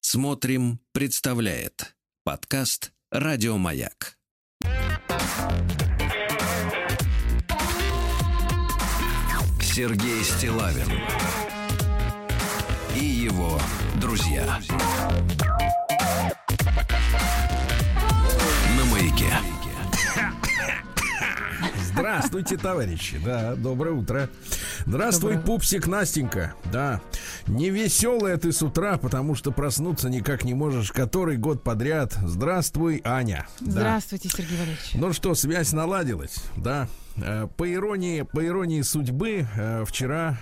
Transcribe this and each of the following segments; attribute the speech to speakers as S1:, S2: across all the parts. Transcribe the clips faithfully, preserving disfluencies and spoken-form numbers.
S1: Смотрим, представляет подкаст «Радиомаяк». Сергей Стиллавин и его друзья на Маяке.
S2: Здравствуйте, товарищи. Да, доброе утро. Здравствуй, доброе. Пупсик Настенька. Да, невеселая ты с утра, потому что проснуться никак не можешь который год подряд. Здравствуй, Аня.
S3: Здравствуйте,
S2: да.
S3: Сергей Валерьевич.
S2: Ну что, связь наладилась, да. По иронии, по иронии судьбы, вчера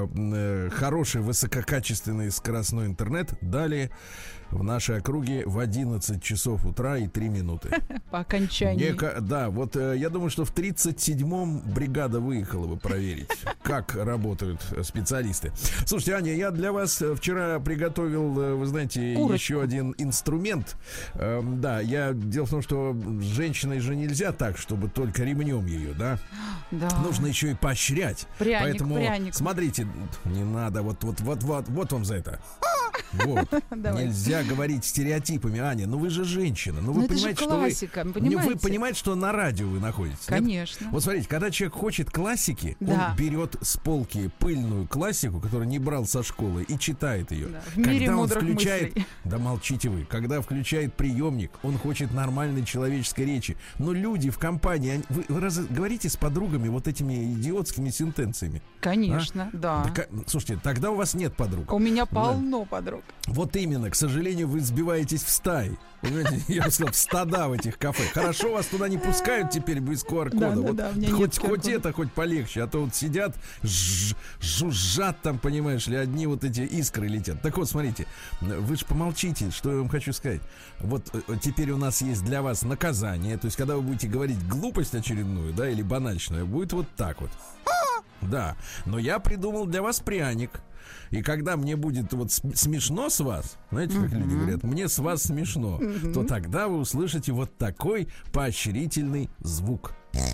S2: хороший высококачественный скоростной интернет дали в нашей округе в одиннадцать часов утра и три минуты.
S3: По окончании.
S2: Неко, да, вот я думаю, что в тридцать седьмом бригада выехала бы проверить, как работают специалисты. Слушайте, Аня, я для вас вчера приготовил, вы знаете, Курочку. еще один инструмент. Да, я дело в том, что с женщиной же нельзя так, чтобы только ремнем ее, да?
S3: Да.
S2: Нужно еще и поощрять.
S3: Пряник,
S2: Поэтому
S3: пряник.
S2: Смотрите, не надо, вот, вот, вот, вот, вот вам за это. Вот. Нельзя говорить стереотипами, Аня. Ну вы же женщина. Ну вы
S3: Но
S2: понимаете,
S3: это же классика,
S2: что вы,
S3: понимаете?
S2: вы понимаете, что на радио вы находитесь.
S3: Конечно.
S2: Нет? Вот смотрите, когда человек хочет классики,
S3: да.
S2: он берет с полки пыльную классику, которую не брал со школы, и читает ее.
S3: Да. В мире
S2: когда он
S3: мудрых
S2: включает,
S3: мыслей.
S2: Да молчите вы. Когда включает приемник, он хочет нормальной человеческой речи. Но люди в компании, они, вы, вы раз, говорите с подругами вот этими идиотскими сентенциями.
S3: Конечно, а? да.
S2: Так, слушайте, тогда у вас нет подруг.
S3: У меня полно
S2: да.
S3: подруг.
S2: Вот именно, к сожалению, вы сбиваетесь в стаи. Понимаете, я бы сказал, в стада в этих кафе. Хорошо, вас туда не пускают теперь без ку ар кода.
S3: Да,
S2: вот
S3: да, да,
S2: хоть хоть это, хоть полегче. А то вот сидят, жж, жужжат там, понимаешь ли, одни вот эти искры летят. Так вот, смотрите, вы же помолчите, что я вам хочу сказать. Вот теперь у нас есть для вас наказание. То есть, когда вы будете говорить глупость очередную, да, или банальную, будет вот так вот. Да, но я придумал для вас пряник. И когда мне будет вот смешно с вас, знаете, как uh-huh. люди говорят, мне с вас смешно, uh-huh. то тогда вы услышите вот такой поощрительный звук.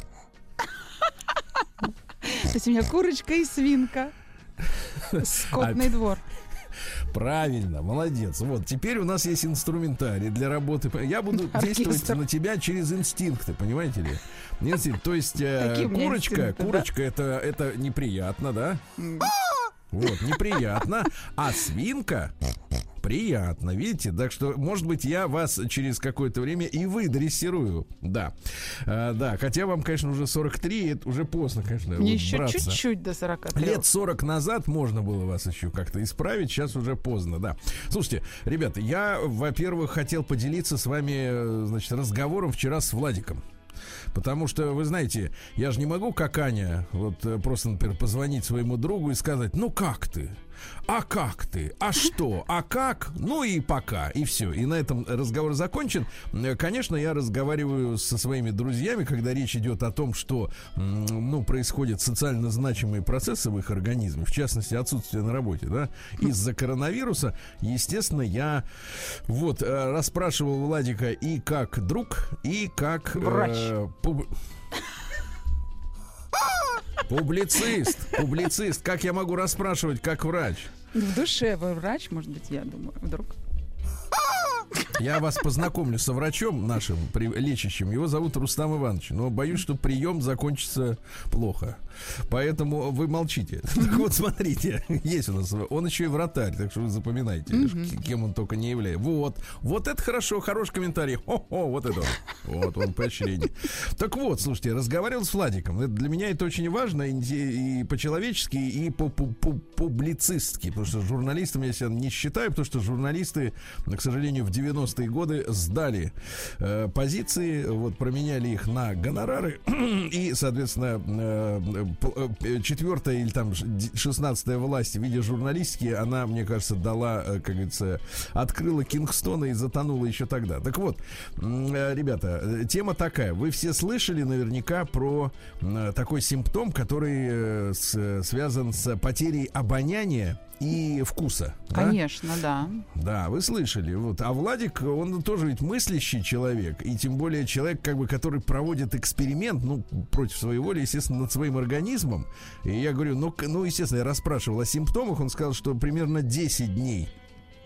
S3: То есть у меня курочка и свинка. Скотный двор.
S2: Правильно, молодец. Вот, теперь у нас есть инструментарий для работы. Я буду Оркестр. действовать на тебя через инстинкты, понимаете ли? Инстинкт. То есть э, курочка, курочка да? это, это неприятно, да? Mm. Вот, неприятно. А свинка приятно, видите? Так что, может быть, я вас через какое-то время и выдрессирую. Да. А, да, хотя вам, конечно, уже сорок три, это уже поздно, конечно.
S3: Мне
S2: вот,
S3: еще
S2: браться.
S3: чуть-чуть до сорока трёх.
S2: Лет сорок назад можно было вас еще как-то исправить, сейчас уже поздно, да. Слушайте, ребята, я, во-первых, хотел поделиться с вами, значит, разговором вчера с Владиком. Потому что, вы знаете, я же не могу, как Аня, вот просто, например, позвонить своему другу и сказать: ну как ты? А как ты? А что? А как? Ну и пока. И все. И на этом разговор закончен. Конечно, я разговариваю со своими друзьями, когда речь идет о том, что, ну, происходят социально значимые процессы в их организме, в частности, отсутствие на работе, да, из-за коронавируса. Естественно, я вот расспрашивал Владика и как друг, и как
S3: врач.
S2: Э, пуб... Публицист, публицист. Как я могу расспрашивать как врач?
S3: В душе вы врач, может быть, я думаю, вдруг.
S2: Я вас познакомлю со врачом нашим лечащим. Его зовут Рустам Иванович. Но боюсь, что прием закончится плохо. Поэтому вы молчите. Так вот, смотрите, есть у нас. Он еще и вратарь, так что вы запоминайте, mm-hmm. кем он только не является. Вот, вот это хорошо, хороший комментарий. О-о, вот это вот. Вот он, поощрение. Так вот, слушайте, разговаривал с Владиком. Это, для меня это очень важно и, и по-человечески, и по-публицистски. Потому что журналистом я себя не считаю, потому что журналисты, к сожалению, в девяностые годы сдали э, позиции, вот променяли их на гонорары и, соответственно, э, э, четвертая или там шестнадцатая власть в виде журналистики, она, мне кажется, дала, э, как говорится, открыла Кингстона и затонула еще тогда. Так вот, э, ребята, тема такая. Вы все слышали наверняка про э, такой симптом, который э, с, связан с потерей обоняния и вкуса.
S3: Конечно,
S2: да?
S3: да.
S2: Да, вы слышали. Вот. А Владик, он тоже ведь мыслящий человек, и тем более человек, как бы, который проводит эксперимент, ну, против своей воли, естественно, над своим организмом. И я говорю, ну, ну естественно, я расспрашивал о симптомах, он сказал, что примерно десять дней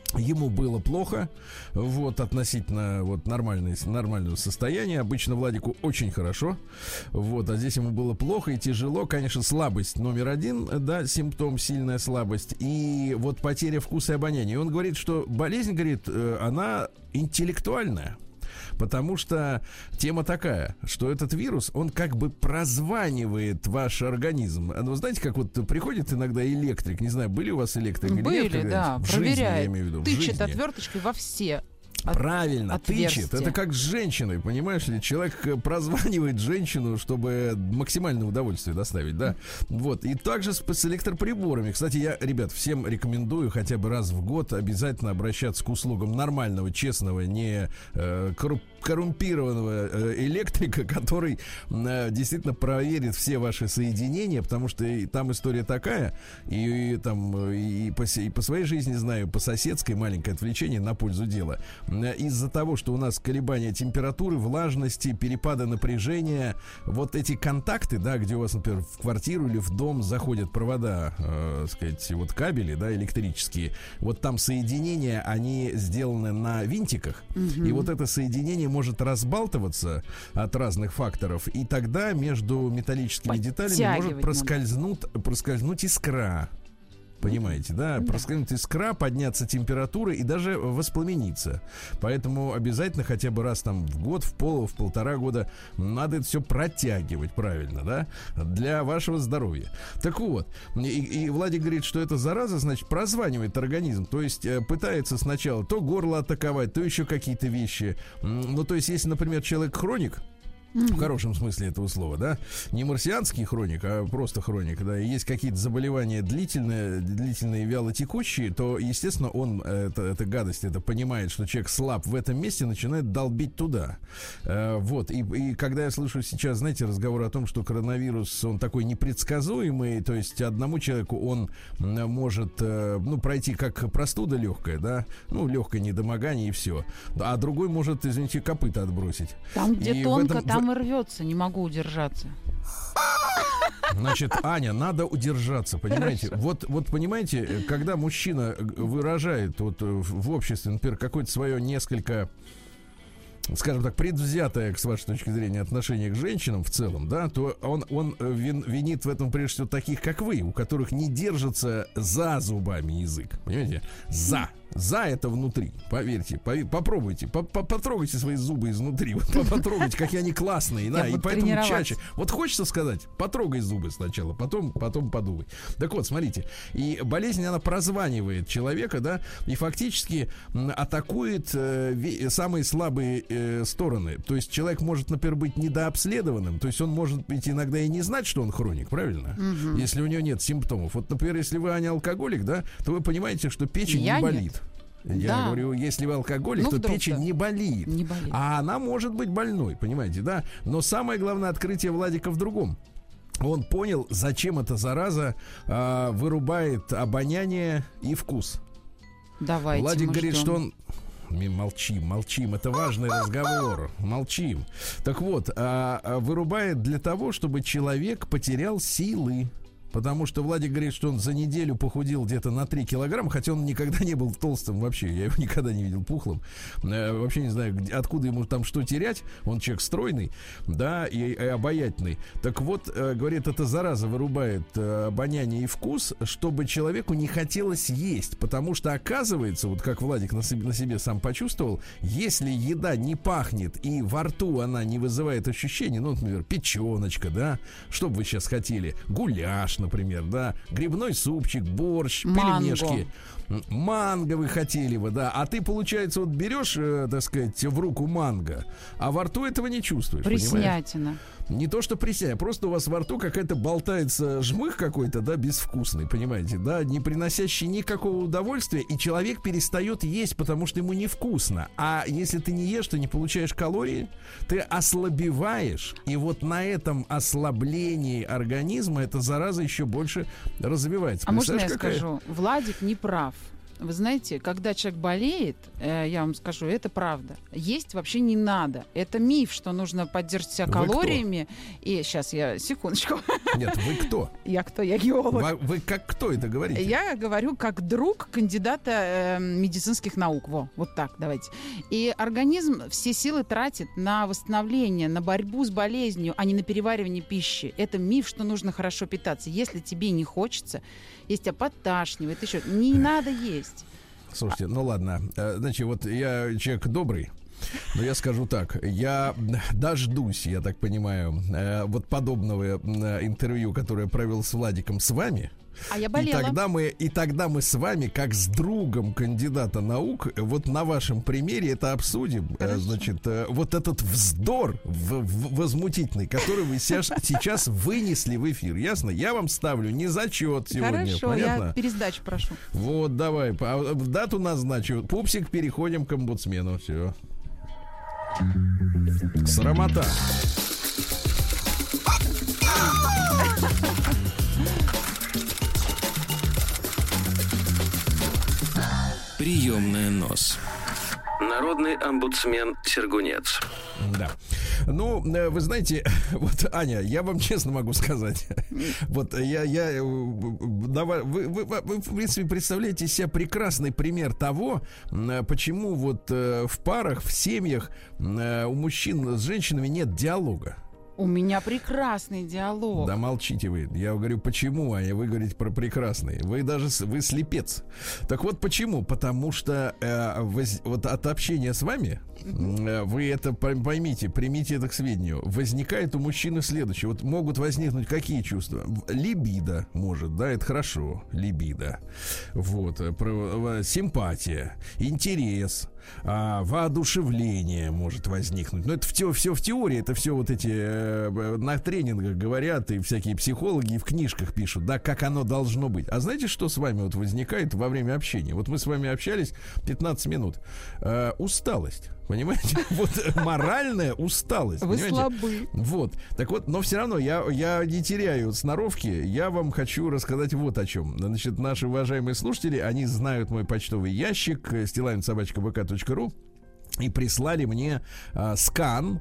S2: Ему было плохо, вот, относительно вот, нормальной, нормального состояния. Обычно Владику очень хорошо, вот, а здесь ему было плохо и тяжело. Конечно, слабость номер один, да, симптом, сильная слабость. И вот потеря вкуса и обоняния. И он говорит, что болезнь, говорит, она интеллектуальная. Потому что тема такая, что этот вирус, он как бы прозванивает ваш организм. Вы знаете, как вот приходит иногда электрик, не знаю, были у вас электрик или
S3: Были,
S2: нет? Были,
S3: да,
S2: в
S3: проверяет,
S2: жизни, я имею в виду, в
S3: тычет
S2: жизни.
S3: отверточкой во все.
S2: Правильно,
S3: отверстие.
S2: тычет. Это как с женщиной, понимаешь ли? Человек прозванивает женщину, чтобы максимальное удовольствие доставить, да? Вот. И также с, с электроприборами. Кстати, я, ребят, всем рекомендую хотя бы раз в год обязательно обращаться к услугам нормального, честного, не э, корруп коррумпированного электрика, который э, действительно проверит все ваши соединения, потому что и, там история такая, и, и там и по, и по своей жизни знаю, по соседской, маленькое отвлечение на пользу дела. Из-за того, что у нас колебания температуры, влажности, перепады напряжения, вот эти контакты, да, где у вас, например, в квартиру или в дом заходят провода, э, сказать, вот кабели, да, электрические, вот там соединения, они сделаны на винтиках, угу. И вот это соединение может разбалтываться от разных факторов, и тогда между металлическими деталями может проскользнуть, проскользнуть искра. Понимаете, да? Проскользнуть искра, подняться температура и даже воспламениться. Поэтому обязательно хотя бы раз там в год, в пол, в полтора года надо это все протягивать правильно, да? Для вашего здоровья. Так вот, и, и Владик говорит, что эта зараза, значит, прозванивает организм. То есть э, пытается сначала то горло атаковать, то еще какие-то вещи. Ну, то есть, если, например, человек хроник, в хорошем смысле этого слова, да, не марсианский хроник, а просто хроник, да, и есть какие-то заболевания длительные, длительные, вялотекущие, то, естественно, он, это, это гадость, это понимает, что человек слаб в этом месте, начинает долбить туда. Э, вот, и, и когда я слышу сейчас, знаете, разговор о том, что коронавирус, он такой непредсказуемый, то есть одному человеку он может, э, ну, пройти как простуда легкая, да, ну, легкое недомогание и все, а другой может, извините, копыта отбросить.
S3: Там, где
S2: и
S3: тонко,
S2: этом...
S3: там и рвется, не могу удержаться.
S2: Значит, Аня, надо удержаться, понимаете? Вот, вот понимаете, когда мужчина выражает вот в обществе, например, какое-то свое несколько, скажем так, предвзятое, с вашей точки зрения, отношение к женщинам в целом, да, то он, он вин, винит в этом прежде всего таких, как вы, у которых не держится за зубами язык, понимаете? За. За это внутри, поверьте, попробуйте, потрогайте свои зубы изнутри, вот, потрогайте, какие они классные, да, и поэтому чаще. Вот хочется сказать, потрогай зубы сначала, потом, потом подумай. Так вот, смотрите, и болезнь, она прозванивает человека, да, и фактически атакует э, самые слабые э, стороны. То есть человек может, например, быть недообследованным, то есть он может быть иногда и не знать, что он хроник, правильно? Угу. Если у него нет симптомов. Вот, например, если вы, Аня, алкоголик, да, то вы понимаете, что печень Я не болит. Нет. Я да. говорю, если вы алкоголик, ну, то печень не болит,
S3: не болит.
S2: А она может быть больной, понимаете, да? Но самое главное открытие Владика в другом. Он понял, зачем эта зараза а, вырубает обоняние и вкус.
S3: Давайте,
S2: Владик говорит,
S3: ждем.
S2: что он... Молчим, молчим, это важный разговор. Молчим. Так вот, а, а, вырубает для того, чтобы человек потерял силы. Потому что Владик говорит, что он за неделю похудел где-то на три килограмма, хотя он никогда не был толстым вообще. Я его никогда не видел пухлым. Э, вообще не знаю, где, откуда ему там что терять. Он человек стройный, да, и, и обаятельный. Так вот, э, говорит, эта зараза вырубает э, обоняние и вкус, чтобы человеку не хотелось есть. Потому что, оказывается, вот как Владик на себе, на себе сам почувствовал, если еда не пахнет и во рту она не вызывает ощущений, ну, например, печеночка, да, что бы вы сейчас хотели, гуляш, например, да, грибной супчик, борщ,
S3: манго.
S2: Пельмешки, манго вы хотели бы, да, а ты, получается, вот берешь, э, так сказать, в руку манго, а во рту этого не чувствуешь,
S3: Преснятина.
S2: Понимаешь? Не то, что присядь, просто у вас во рту какая-то болтается жмых какой-то, да, безвкусный, понимаете, да, не приносящий никакого удовольствия, и человек перестает есть, потому что ему невкусно. А если ты не ешь, ты не получаешь калории, ты ослабеваешь, и вот на этом ослаблении организма эта зараза еще больше развивается.
S3: А можно я
S2: какая...
S3: скажу? Владик не прав. Вы знаете, когда человек болеет, э, я вам скажу, это правда. Есть вообще не надо. Это миф, что нужно поддерживать себя калориями. И сейчас я, секундочку.
S2: Нет, вы кто?
S3: Я кто? Я геолог.
S2: Вы, вы как кто это говорите?
S3: Я говорю как друг кандидата э, медицинских наук. Во, вот так, давайте. И организм все силы тратит на восстановление, на борьбу с болезнью, а не на переваривание пищи. Это миф, что нужно хорошо питаться. Если тебе не хочется, если тебя подташнивает, еще не надо есть.
S2: Слушайте, ну ладно. Значит, вот я человек добрый, но я скажу так. Я дождусь, я так понимаю, вот подобного интервью, которое я провел с Владиком с вами.
S3: А я болела.
S2: И тогда мы, и тогда мы с вами, как с другом кандидата наук, вот на вашем примере это обсудим. Хорошо. Значит, вот этот вздор в, в, возмутительный, который вы сейчас, сейчас вынесли в эфир. Ясно? Я вам ставлю не зачет сегодня.
S3: Хорошо,
S2: понятно?
S3: Я пересдачу прошу.
S2: Вот, давай. Дату назначу. Пупсик, переходим к омбудсмену. Все. Срамота.
S1: Приемная нос. Народный омбудсмен Сергунец.
S2: Да. Ну, вы знаете, вот, Аня, я вам честно могу сказать, вот я, я, давай, вы, вы, вы, в принципе, представляете из себя прекрасный пример того, почему вот в парах, в семьях у мужчин с женщинами нет диалога.
S3: У меня прекрасный диалог.
S2: Да молчите вы. Я говорю, почему, а вы говорите про прекрасный. Вы даже, вы слепец. Так вот, почему? Потому что э, воз, вот от общения с вами, э, вы это поймите, примите это к сведению, возникает у мужчины следующее. Вот могут возникнуть какие чувства? Либидо может, да, это хорошо, либидо. Вот, про, симпатия, интерес, а, воодушевление может возникнуть. Но это все, все в теории, это все вот эти э, на тренингах говорят, и всякие психологи и в книжках пишут, да, как оно должно быть. А знаете, что с вами вот возникает во время общения? Вот мы с вами общались пятнадцать минут. Э, усталость. Понимаете? Вот моральная усталость.
S3: Вы
S2: понимаете?
S3: слабы.
S2: Вот. Так вот, но все равно я, я не теряю сноровки. Я вам хочу рассказать вот о чем. Значит, наши уважаемые слушатели, они знают мой почтовый ящик стилавин собака вэ ка точка ру. И прислали мне э, скан,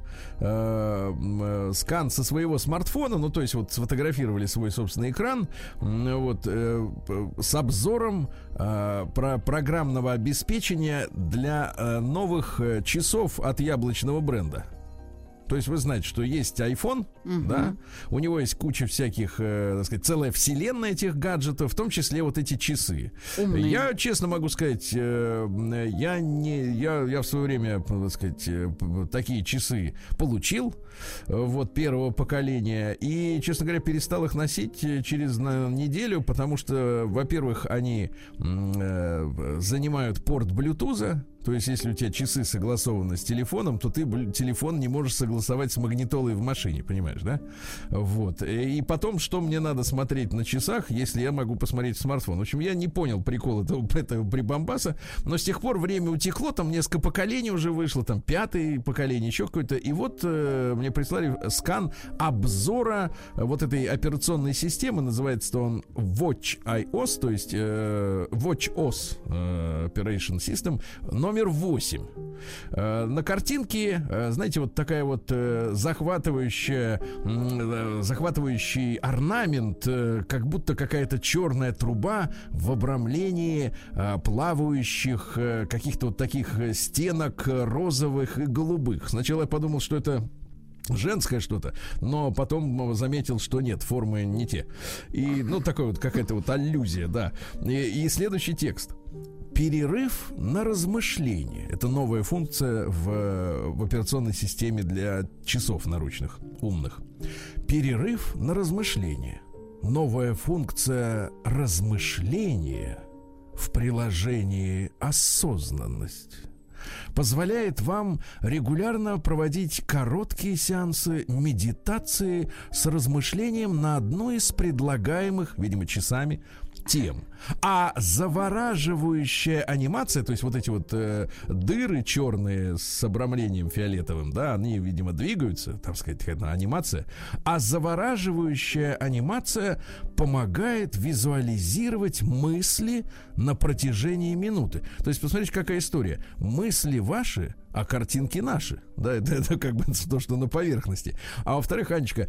S2: э, э, скан со своего смартфона, ну то есть вот сфотографировали свой собственный экран, э, вот э, с обзором э, про программного обеспечения для э, новых э, часов от яблочного бренда. То есть вы знаете, что есть iPhone, uh-huh. да, у него есть куча всяких, э, так сказать, целая вселенная этих гаджетов, в том числе вот эти часы. Умные. Я честно могу сказать, э, я не, я, я в свое время, так сказать, э, такие часы получил, э, вот первого поколения, и, честно говоря, перестал их носить через на, неделю, потому что, во-первых, они э, занимают порт Bluetooth. То есть, если у тебя часы согласованы с телефоном, то ты телефон не можешь согласовать с магнитолой в машине, понимаешь, да? Вот. И потом, что мне надо смотреть на часах, если я могу посмотреть в смартфон? В общем, я не понял прикол этого, этого прибамбаса, но с тех пор время утекло, там несколько поколений уже вышло, там пятое поколение, еще какое-то. И вот э, мне прислали скан обзора вот этой операционной системы, называется он watchOS, то есть э, watchOS э, Operation System, номер Номер восемь. Э, на картинке, э, знаете, вот такая вот э, захватывающая, э, захватывающий орнамент, э, как будто какая-то черная труба в обрамлении э, плавающих э, каких-то вот таких стенок розовых и голубых. Сначала я подумал, что это женское что-то, но потом заметил, что нет, формы не те. И, ну, такая вот какая-то вот аллюзия, да. И, и следующий текст. Перерыв на размышление. Это новая функция в, в операционной системе для часов наручных, умных. Перерыв на размышление. Новая функция размышления в приложении «Осознанность» позволяет вам регулярно проводить короткие сеансы медитации с размышлением на одну из предлагаемых, видимо, часами, тем. А завораживающая анимация, то есть вот эти вот э, дыры черные с обрамлением фиолетовым, да, они, видимо, двигаются, так сказать, это анимация. А завораживающая анимация помогает визуализировать мысли на протяжении минуты. То есть, посмотрите, какая история. Мысли ваши, а картинки наши. Да, это, это как бы то, что на поверхности. А во-вторых, Анечка,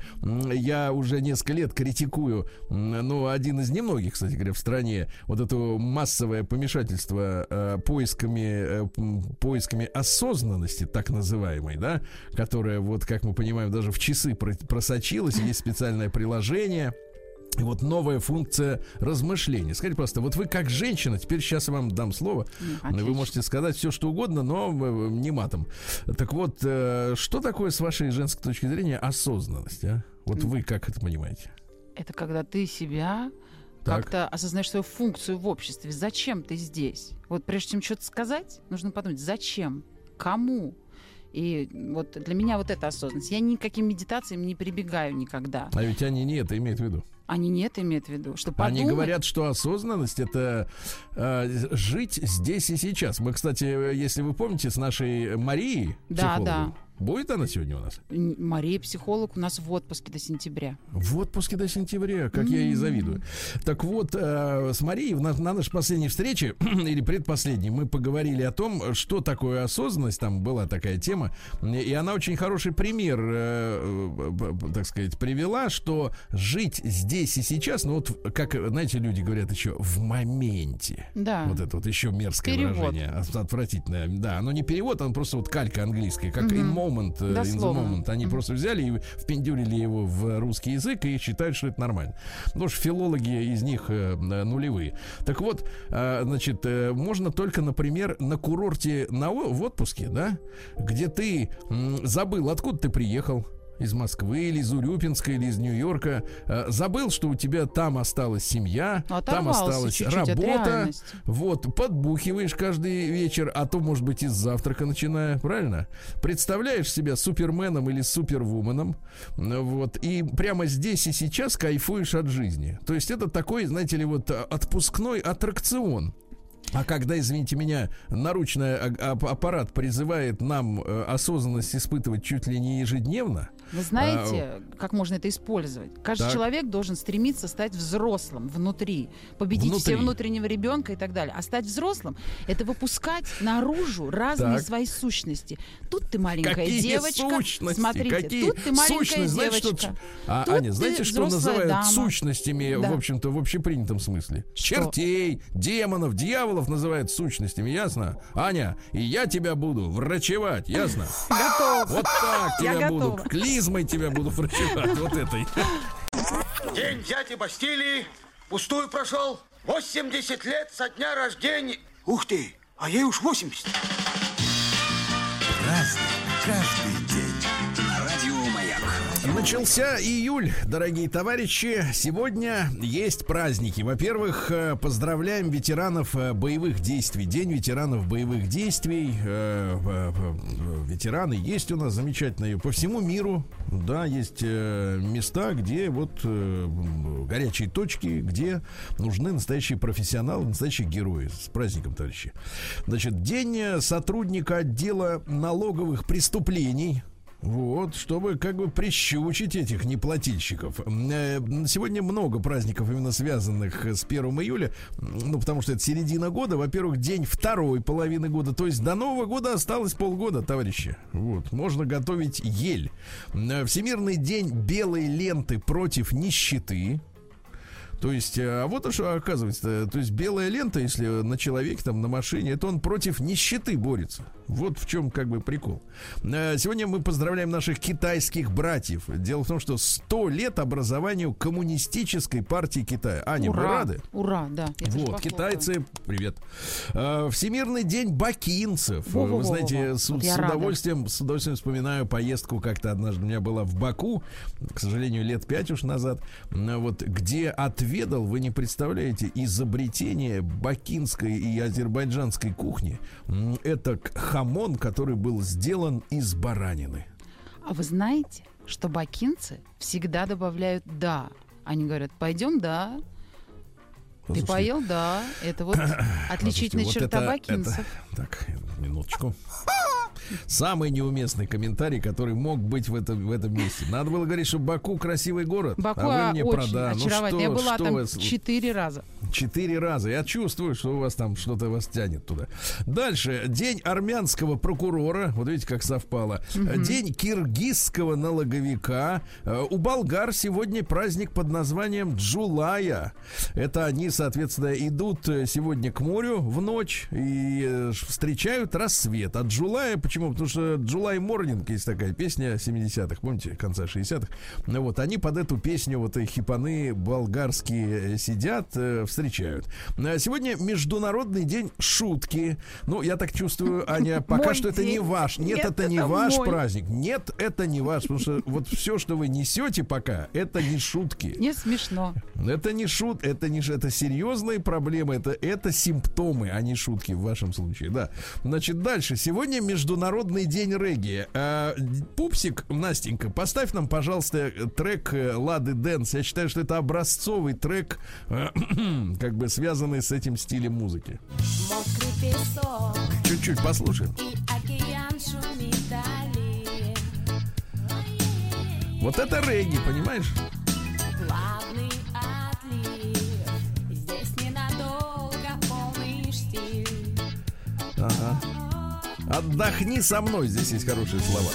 S2: я уже несколько лет критикую, ну, один из немногих, кстати говоря, в стране, вот это массовое помешательство э, поисками, э, поисками осознанности, так называемой, да, которая, вот, как мы понимаем, даже в часы просочилась, есть специальное приложение. И вот новая функция размышления. Скажите просто, вот вы как женщина, теперь сейчас я вам дам слово, отлично. Вы можете сказать все, что угодно, но не матом. Так вот, что такое с вашей женской точки зрения осознанность? А? Вот вы как это понимаете?
S3: Это когда ты себя так. как-то осознаешь свою функцию в обществе. Зачем ты здесь? Вот прежде чем что-то сказать, нужно подумать, зачем, кому? И вот для меня вот эта осознанность. Я никаким медитациям не прибегаю никогда.
S2: А ведь они не это имеют в виду.
S3: Они не это имеют в виду. Что подумать...
S2: Они говорят, что осознанность — это э, жить здесь и сейчас. Мы, кстати, если вы помните, с нашей Марией,
S3: да, да.
S2: Будет она сегодня у нас?
S3: Мария, психолог, у нас в отпуске до сентября.
S2: В отпуске до сентября, как mm-hmm. я ей завидую. Так вот, э, с Марией на, на нашей последней встрече, или предпоследней, мы поговорили о том, что такое осознанность. Там была такая тема. И она очень хороший пример, э, э, так сказать, привела, что жить здесь и сейчас, ну вот, как, знаете, люди говорят еще в моменте.
S3: Да.
S2: Вот это вот еще мерзкое
S3: перевод.
S2: Выражение, отвратительное. Да, оно не перевод, оно просто вот калька английская, как mm-hmm. Moment, in the moment. Они mm-hmm. просто взяли и впендюрили его в русский язык и считают, что это нормально. Потому что филологи из них э, нулевые. Так вот, э, значит, э, можно только, например, на курорте на, в отпуске, да, где ты м, забыл, откуда ты приехал. Из Москвы или из Урюпинска или из Нью-Йорка, э, забыл, что у тебя там осталась семья,
S3: оторвался
S2: там осталась
S3: чуть-чуть
S2: работа, вот, подбухиваешь каждый вечер, а то, может быть, из завтрака начиная, правильно? Представляешь себя суперменом или супервуменом, вот, и прямо здесь и сейчас кайфуешь от жизни. То есть это такой, знаете ли, вот отпускной аттракцион. А когда, извините меня, наручный аппарат призывает нам осознанность испытывать чуть ли не ежедневно.
S3: Вы знаете, а, как можно это использовать? Каждый так. человек должен стремиться стать взрослым внутри, победить внутри. все внутреннего ребенка и так далее. А стать взрослым — это выпускать наружу разные так. свои сущности. Тут ты маленькая
S2: какие
S3: девочка.
S2: Сущности?
S3: Смотрите,
S2: какие
S3: тут ты маленькая
S2: сущности?
S3: девочка.
S2: Знаете, что... а,
S3: тут
S2: Аня, знаете, что называют
S3: дама.
S2: сущностями, да. в общем-то, в общепринятом смысле? Что? Чертей, демонов, дьяволов называют сущностями, ясно? Аня, и я тебя буду врачевать, ясно?
S3: Готов.
S2: Вот так тебя
S3: я
S2: буду,
S3: готова.
S2: клизмой тебя буду врачевать, вот этой.
S4: День дяди Бастилии пустую прошел. восемьдесят лет со дня рождения. Ух ты, а ей уж восемьдесят.
S5: Разный, каждый день. На радио Маяк.
S2: Начался июль, дорогие товарищи. Сегодня есть праздники. Во-первых, поздравляем ветеранов боевых действий. День ветеранов боевых действий. Ветераны есть у нас замечательные по всему миру. Да, есть места, где вот горячие точки, где нужны настоящие профессионалы, настоящие герои. С праздником, товарищи. Значит, день сотрудника отдела налоговых преступлений. Вот, чтобы как бы прищучить этих неплательщиков. Сегодня много праздников, именно связанных с первым июля. Ну, потому что это середина года. Во-первых, день второй половины года. То есть до Нового года осталось полгода, товарищи. Вот, можно готовить ель. Всемирный день белой ленты против нищеты. То есть, а вот что оказывается, то есть белая лента, если на человеке, там, на машине, это он против нищеты борется. Вот в чем как бы прикол. Сегодня мы поздравляем наших китайских братьев. Дело в том, что сто лет образованию коммунистической партии Китая. Аня,
S3: ура,
S2: вы рады?
S3: Ура, да.
S2: Вот, китайцы, привет. Всемирный день бакинцев. Во-во-во-во. Вы знаете, с, вот с, удовольствием, с удовольствием вспоминаю поездку, как-то однажды у меня была в Баку, к сожалению, лет пять уж назад, вот, где отведал, вы не представляете, изобретение бакинской и азербайджанской кухни. Это хамон, который был сделан из баранины.
S3: А вы знаете, что бакинцы всегда добавляют «да». Они говорят: пойдем, да. Ты поел, да. Это вот отличительная
S2: вот
S3: черта
S2: это,
S3: бакинцев.
S2: Это... Так, минуточку. Самый неуместный комментарий, который мог быть в этом, в этом месте. Надо было говорить, что Баку красивый город.
S3: Баку
S2: а вы мне
S3: очень
S2: про, да.
S3: очаровательный.
S2: Ну,
S3: Я была
S2: что
S3: там
S2: вы...
S3: четыре раза.
S2: Четыре раза. Я чувствую, что у вас там что-то вас тянет туда. Дальше. День армянского прокурора. Вот видите, как совпало. Угу. День киргизского налоговика. У болгар сегодня праздник под названием Джулая. Это они, соответственно, идут сегодня к морю в ночь и встречают рассвет. А Джулая, почему? Потому что July Morning есть такая песня семидесятых, помните, конца шестидесятых. Вот, они под эту песню, вот их хипаны болгарские сидят, э, встречают. Сегодня Международный день шутки. Ну, я так чувствую, Аня, пока
S3: мой
S2: что это
S3: день.
S2: не ваш. Нет,
S3: Нет,
S2: это,
S3: это
S2: не ваш
S3: мой.
S2: праздник. Нет, это не ваш. Потому что вот все, что вы несете пока, это не шутки.
S3: Не смешно.
S2: Это не шут, это не это серьезные проблемы, это, это симптомы, а не шутки в вашем случае, да. Значит, дальше. Сегодня Международный день регги. А, Пупсик, Настенька, поставь нам, пожалуйста, трек Лады Дэнс. Я считаю, что это образцовый трек, как бы связанный с этим стилем музыки. Чуть-чуть послушаем. Вот это регги, понимаешь? Ага. Отдохни со мной. Здесь есть хорошие слова.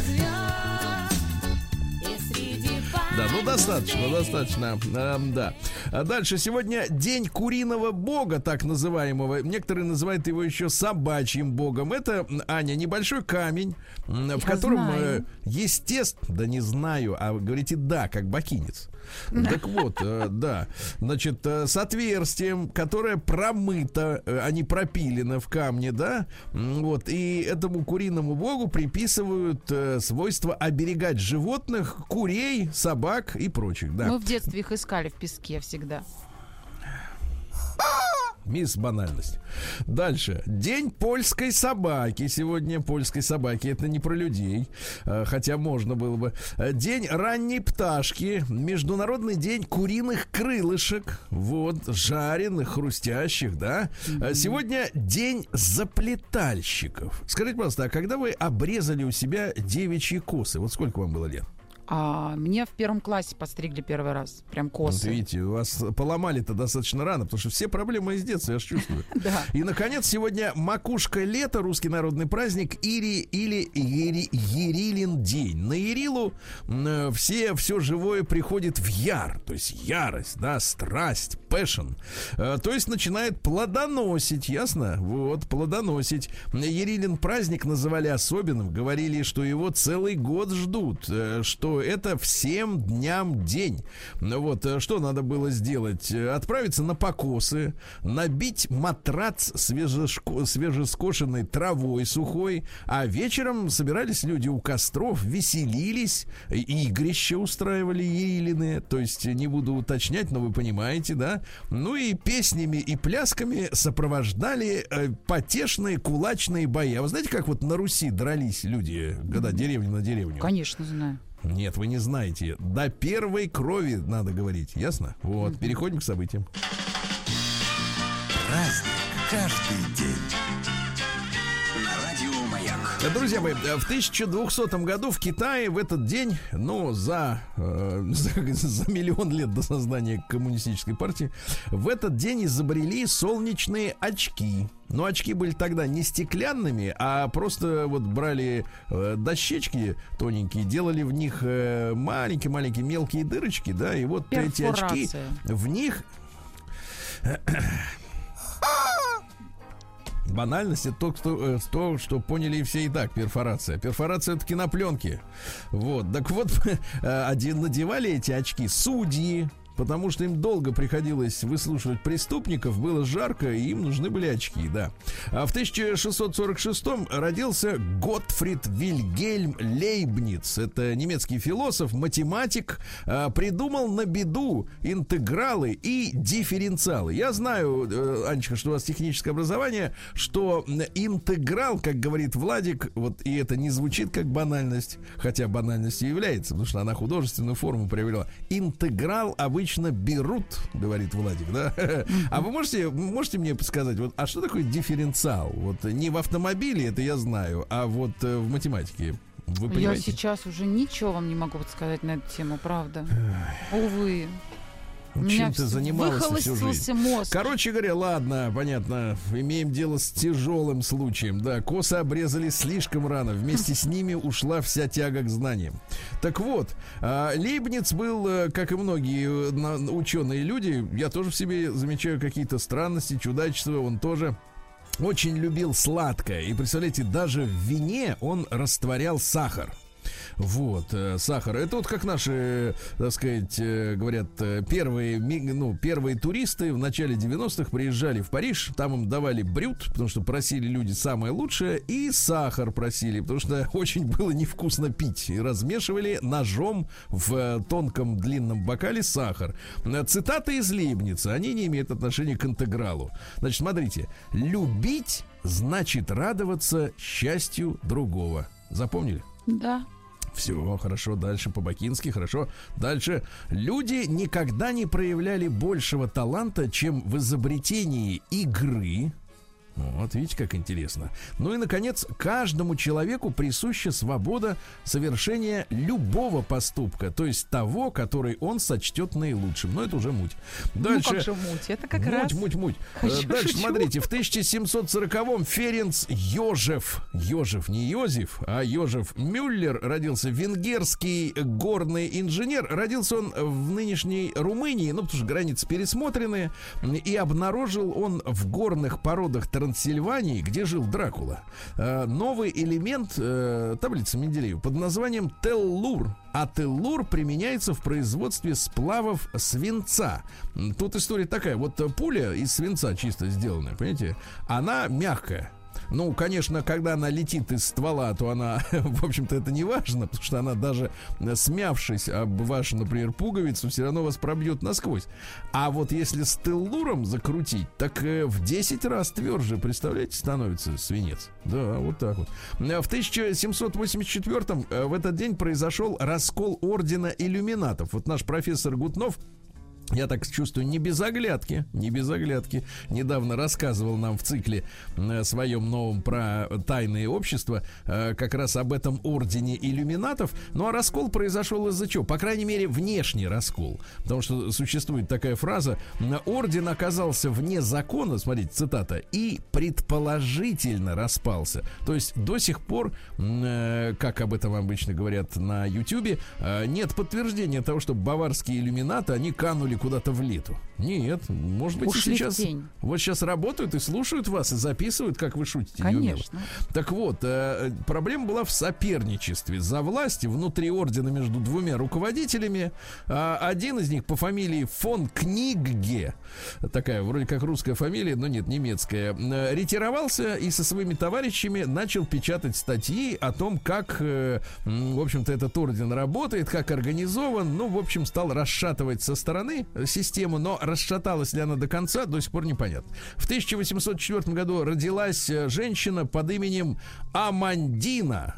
S2: Да, ну достаточно, достаточно. А, да. А дальше сегодня день куриного бога, так называемого. Некоторые называют его еще собачьим богом. Это, Аня, небольшой камень, в Я котором, знаю. естественно, да не знаю, а вы говорите да, как бакинец. Так вот, э, да, значит, э, с отверстием, которое промыто, э, а не пропилено в камне, да, вот, и этому куриному богу приписывают э, свойство оберегать животных, курей, собак и прочих, да.
S3: Мы в детстве их искали в песке всегда.
S2: Мисс банальность. Дальше. День польской собаки. Сегодня польской собаки. Это не про людей. Хотя можно было бы. День ранней пташки. Международный день куриных крылышек. Вот. Жареных, хрустящих, да. Mm-hmm. Сегодня день заплетальщиков. Скажите, пожалуйста, а когда вы обрезали у себя девичьи косы? Вот сколько вам было лет?
S3: А мне в первом классе постригли первый раз. Прям косы.
S2: Вот видите, у вас поломали-то достаточно рано, потому что все проблемы из детства, я же чувствую.
S3: Да.
S2: И, наконец, сегодня макушка лета, русский народный праздник, Ири или Ери, Ерилин день. На Ерилу э, все, все живое приходит в яр, то есть ярость, да, страсть, пэшн. Э, то есть начинает плодоносить, ясно? Вот, плодоносить. Ерилин праздник называли особенным, говорили, что его целый год ждут, э, что это всем дням день. Вот, что надо было сделать? Отправиться на покосы, набить матрац свежешко- свежескошенной травой сухой, а вечером собирались люди у костров, веселились, игрища устраивали елины, то есть не буду уточнять, но вы понимаете, да? Ну и песнями и плясками сопровождали э, потешные кулачные бои. А вы знаете, как вот на Руси дрались люди, когда деревня на деревню?
S3: Конечно, знаю.
S2: Нет, вы не знаете. До первой крови надо говорить, ясно? Вот, mm-hmm. переходим к событиям.
S5: Праздник каждый день. На радио Маяк.
S2: Друзья мои, в тысяча двухсотом году в Китае в этот день, ну, за, э, за, за миллион лет до создания коммунистической партии, в этот день изобрели солнечные очки. Но очки были тогда не стеклянными, а просто вот брали э, дощечки тоненькие, делали в них э, маленькие-маленькие мелкие дырочки, да, и вот эти очки, в них... Банальность — это то, что, то, что поняли все и так. Перфорация. Перфорация — это кинопленки. Вот. Так вот, один надевали эти очки судьи, потому что им долго приходилось выслушивать преступников, было жарко, и им нужны были очки, да. А в тысяча шестьсот сорок шестом родился Готфрид Вильгельм Лейбниц. Это немецкий философ, математик, придумал на беду интегралы и дифференциалы. Я знаю, Анечка, что у вас техническое образование, что интеграл, как говорит Владик, вот и это не звучит как банальность, хотя банальностью является, потому что она художественную форму приобрела. Интеграл обычно обычно берут, говорит Владик, да? А вы можете, можете мне подсказать, вот, а что такое дифференциал? Вот не в автомобиле, это я знаю, а вот э, в математике. Вы понимаете?
S3: Я сейчас уже ничего вам не могу подсказать на эту тему, правда. Увы.
S2: Ну, чем ты занималась всю жизнь?
S3: Мозг.
S2: Короче говоря, ладно, понятно. Имеем дело с тяжелым случаем. Да, косы обрезали слишком рано. Вместе с ними ушла вся тяга к знаниям. Так вот, Лейбниц был, как и многие ученые люди, я тоже в себе замечаю какие-то странности, чудачества. Он тоже очень любил сладкое. И, представляете, даже в вине он растворял сахар. Вот, э, сахар. Это вот как наши, так сказать, э, говорят, э, первые, ну, первые туристы в начале девяностых приезжали в Париж, там им давали брют, потому что просили люди самое лучшее, и сахар просили, потому что очень было невкусно пить. И размешивали ножом в э, тонком длинном бокале сахар. Цитаты из Лейбница, они не имеют отношения к интегралу. Значит, смотрите. Любить значит радоваться счастью другого. Запомнили?
S3: Да.
S2: Все, хорошо, дальше по-бакински, хорошо. Дальше. Люди никогда не проявляли большего таланта, чем в изобретении игры. Вот, видите, как интересно. Ну и, наконец, каждому человеку присуща свобода совершения любого поступка, то есть того, который он сочтет наилучшим. Но это уже муть. Дальше.
S3: Ну как же муть? Это как
S2: муть,
S3: раз...
S2: Муть, муть,
S3: Хочу,
S2: муть. Дальше,
S3: шучу.
S2: смотрите, в тысяча семьсот сороковом Ференц Йожеф, Йожеф, не Йозеф, а Йожеф Мюллер родился, венгерский горный инженер. Родился он в нынешней Румынии, ну, потому что границы пересмотрены, и обнаружил он в горных породах Трансильвании, где жил Дракула, э, новый элемент э, таблицы Менделеева под названием теллур. А теллур применяется в производстве сплавов свинца. Тут история такая. Вот пуля из свинца чисто сделанная, понимаете, она мягкая. Ну, конечно, когда она летит из ствола, то она, в общем-то, это не важно, потому что она даже смявшись об вашу, например, пуговицу, все равно вас пробьет насквозь. А вот если с теллуром закрутить, так в десять раз тверже, представляете, становится свинец. Да, вот так вот. В тысяча семьсот восемьдесят четвёртом в этот день произошел раскол ордена иллюминатов. Вот наш профессор Гутнов, я так чувствую, не без оглядки, не без оглядки, недавно рассказывал нам в цикле э, своем новом про тайные общества э, как раз об этом ордене иллюминатов. Ну а раскол произошел из-за чего? По крайней мере, внешний раскол. Потому что существует такая фраза: орден оказался вне закона, смотрите, цитата, и предположительно распался. То есть до сих пор, э, как об этом обычно говорят на Ютьюбе, э, нет подтверждения того, что баварские иллюминаты, они канули куда-то в лету. Нет, может быть,
S3: Ушли
S2: и сейчас вот сейчас работают и слушают вас и записывают, как вы шутите.
S3: Конечно.
S2: Так вот, э, проблема была в соперничестве за власть внутри ордена между двумя руководителями. Э, один из них по фамилии фон Книгге, такая вроде как русская фамилия, но нет, немецкая, э, ретировался и со своими товарищами начал печатать статьи о том, как, э, в общем-то, этот орден работает, как организован. Ну, в общем, стал расшатывать со стороны систему, но расшаталась ли она до конца, до сих пор непонятно. В тысяча восемьсот четвёртом году родилась женщина под именем Амандина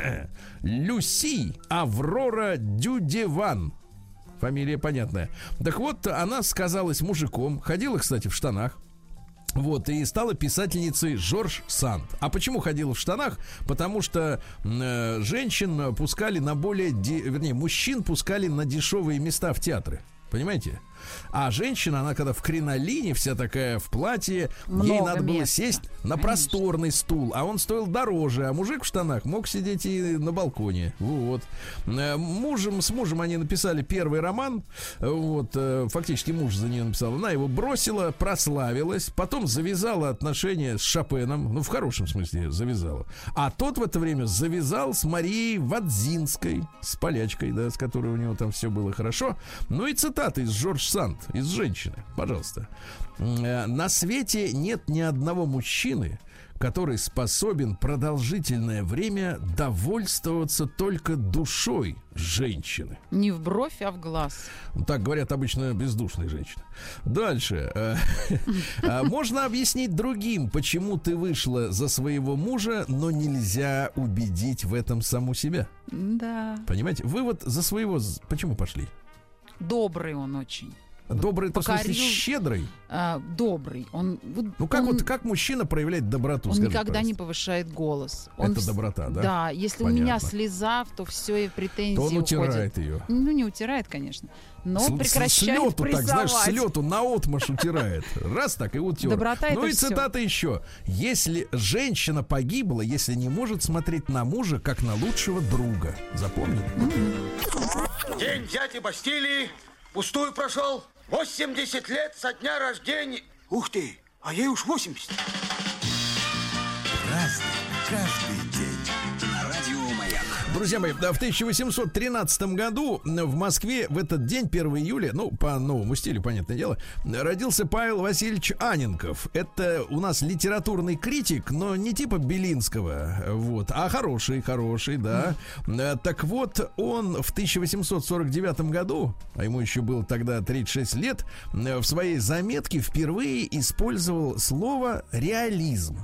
S2: Люси Аврора Дюдеван. Фамилия понятная. Так вот, она сказалась мужиком, ходила, кстати, в штанах. Вот, и стала писательницей Жорж Санд. А почему ходила в штанах? Потому что э, женщин пускали на более, де, вернее, мужчин пускали на дешевые места в театры. Понимаете? А женщина, она когда в кринолине, вся такая в платье,
S3: много
S2: ей надо было
S3: места.
S2: сесть на
S3: Конечно.
S2: просторный стул, а он стоил дороже, а мужик в штанах мог сидеть и на балконе. Вот. Мужем, с мужем они написали первый роман. Вот. Фактически муж за нее написал. Она его бросила, прославилась, потом завязала отношения с Шопеном. Ну, в хорошем смысле завязала. А тот в это время завязал с Марией Вадзинской, с полячкой, да, с которой у него там все было хорошо. Ну и цитаты из Жорж Санд, из женщины, пожалуйста. На свете нет ни одного мужчины, который способен продолжительное время довольствоваться только душой женщины.
S3: Не в бровь, а в глаз.
S2: Так говорят обычно бездушные женщины. Дальше. Можно объяснить другим, почему ты вышла за своего мужа, но нельзя убедить в этом саму себя.
S3: Да.
S2: Понимаете? Вы вот за своего почему пошли?
S3: Добрый он очень.
S2: Добрый, это в смысле
S3: покорил,
S2: щедрый?
S3: А, добрый. Он,
S2: ну как
S3: он,
S2: вот как мужчина проявляет доброту?
S3: Он
S2: скажи,
S3: никогда
S2: пожалуйста.
S3: не повышает голос. Он
S2: это
S3: в...
S2: доброта, да?
S3: Да, если
S2: Понятно.
S3: у меня слеза, то все и претензии
S2: то он
S3: уходят.
S2: утирает ее.
S3: Ну не утирает, конечно, но
S2: с,
S3: прекращает
S2: с лету,
S3: прессовать.
S2: так, знаешь, с лету наотмашь утирает. Раз так и утер.
S3: Доброта
S2: ну
S3: это
S2: и
S3: всё.
S2: цитата еще. Если женщина погибла, если не может смотреть на мужа, как на лучшего друга. Запомнили?
S3: Mm-hmm.
S4: День дяди Бастилии пустую прошел. восемьдесят лет со дня рождения. Ух ты, а ей уж восемьдесят.
S5: Разный, каждый день. На радио Маяк.
S2: Друзья мои, в тысяча восемьсот тринадцатом году в Москве в этот день, первого июля, ну, по новому стилю, понятное дело, родился Павел Васильевич Анненков. Это у нас литературный критик, но не типа Белинского, вот, а хороший, хороший, да. Mm. Так вот, он в тысяча восемьсот сорок девятом году, а ему еще было тогда тридцать шесть лет, в своей заметке впервые использовал слово «реализм»,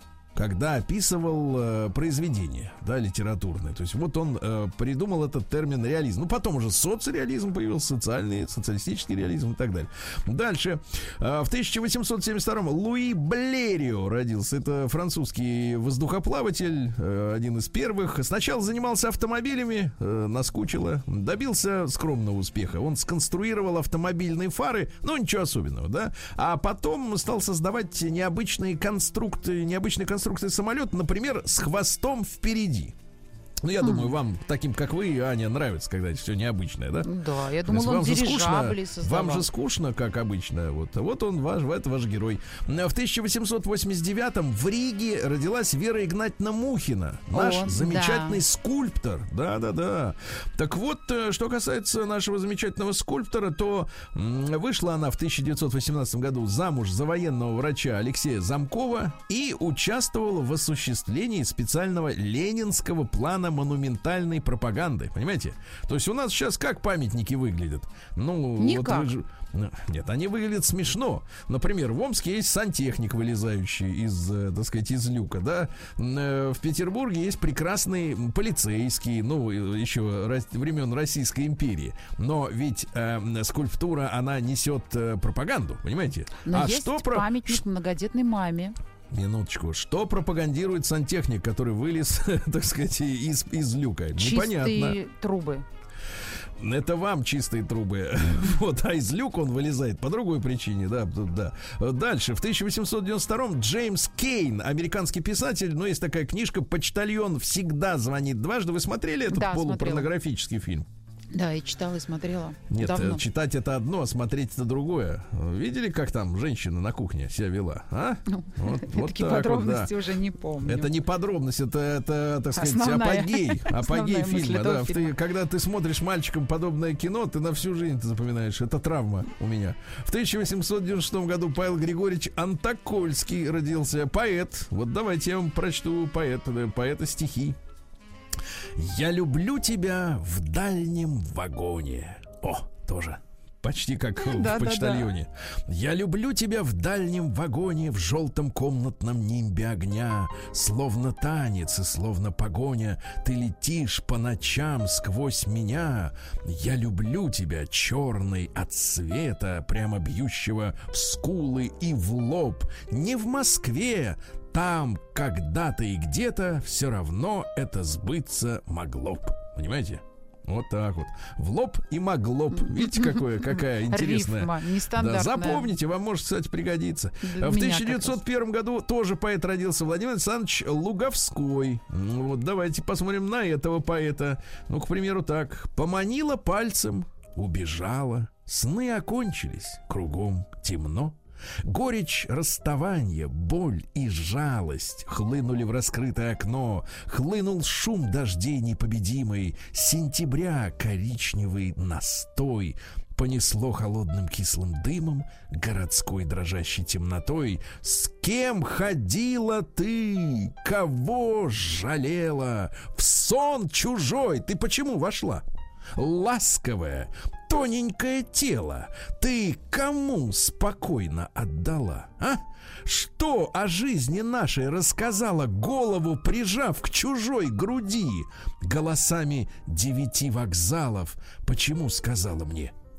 S2: когда описывал э, произведение, да, литературное. То есть вот он э, придумал этот термин реализм. Ну, потом уже соцреализм появился, социальный, социалистический реализм и так далее. Дальше. Э, в тысяча восемьсот семьдесят втором Луи Блерио родился. Это французский воздухоплаватель, э, один из первых. Сначала занимался автомобилями, э, наскучило. Добился скромного успеха. Он сконструировал автомобильные фары, ну, ничего особенного, да. А потом стал создавать необычные конструкты, необычные конструкции самолет, например, с хвостом впереди. Ну, я mm. думаю, вам, таким как вы, Аня, нравится, когда это все необычное, да?
S3: Да, я думала, он дирижабли создавал.
S2: Вам же скучно, как обычно. Вот, вот он, ваш, это ваш герой. В тысяча восемьсот восемьдесят девятом в Риге родилась Вера Игнатьевна Мухина. Наш
S3: О,
S2: замечательный
S3: да.
S2: скульптор. Да-да-да. Так вот, что касается нашего замечательного скульптора, то вышла она в тысяча девятьсот восемнадцатом году замуж за военного врача Алексея Замкова и участвовала в осуществлении специального ленинского плана монументальной пропаганды, понимаете? То есть у нас сейчас как памятники выглядят? Ну,
S3: никак.
S2: Вот вы же... Нет, они выглядят смешно. Например, в Омске есть сантехник, вылезающий из, так сказать, из люка, да? В Петербурге есть прекрасный полицейский, ну, еще времен Российской империи. Но ведь э, скульптура, она несет э, пропаганду, понимаете?
S3: Но
S2: а
S3: есть
S2: что про...
S3: памятник многодетной маме.
S2: Минуточку. Что пропагандирует сантехник, который вылез, так сказать, из, из люка?
S3: Чистые
S2: Непонятно.
S3: Трубы.
S2: Это вам чистые трубы. Вот, а из люка он вылезает по другой причине, да, да. Дальше. В тысяча восемьсот девяносто втором Джеймс Кейн, американский писатель, но есть такая книжка «Почтальон всегда звонит дважды». Вы смотрели этот
S3: да,
S2: полупорнографический фильм?
S3: Да, и читала, и смотрела.
S2: Нет,
S3: давно.
S2: Читать это одно, а смотреть это другое. Видели, как там женщина на кухне себя вела? А?
S3: Ну,
S2: вот, вот
S3: такие
S2: так
S3: подробности
S2: вот, да.
S3: уже не помню.
S2: Это не подробность, это, это так сказать,
S3: Основная,
S2: апогей, апогей фильма. Да.
S3: фильма.
S2: Ты, когда ты смотришь мальчикам подобное кино, ты на всю жизнь ты запоминаешь. Это травма у меня. В тысяча восемьсот девяносто шестом году Павел Григорьевич Антокольский родился. Поэт. Вот давайте я вам прочту поэта, поэта стихи. Я люблю тебя в дальнем вагоне. О, тоже. Почти как в
S3: да,
S2: почтальоне. Да, да. Я люблю тебя в дальнем вагоне, в желтом комнатном нимбе огня. Словно танец и словно погоня, ты летишь по ночам сквозь меня. Я люблю тебя, черный от света, прямо бьющего в скулы и в лоб. Не в Москве, там, когда-то и где-то, все равно это сбыться могло б. Понимаете? Вот так вот. В лоб и могло б. Видите, какое, какая интересная.
S3: Рифма, нестандартная.
S2: Да, запомните, вам может, кстати, пригодиться. Да, в тысяча девятьсот первом году тоже поэт родился Владимир Александрович Луговской. Ну, вот давайте посмотрим на этого поэта. Ну, к примеру, так. Поманила пальцем, убежала. Сны окончились, кругом темно. Горечь расставания, боль и жалость хлынули в раскрытое окно. Хлынул шум дождей непобедимый, сентября коричневый настой. Понесло холодным кислым дымом, городской дрожащей темнотой. С кем ходила ты? Кого жалела? В сон чужой ты почему вошла? Ласковое, тоненькое тело ты кому спокойно отдала, а? Что о жизни нашей рассказала, голову прижав к чужой груди? Голосами девяти вокзалов почему сказала мне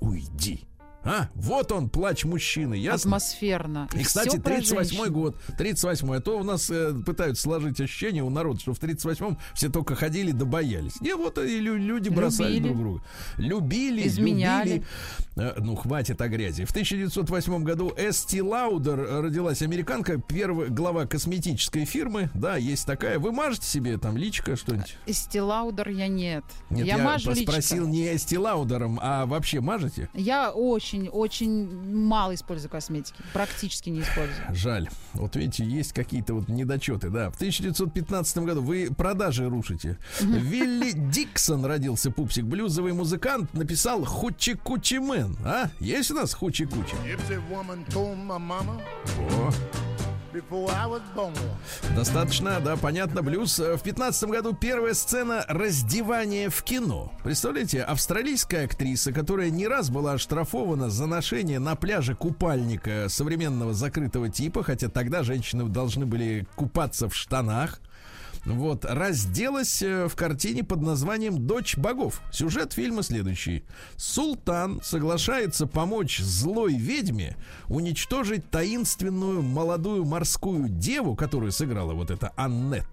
S2: уйди. А, вот он, плач мужчины, ясно?
S3: Атмосферно.
S2: И, кстати, тридцать восьмой год, тридцать восьмой, а то у нас э, пытаются сложить ощущение у народа, что в тридцать восьмом все только ходили да боялись. Не, вот и лю- люди бросали
S3: Любили.
S2: друг друга. Любили,
S3: изменяли.
S2: любили. Э, ну, хватит о грязи. В тысяча девятьсот восьмом году Эсти Лаудер родилась американка, первая глава косметической фирмы. Да, есть такая. Вы мажете себе там личико что-нибудь?
S3: Эсти Лаудер я нет.
S2: Нет,
S3: я,
S2: я
S3: мажу
S2: спросил
S3: личико.
S2: не Эсти Лаудером, а вообще мажете?
S3: Я очень, очень мало использую косметики. Практически не использую.
S2: Жаль. Вот видите, есть какие-то вот недочеты, да. В тысяча девятьсот пятнадцатом году вы продажи рушите. Вилли Диксон родился, пупсик, блюзовый музыкант, написал «Хучи-кучи мэн». А? Есть у нас «Хучи-кучи»? О. Достаточно, да, понятно, блюз. В пятнадцатом году первая сцена раздевания в кино. Представляете, австралийская актриса, которая не раз была оштрафована за ношение на пляже купальника современного закрытого типа, хотя тогда женщины должны были купаться в штанах. Вот, разделась в картине под названием «Дочь богов». Сюжет фильма следующий. Султан соглашается помочь злой ведьме уничтожить таинственную молодую морскую деву, которую сыграла вот эта Аннет,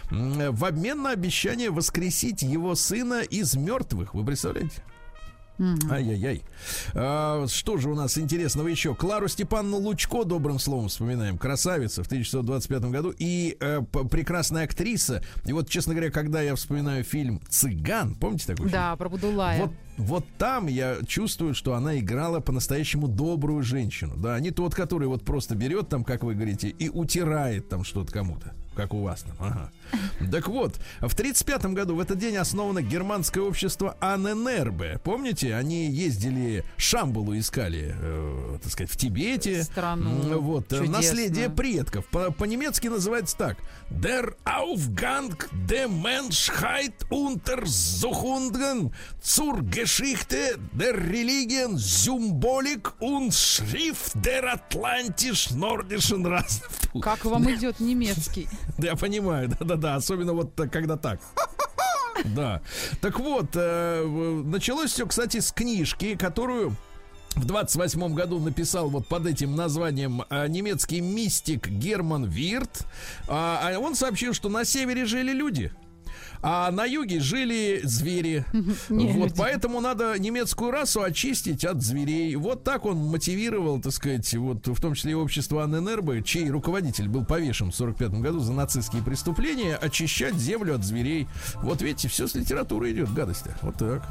S2: в обмен на обещание воскресить его сына из мертвых. Вы представляете? Mm-hmm. Ай-яй-яй. А, что же у нас интересного еще? Клару Степановну Лучко добрым словом вспоминаем. Красавица в тысяча девятьсот двадцать пятом году. И э, п- прекрасная актриса. И вот, честно говоря, когда я вспоминаю фильм «Цыган», помните такой
S3: да,
S2: фильм?
S3: про Будулая.
S2: Вот, вот там я чувствую, что она играла по-настоящему добрую женщину. Да, не тот, который вот просто берет там, как вы говорите, и утирает там что-то кому-то. Как у вас там. Ага. Так вот, в тридцать пятом году в этот день основано германское общество Анненербе. Помните, они ездили, Шамбалу искали, э, так сказать, в Тибете.
S3: Страну
S2: вот,
S3: чудесную.
S2: Наследие предков. По- по-немецки называется так: Der Aufgang der Menschheit untersuchungen zur Geschichte der Religion, Symbolik und Schrift der atlantisch-nordischen Rassen.
S3: Как вам идет немецкий?
S2: Да, я понимаю, да-да-да, особенно вот так, когда так. Да. Так вот, э, началось все, кстати, с книжки, которую в двадцать восьмом году написал вот под этим названием э, немецкий мистик Герман Вирт. А, а он сообщил, что на севере жили люди, а на юге жили звери.
S3: Не,
S2: вот,
S3: люди.
S2: поэтому надо немецкую расу очистить от зверей. Вот так он мотивировал, так сказать, вот в том числе и общество Анненербе, чей руководитель был повешен в сорок пятом году за нацистские преступления, очищать землю от зверей. Вот видите, все с литературы идет, гадость-то. Вот так.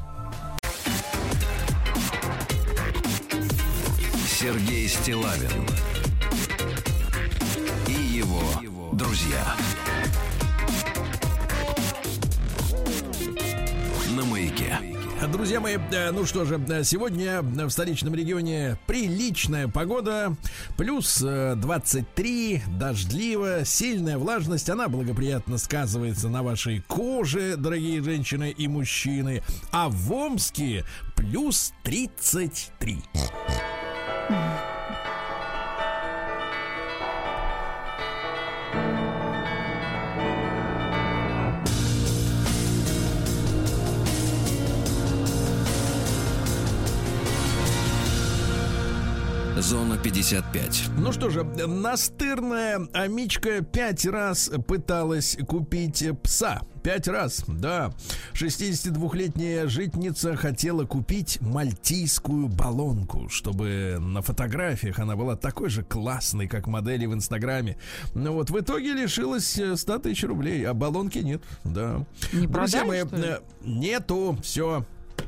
S5: Сергей Стиллавин и его друзья. На маяке.
S2: Друзья мои, э, ну что же, э, сегодня в столичном регионе приличная погода, плюс э, двадцать три, дождливо, сильная влажность, она благоприятно сказывается на вашей коже, дорогие женщины и мужчины, а в Омске плюс тридцать три.
S5: Зона пятьдесят пять.
S2: Ну что же, настырная амичка пять раз пыталась купить пса. Пять раз, да. шестидесятидвухлетняя житница хотела купить мальтийскую баллонку, чтобы на фотографиях она была такой же классной, как модели в Инстаграме. Но вот в итоге лишилась ста тысяч рублей, а баллонки нет, да.
S3: Не
S2: Друзья
S3: продали,
S2: мои,
S3: что ли?
S2: э, нету, все.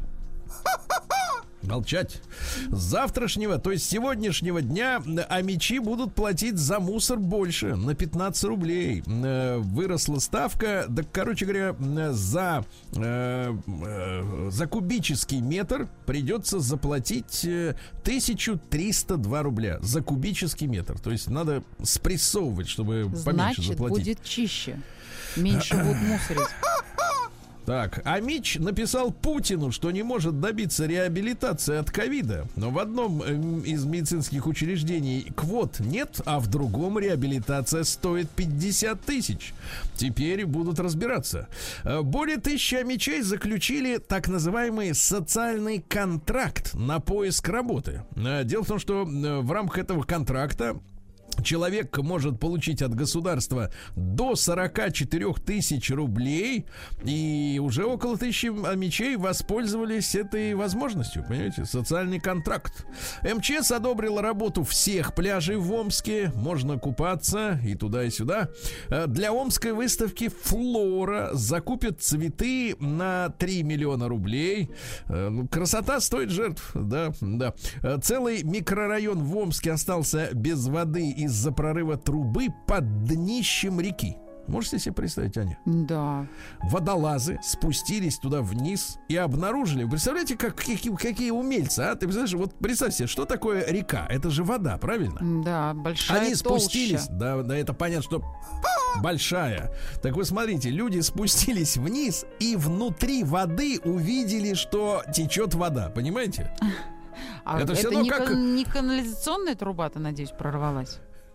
S2: Молчать. С завтрашнего, то есть сегодняшнего дня амичи будут платить за мусор больше, на пятнадцать рублей. Э, выросла ставка. Да, короче говоря, за, э, э, за кубический метр придется заплатить э, тысяча триста два рубля за кубический метр. То есть надо спрессовывать, чтобы поменьше
S3: Значит,
S2: заплатить.
S3: будет чище. Меньше будут мусорить.
S2: Так, Амич написал Путину, что не может добиться реабилитации от ковида. Но в одном из медицинских учреждений квот нет, а в другом реабилитация стоит пятьдесят тысяч. Теперь будут разбираться. Более тысячи Амичей заключили так называемый социальный контракт на поиск работы. Дело в том, что в рамках этого контракта человек может получить от государства до сорок четыре тысячи рублей, и уже около тысячи амичей воспользовались этой возможностью, понимаете, социальный контракт. МЧС одобрила работу всех пляжей в Омске, можно купаться и туда, и сюда. Для омской выставки «Флора» закупят цветы на три миллиона рублей. Красота стоит жертв, да, да. Целый микрорайон в Омске остался без воды из-за прорыва трубы под днищем реки. Можете себе представить, Аня?
S3: Да.
S2: Водолазы спустились туда вниз и обнаружили. Представляете, как, какие, какие умельцы, а? Ты представляешь, вот представь себе, что такое река? Это же вода, правильно?
S3: Да, большая
S2: Они
S3: толща.
S2: спустились, да, да, это понятно, что большая. Так вы смотрите, люди спустились вниз и внутри воды увидели, что течет вода, понимаете?
S3: А
S2: это
S3: это
S2: все равно
S3: не,
S2: как...
S3: кан- не канализационная труба-то, надеюсь, прорвалась?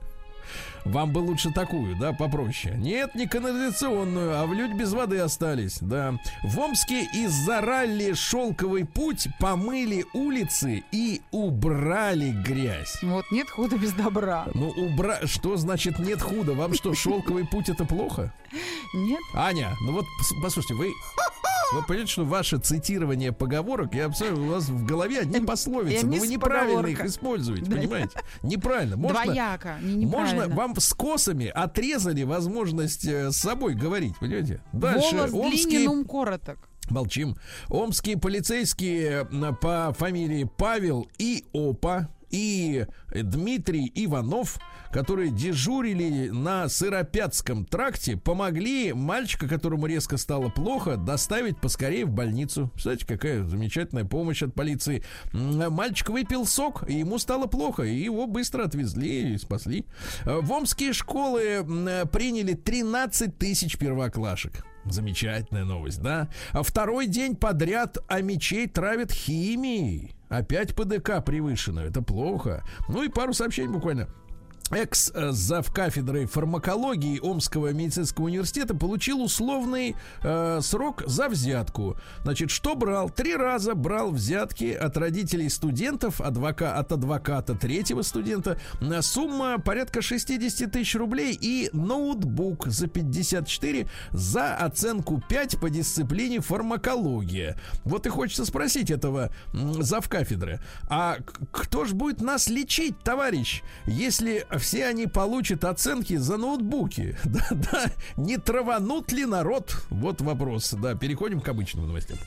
S2: Вам бы лучше такую, да, попроще. Нет, не канализационную, а в люди без воды остались, да. В Омске из-за ралли «Шелковый путь» помыли улицы и убрали грязь.
S3: Вот нет худа без добра.
S2: Ну, убра... Что значит нет худа? Вам что, «Шелковый путь» это плохо?
S3: Нет.
S2: Аня, ну вот, послушайте, вы... Вы понимаете, что ваше цитирование поговорок, я абсолютно, у вас в голове одни пословицы, но вы неправильно их используете, понимаете? Неправильно. Можно,
S3: Двояко, не
S2: можно вам с косами отрезали возможность с собой говорить, понимаете? Дальше.
S3: Волос
S2: Омские...
S3: длинен, ум короток.
S2: Молчим. Омские полицейские по фамилии Павел и Опа и Дмитрий Иванов, которые дежурили на Сыропятском тракте, помогли мальчика, которому резко стало плохо, доставить поскорее в больницу. Представляете, какая замечательная помощь от полиции. Мальчик выпил сок, и ему стало плохо, и его быстро отвезли и спасли. В омские школы приняли тринадцать тысяч первоклашек. Замечательная новость, да? А второй день подряд амичей травят химией. Опять ПДК превышено, это плохо. Ну и пару сообщений буквально. Экс-завкафедрой фармакологии Омского медицинского университета получил условный э, срок за взятку. Значит, что брал? Три раза брал взятки от родителей студентов, адвока, от адвоката третьего студента. Сумма порядка шестьдесят тысяч рублей и ноутбук за пятьдесят четыре за оценку пять по дисциплине фармакология. Вот и хочется спросить этого м, завкафедры. А кто ж будет нас лечить, товарищ, если все они получат оценки за ноутбуки? Да, да, не траванут ли народ? Вот вопрос. Да, переходим к обычным новостям.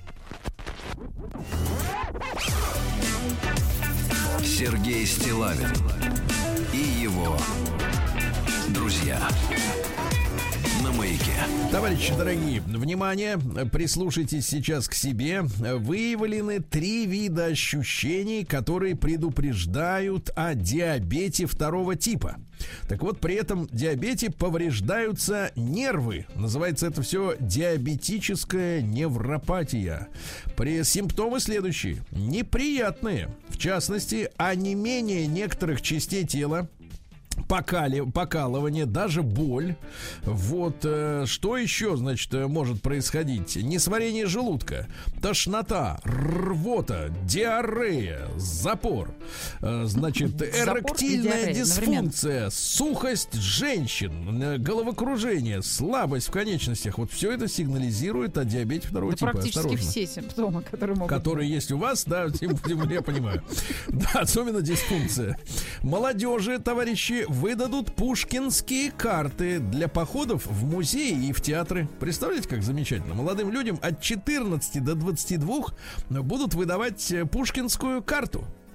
S5: Сергей Стиллавин и его друзья на Маяке.
S2: Товарищи дорогие, внимание, прислушайтесь сейчас к себе. Выявлены три вида ощущений, которые предупреждают о диабете второго типа. Так вот, при этом диабете повреждаются нервы. Называется это все диабетическая невропатия. При симптомы следующие. Неприятные. В частности, онемение некоторых частей тела, Покали, покалывание, даже боль. Вот э, что еще, значит, может происходить? Несварение желудка, тошнота, рвота, диарея, запор, э, значит, эректильная дисфункция, сухость женщин, э, головокружение, слабость в конечностях. Вот все это сигнализирует о диабете второго
S3: да
S2: типа.
S3: Практически
S2: Осторожно.
S3: все симптомы, которые могут
S2: Которые
S3: быть.
S2: есть у вас, да, тем, тем, я понимаю. Да, особенно дисфункция. Молодежи, товарищи, выдадут пушкинские карты для походов в музеи и в театры. Представляете, как замечательно. Молодым людям от четырнадцати до двадцати двух будут выдавать пушкинскую карту.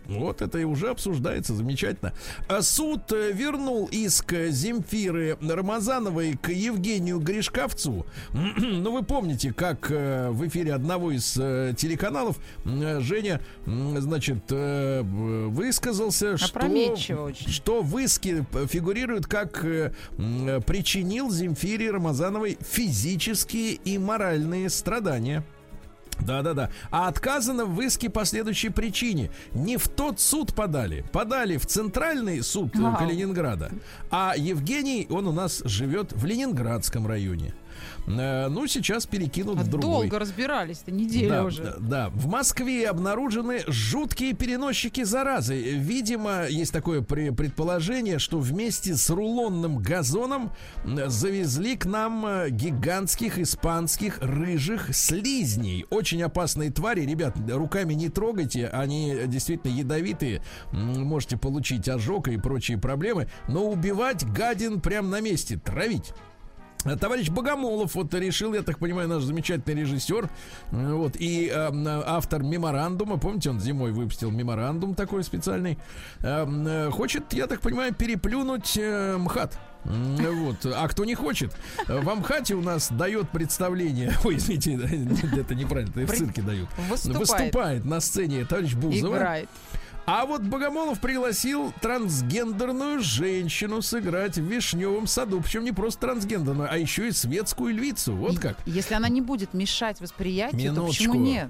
S2: Вот это и уже обсуждается, замечательно. Суд вернул иск Земфиры Рамазановой к Евгению Гришковцу. Ну, вы помните, как в эфире одного из телеканалов Женя, значит, высказался, что, что в иске фигурирует как причинил Земфире Рамазановой физические и моральные страдания. Да-да-да. А отказано в иске по следующей причине. Не в тот суд подали. Подали в Центральный суд Вау. Калининграда. А Евгений, он у нас живет в Ленинградском районе. Ну, сейчас перекинут
S3: а
S2: в другой.
S3: Долго разбирались-то, неделя
S2: да,
S3: уже.
S2: Да, да. В Москве обнаружены жуткие переносчики заразы. Видимо, есть такое предположение, что вместе с рулонным газоном завезли к нам гигантских испанских рыжих слизней. Очень опасные твари. Ребят, руками не трогайте. Они действительно ядовитые. Можете получить ожог и прочие проблемы. Но убивать гадин прямо на месте. Травить. Товарищ Богомолов вот решил, я так понимаю, наш замечательный режиссер, вот, и э, автор меморандума, помните, он зимой выпустил меморандум такой специальный, э, хочет, я так понимаю, переплюнуть э, МХАТ. Вот. А кто не хочет, в МХАТе у нас дает представление. Ой, извините, это неправильно, это в цирке дают.
S3: Выступает,
S2: Выступает на сцене товарищ Бузова.
S3: Играет.
S2: А вот Богомолов пригласил трансгендерную женщину сыграть в «Вишневом саду». Причем не просто трансгендерную, а еще и светскую львицу. Вот как.
S3: Если она не будет мешать восприятию,
S2: Минуточку.
S3: то почему нет?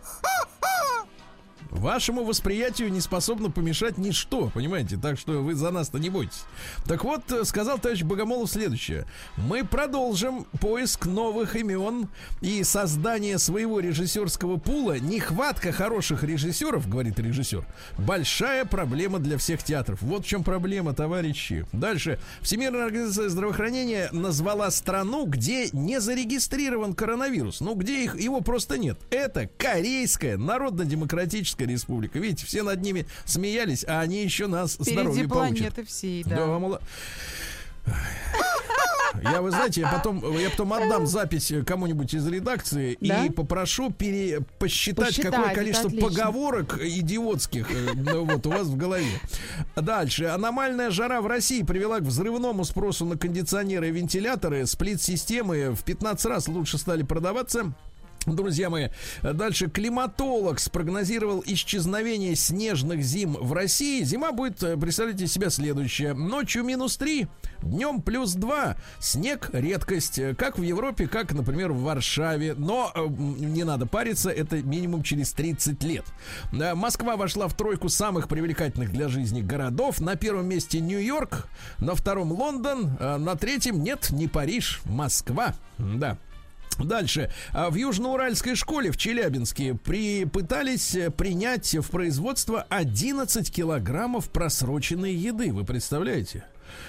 S2: Вашему восприятию не способно помешать ничто, понимаете? Так что вы за нас-то не бойтесь. Так вот, сказал товарищ Богомолов следующее. Мы продолжим поиск новых имен и создание своего режиссерского пула. Нехватка хороших режиссеров, говорит режиссер, большая проблема для всех театров. Вот в чем проблема, товарищи. Дальше. Всемирная организация здравоохранения назвала страну, где не зарегистрирован коронавирус. Ну, где их, его просто нет. Это Корейская Народно-демократическая Республика. Видите, все над ними смеялись, а они еще нас здоровье получат.
S3: Впереди планеты всей, да.
S2: Да, мало... Я, вы знаете, я потом, я потом отдам запись кому-нибудь из редакции, да? И попрошу пере, посчитать, посчитать, какое количество поговорок идиотских вот, у вас в голове. Дальше. Аномальная жара в России привела к взрывному спросу на кондиционеры и вентиляторы. Сплит-системы в пятнадцать раз лучше стали продаваться. Друзья мои, дальше. Климатолог спрогнозировал исчезновение снежных зим в России. Зима будет, представляете себя, следующее. Ночью минус три, днем плюс два. Снег редкость, как в Европе, как, например, в Варшаве. Но не надо париться, это минимум через тридцать лет. Москва вошла в тройку самых привлекательных для жизни городов. На первом месте Нью-Йорк, на втором Лондон, на третьем нет, не Париж, Москва. Да. Дальше. В Южноуральской школе в Челябинске при, пытались принять в производство одиннадцать килограммов просроченной еды. Вы представляете?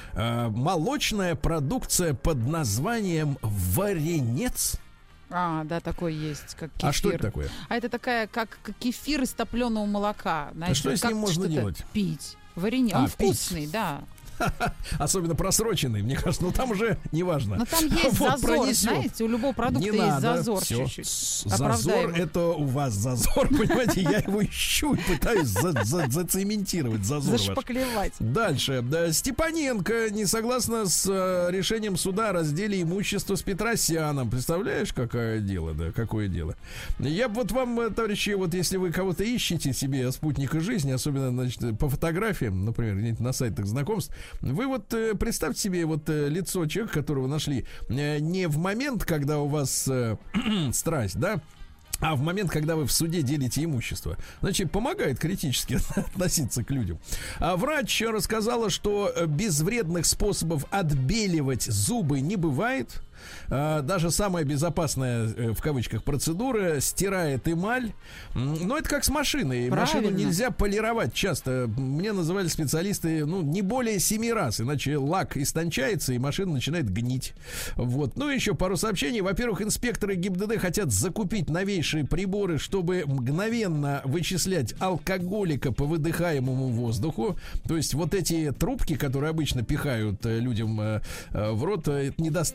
S2: Молочная продукция под названием варенец.
S3: А, да, такой есть, как кефир.
S2: А что это такое?
S3: А это такая, как кефир из топленого молока. Знаете,
S2: а что с ним можно делать?
S3: Пить. Варенец. А, Он вкусный, пить. Да.
S2: Особенно просроченный, мне кажется, ну там уже не важно.
S3: Но там есть вот зазор, пронесет. Знаете, у любого продукта не есть надо, зазор все. Чуть-чуть.
S2: Зазор — это у вас зазор, понимаете, я его ищу и пытаюсь за- за- зацементировать зазор.
S3: Зашпаклевать.
S2: Ваш. Дальше. Да, Степаненко не согласна с э, решением суда о разделе имущества с Петросяном. Представляешь, какое дело, да, какое дело. Я бы вот вам, товарищи, вот если вы кого-то ищете себе спутника жизни, особенно, значит, по фотографиям, например, где-нибудь на сайтах знакомств, вы вот э, представьте себе вот э, лицо человека, которого нашли э, не в момент, когда у вас э, страсть, да, а в момент, когда вы в суде делите имущество. Значит, помогает критически относиться к людям. А врач рассказала, что без вредных способов отбеливать зубы не бывает. Даже самая безопасная, в кавычках, процедура стирает эмаль. Но это как с машиной. Правильно. Машину нельзя полировать часто. Мне называли специалисты, ну, не более семи раз. Иначе лак истончается, и машина начинает гнить. Вот. Ну, еще пару сообщений. Во-первых, инспекторы ГИБДД хотят закупить новейшие приборы, чтобы мгновенно вычислять алкоголика по выдыхаемому воздуху. То есть вот эти трубки, которые обычно пихают людям в рот, это недостаточно.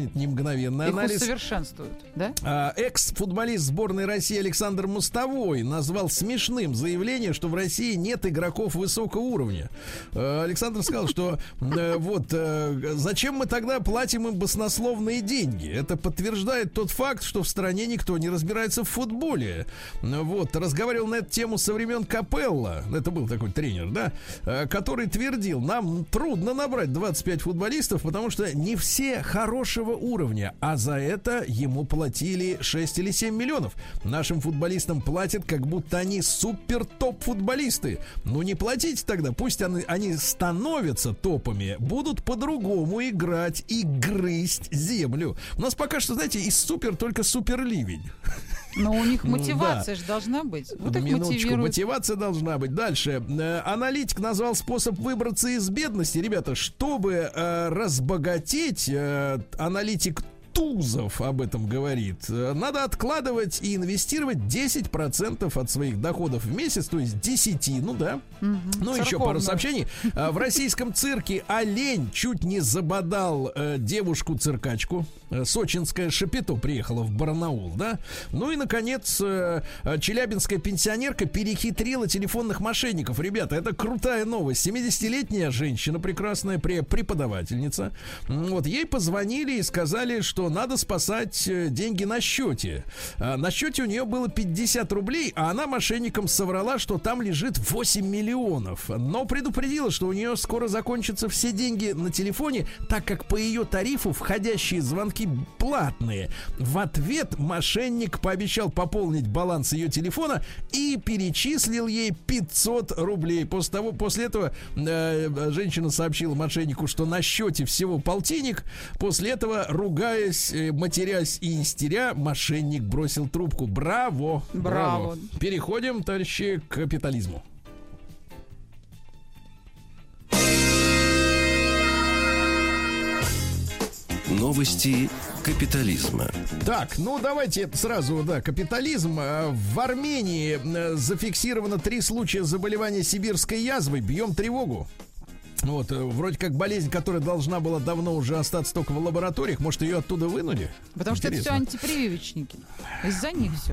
S2: это не мгновенный
S3: Их
S2: анализ.
S3: усовершенствуют, да?
S2: А, экс-футболист сборной России Александр Мостовой назвал смешным заявление, что в России нет игроков высокого уровня. А, Александр сказал, что а, вот а, зачем мы тогда платим им баснословные деньги? Это подтверждает тот факт, что в стране никто не разбирается в футболе. Вот, разговаривал на эту тему со времен Капелла, это был такой тренер, да, а, который твердил, нам трудно набрать двадцать пять футболистов, потому что не все хорошего уровня, а за это ему платили шесть или семь миллионов. Нашим футболистам платят, как будто они супер-топ-футболисты. Ну не платите тогда, пусть они, они становятся топами, будут по-другому играть и грызть землю. У нас пока что, знаете, из супер только супер-ливень.
S3: Но у них мотивация же должна быть. Вот их
S2: Минуточку,
S3: мотивируют.
S2: мотивация должна быть. Дальше. Э, аналитик назвал способ выбраться из бедности. Ребята, чтобы э, разбогатеть, э, аналитик Тузов об этом говорит. Надо откладывать и инвестировать десять процентов от своих доходов в месяц, то есть десять, ну да.
S3: Угу.
S2: Ну, еще пару сообщений. В российском цирке олень чуть не забодал э, девушку-циркачку. Сочинская Шапито приехала в Барнаул, да. Ну и, наконец, э, челябинская пенсионерка перехитрила телефонных мошенников. Ребята, это крутая новость. семидесятилетняя женщина, прекрасная преподавательница. Вот, ей позвонили и сказали, что надо спасать деньги на счете. А, на счете у нее было пятьдесят рублей, а она мошенникам соврала, что там лежит восемь миллионов. Но предупредила, что у нее скоро закончатся все деньги на телефоне, так как по ее тарифу входящие звонки платные. В ответ мошенник пообещал пополнить баланс ее телефона и перечислил ей пятьсот рублей. После того, после этого э, женщина сообщила мошеннику, что на счете всего полтинник. После этого, ругаясь, матерясь и истеря, мошенник бросил трубку. Браво!
S3: Браво!
S2: Браво. Переходим, товарищи, к капитализму.
S1: Новости капитализма.
S2: Так, ну давайте сразу, да, капитализм. В Армении зафиксировано три случая заболевания сибирской язвой. Бьем тревогу. Вот, вроде как болезнь, которая должна была давно уже остаться только в лабораториях. Может, ее оттуда вынули?
S3: Потому что это все антипрививочники. Из-за них все.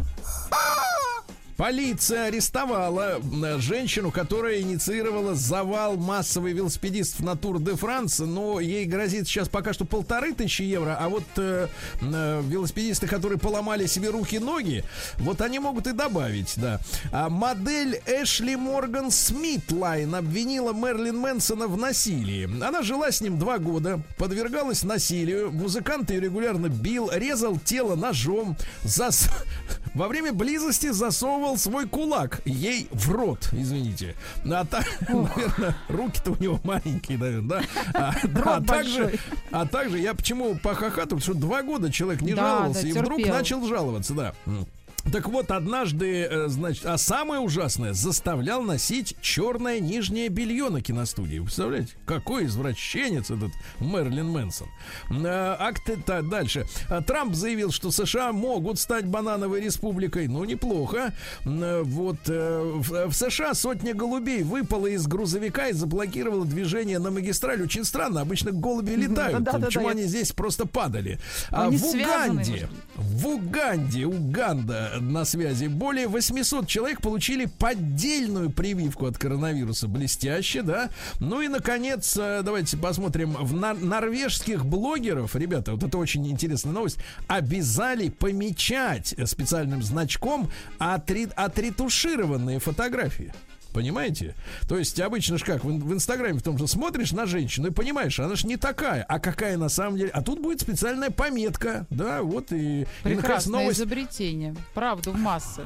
S2: Полиция арестовала женщину, которая инициировала завал массовых велосипедистов на Тур де Франс. Но ей грозит сейчас пока что полторы тысячи евро. А вот э, э, велосипедисты, которые поломали себе руки-ноги, вот они могут и добавить, да. А модель Эшли Морган Смитлайн обвинила Мерлин Мэнсона в насилии. Она жила с ним два года, подвергалась насилию. Музыкант ее регулярно бил, резал тело ножом. Зас... Во время близости засовывал свой кулак ей в рот, извините. А так, наверное, руки-то у него маленькие, наверное, да? А, да, а, также, а также, я почему похохатываю, потому что два года человек не да, жаловался да, и терпел. Вдруг начал жаловаться, да. Так вот, однажды, значит, а самое ужасное, заставлял носить черное нижнее белье на киностудии. Вы представляете? Какой извращенец этот Мерлин Мэнсон. Акт дальше. Трамп заявил, что США могут стать банановой республикой. Ну, неплохо. Вот в США сотня голубей выпала из грузовика и заблокировала движение на магистрали. Очень странно. Обычно голуби летают. Да, да, да, Почему да, они я... здесь просто падали? А в Уганде, в Уганде, Уганда на связи. Более восемьсот человек получили поддельную прививку от коронавируса. Блестяще, да? Ну и, наконец, давайте посмотрим. В нор- норвежских блогеров, ребята, вот это очень интересная новость, обязали помечать специальным значком отре- отретушированные фотографии. Понимаете? То есть обычно же как, в, в Инстаграме в том же смотришь на женщину и понимаешь, она же не такая, а какая на самом деле. А тут будет специальная пометка, да, вот и...
S3: Прекрасное
S2: и, новость...
S3: изобретение. Правду в массы.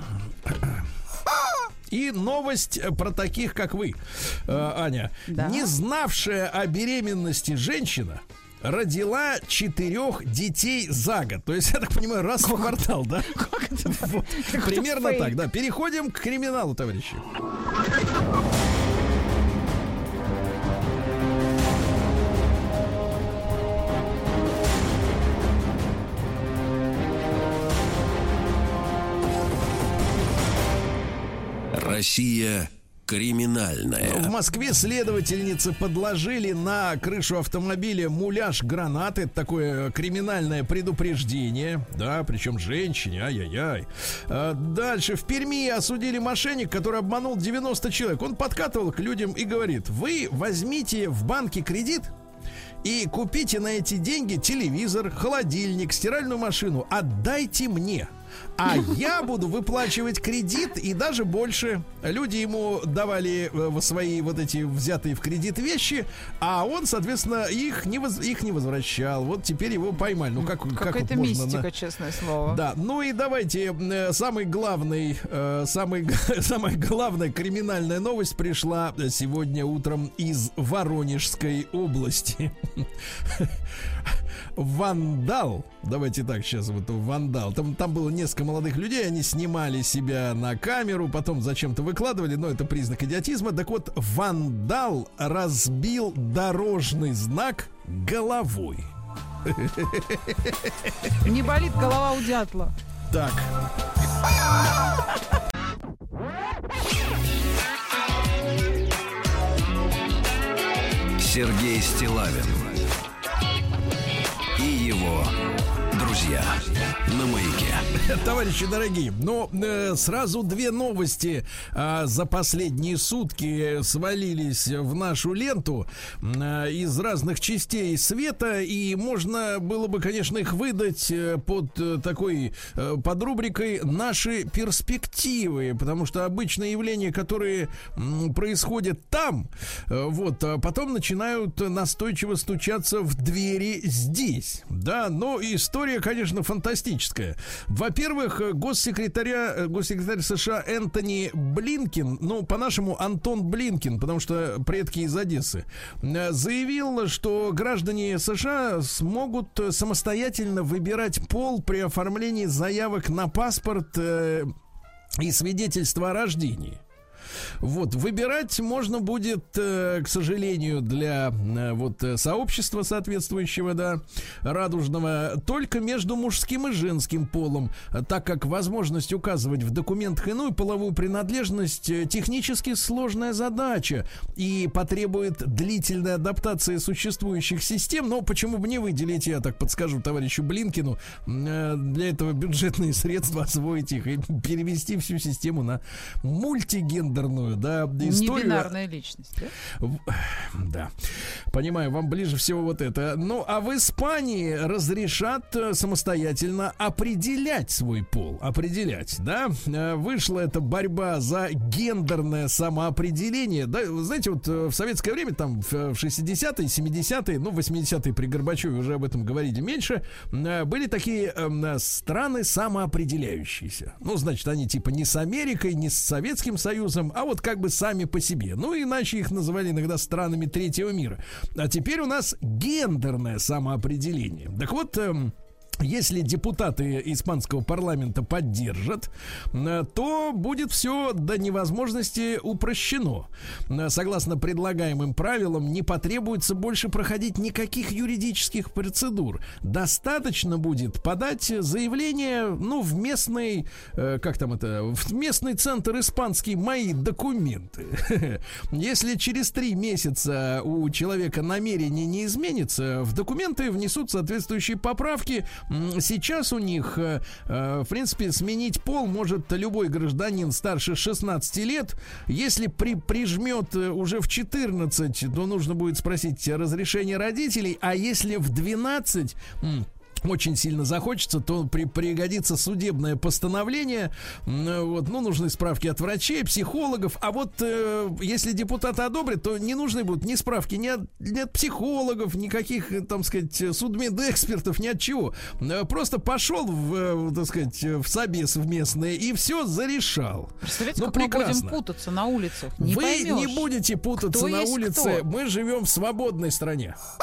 S2: И новость про таких, как вы, э, Аня. Да. Не знавшая о беременности женщина родила четырех детей за год. То есть, я так понимаю, раз в квартал, да? Как это? Вот. Примерно так, да. Переходим к криминалу, товарищи.
S1: Россия криминальное.
S2: В Москве следовательницы подложили на крышу автомобиля муляж гранаты. Это такое криминальное предупреждение. Да, причем женщине. Ай-яй-яй. А дальше. В Перми осудили мошенник, который обманул девяносто человек. Он подкатывал к людям и говорит: вы возьмите в банке кредит и купите на эти деньги телевизор, холодильник, стиральную машину. Отдайте мне. А я буду выплачивать кредит и даже больше. Люди ему давали свои вот эти взятые в кредит вещи, а он, соответственно, их не, воз... их не возвращал. Вот теперь его поймали. Ну как, как
S3: Какая-то
S2: вот можно,
S3: мистика,
S2: да?
S3: Честное слово.
S2: Да, ну и давайте самый главный, самый, самая главная криминальная новость пришла сегодня утром из Воронежской области. Вандал, давайте так сейчас вот вандал. Там, там было несколько молодых людей, они снимали себя на камеру, потом зачем-то выкладывали, но это признак идиотизма. Так вот, вандал разбил дорожный знак головой.
S3: Не болит голова у дятла.
S2: Так.
S1: Сергей Стиллавин и его друзья на Маяке.
S2: Товарищи дорогие, но э, сразу две новости э, за последние сутки свалились в нашу ленту э, из разных частей света, и можно было бы, конечно, их выдать э, под э, такой э, под рубрикой «Наши перспективы», потому что обычные явления, которые э, происходят там, э, вот, а потом начинают настойчиво стучаться в двери здесь, да, но история, конечно, фантастическая. Во-первых, госсекретаря, госсекретарь США Энтони Блинкен, ну, по-нашему Антон Блинкен, потому что предки из Одессы, заявил, что граждане США смогут самостоятельно выбирать пол при оформлении заявок на паспорт э, и свидетельство о рождении. Вот, выбирать можно будет, э, к сожалению, для э, вот сообщества соответствующего, да, радужного, только между мужским и женским полом, так как возможность указывать в документах иную половую принадлежность э, технически сложная задача и потребует длительной адаптации существующих систем. Но почему бы не выделить, я так подскажу товарищу Блинкину, э, для этого бюджетные средства, освоить их и перевести всю систему на мультигендерную, да, историю.
S3: Небинарная личность, да?
S2: Да, понимаю, вам ближе всего вот это. Ну, а в Испании разрешат самостоятельно определять свой пол. Определять, да? Вышла эта борьба за гендерное самоопределение. Да, вы знаете, вот в советское время, там, в шестидесятые, семидесятые, ну, восьмидесятые при Горбачеве уже об этом говорили меньше, были такие э, страны самоопределяющиеся. Ну, значит, они типа не с Америкой, не с Советским Союзом, а вот как бы сами по себе. Ну, иначе их называли иногда странами третьего мира. А теперь у нас гендерное самоопределение. Так вот, эм, если депутаты испанского парламента поддержат, то будет все до невозможности упрощено. Согласно предлагаемым правилам, не потребуется больше проходить никаких юридических процедур. Достаточно будет подать заявление, ну, в местный, как там это, в местный центр испанский «Мои документы». Если через три месяца у человека намерение не изменится, в документы внесут соответствующие поправки. Сейчас у них, в принципе, сменить пол может любой гражданин старше шестнадцати лет. Если при, прижмет уже в четырнадцать, то нужно будет спросить разрешение родителей. А если в двенадцать... очень сильно захочется, то при, пригодится судебное постановление. Вот, ну, нужны справки от врачей, психологов. А вот э, если депутаты одобрят, то не нужны будут ни справки ни от, ни от психологов, никаких, там сказать, судмедэкспертов, ни от чего. Просто пошел в, так сказать, в собес в местное и все зарешал.
S3: Представляете,
S2: ну,
S3: как
S2: прекрасно.
S3: Мы будем путаться на улицах. Не
S2: Вы
S3: поймешь,
S2: не будете путаться на улице.
S3: Кто?
S2: Мы живем в свободной стране.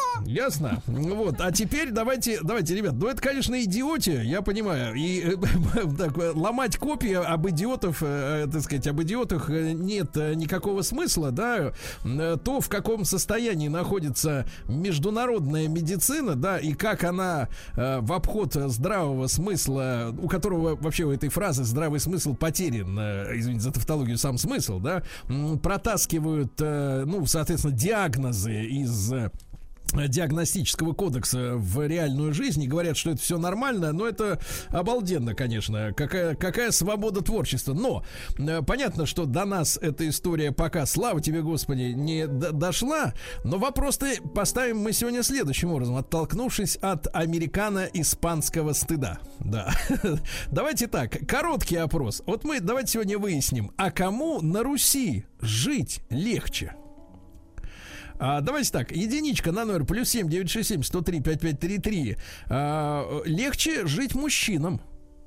S2: Ясно. Вот. А теперь давайте, давайте, ребят, ну это, конечно, идиотия, я понимаю. И э, так, ломать копии об идиотов, э, так сказать, об идиотах нет никакого смысла, да. То, в каком состоянии находится международная медицина, да, и как она э, в обход здравого смысла, у которого вообще у этой фразы здравый смысл потерян, э, извините за тавтологию, сам смысл, да, протаскивают, э, ну, соответственно, диагнозы из диагностического кодекса в реальную жизнь и говорят, что это все нормально, но это обалденно, конечно, какая, какая свобода творчества. Но э, понятно, что до нас эта история пока, слава тебе, Господи, не д- дошла, но вопрос-то поставим мы сегодня следующим образом, оттолкнувшись от американо-испанского стыда. Да. Давайте так, короткий опрос. Вот мы давайте сегодня выясним, а кому на Руси жить легче? А, давайте так, единичка на номер плюс семь девятьсот шестьдесят семь сто три пятьдесят пять тридцать три. А, легче жить мужчинам.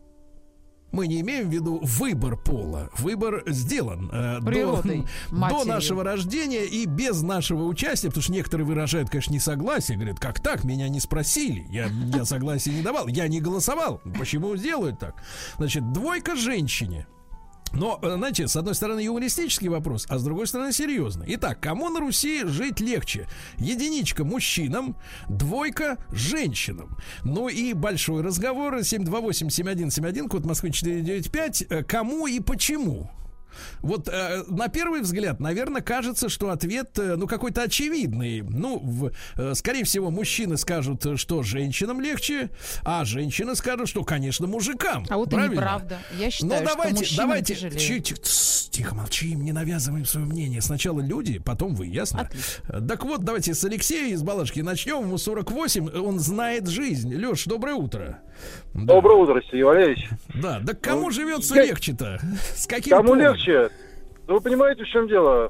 S2: Мы не имеем в виду выбор пола. Выбор сделан э,
S3: природой,
S2: до, до нашего рождения и без нашего участия, потому что некоторые выражают, конечно, несогласие. Говорят, как так? Меня не спросили. Я, я согласия не давал. Я не голосовал. Почему делают так? Значит, двойка женщине. Но, знаете, с одной стороны юмористический вопрос, а с другой стороны серьезный. Итак, кому на Руси жить легче? Единичка мужчинам, двойка женщинам. Ну и большой разговор. семь два восемь семь один семь один, код Москвы четыре девять пять. Кому и почему? Вот э, на первый взгляд, наверное, кажется, что ответ, э, ну, какой-то очевидный. Ну, в, э, скорее всего, мужчины скажут, что женщинам легче, а женщины скажут, что, конечно, мужикам.
S3: А вот
S2: правильно?
S3: И неправда. Я считаю,
S2: ну, давайте,
S3: что мужчинам
S2: давайте,
S3: тяжелее.
S2: чуть, тс, тихо молчим, не навязываем свое мнение. Сначала люди, потом вы, ясно?
S3: Отлично.
S2: Так вот, давайте с Алексея из Балашки начнем. Ему сорок восемь, он знает жизнь. Леш, доброе утро.
S6: Доброе
S2: да.
S6: утро, Сергей Валерьевич.
S2: Да, да кому
S6: ну,
S2: живется
S6: я...
S2: легче-то? С каким
S6: Кому
S2: полом?
S6: легче? Вы понимаете, в чем дело?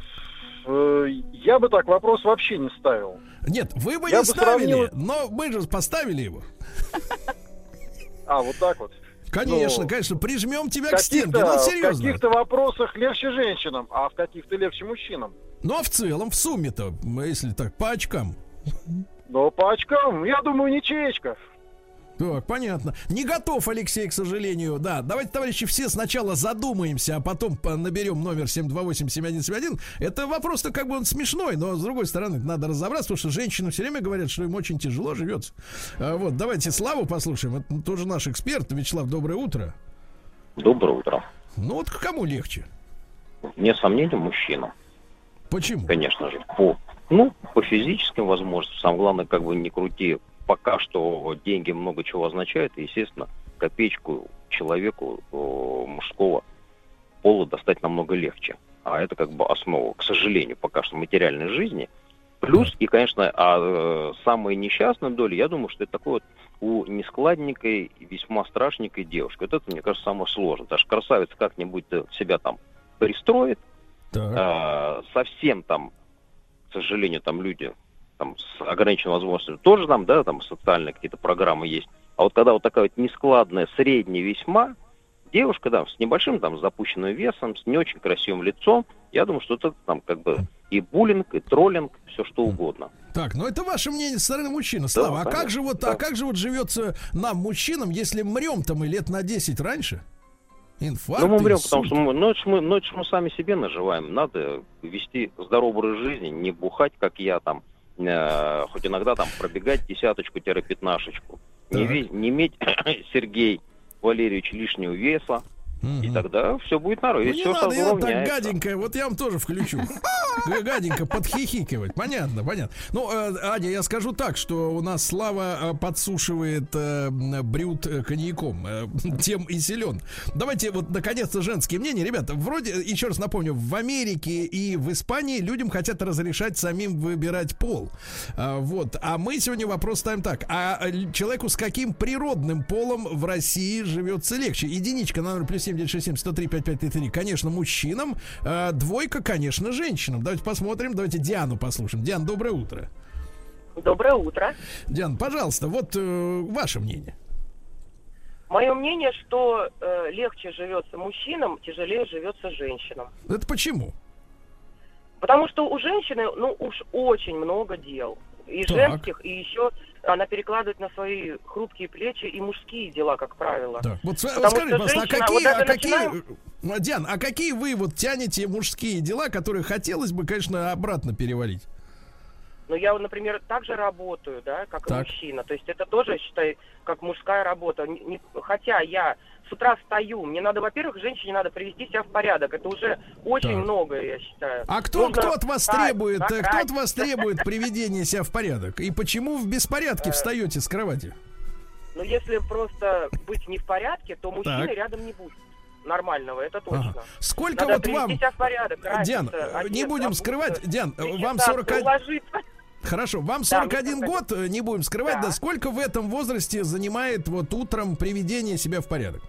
S6: Я бы так вопрос вообще не ставил.
S2: Нет, вы бы
S6: я
S2: не
S6: бы
S2: ставили,
S6: сравнил...
S2: но мы же поставили его.
S6: А, вот так вот.
S2: Конечно,
S6: ну,
S2: конечно, прижмем тебя к стенке, ну серьезно.
S6: В каких-то вопросах легче женщинам, а в каких-то легче мужчинам.
S2: Ну а в целом, в сумме-то, если так, по очкам.
S6: Ну, по очкам, я думаю, ничеечка.
S2: Так, понятно. Не готов, Алексей, к сожалению. Да, давайте, товарищи, все сначала задумаемся, а потом наберем номер семь два восемь семь один семь один. Это вопрос-то как бы он смешной, но с другой стороны надо разобраться, потому что женщины все время говорят, что им очень тяжело живется. А, вот, давайте Славу послушаем. Это тоже наш эксперт. Вячеслав, доброе утро.
S7: Доброе утро.
S2: Ну вот к кому легче?
S7: Вне сомнения, мужчина.
S2: Почему?
S7: Конечно же. По, ну, по физическим возможностям. Самое главное, как бы не крути. Пока что деньги много чего означают, и, естественно, копеечку человеку о, мужского пола достать намного легче. А это как бы основа, к сожалению, пока что материальной жизни. Плюс, и, конечно, а э, самая несчастная доля, я думаю, что это такой вот у нескладненькой, весьма страшненькой девушки. Вот это, мне кажется, самое сложное. Потому что красавица как-нибудь себя там пристроит, э, совсем там, к сожалению, там люди... там, с ограниченной возможностью, тоже там, да, там социальные какие-то программы есть. А вот когда вот такая вот нескладная, средняя весьма девушка, да, с небольшим там запущенным весом, с не очень красивым лицом, я думаю, что это там как бы и буллинг, и троллинг, все что угодно.
S2: Так, ну это ваше мнение со стороны мужчины, Слава. Да, а как же вот, да. а как же вот живется нам, мужчинам, если мрем-то мы лет на десять раньше? Инфаркт,
S7: ну, мы мрем,
S2: инсульт.
S7: потому что мы, ночь мы, ночь мы сами себе наживаем. Надо вести здоровый образ жизни, не бухать, как я там, э, хоть иногда там пробегать десяточку-пятнашечку. Не, ве- не иметь, Сергей Валерьевич, лишнего веса. И тогда все будет нормально.
S2: Ну, не
S7: все
S2: надо, я так гаденько, вот я вам тоже включу. Гаденько подхихикивать. Понятно, понятно. Ну, э, Аня, я скажу так, что у нас Слава э, подсушивает э, брют э, коньяком. Э, тем и силен. Давайте вот, наконец-то, женские мнения. Ребята, вроде, еще раз напомню, в Америке и в Испании людям хотят разрешать самим выбирать пол. А, вот. А мы сегодня вопрос ставим так. А человеку с каким природным полом в России живется легче? Единичка, номер плюс семь девять шесть семь сто три пять пять три, конечно, мужчинам. А, двойка, конечно, женщинам. Давайте посмотрим. Давайте Диану послушаем. Диан, доброе утро.
S8: Доброе утро.
S2: Диан, пожалуйста, вот э, ваше мнение.
S8: Мое мнение, что э, легче живется мужчинам, тяжелее живется женщинам.
S2: Это почему?
S8: Потому что у женщины, ну, уж очень много дел. и
S2: Так.
S8: женских, и еще она перекладывает на свои хрупкие плечи и мужские дела, как правило.
S2: Так, вот, с-
S8: Потому
S2: скажите,
S8: что
S2: пожалуйста, а
S8: женщина,
S2: какие,
S8: вот даже
S2: а какие,
S8: начинаем-
S2: ну, Диан, а какие вы вот тянете мужские дела, которые хотелось бы, конечно, обратно перевалить?
S8: Но я, вот, например, так же работаю, да, как
S2: Так.
S8: и мужчина. То есть это тоже, считай, как мужская работа. Не- не- хотя я с утра встаю, мне надо, во-первых, женщине надо привести себя в порядок. Это уже очень
S2: Так.
S8: многое, я считаю.
S2: А кто,
S8: Нужно
S2: кто от вас
S8: встать,
S2: требует, э, кто от
S8: накраситься.
S2: вас требует приведения себя в порядок? И почему в беспорядке
S8: Э,
S2: встаете с кровати?
S8: Но если просто быть не в порядке, то мужчины
S2: Так.
S8: рядом не будет. Нормального, это точно.
S2: Ага. Сколько
S8: Надо
S2: вот
S8: привести
S2: вам,
S8: себя в порядок.
S2: Диан,
S8: краситься,
S2: э, не
S8: одеться,
S2: будем
S8: обуться,
S2: скрывать, Диан, э, вам
S8: причесаться,
S2: сорок один...
S8: уложиться.
S2: Хорошо, вам
S8: Да,
S2: сорок
S8: вы
S2: один
S8: сказали.
S2: год, э, не будем скрывать, да.
S8: Да.
S2: Сколько в этом возрасте занимает вот утром приведение себя в порядок?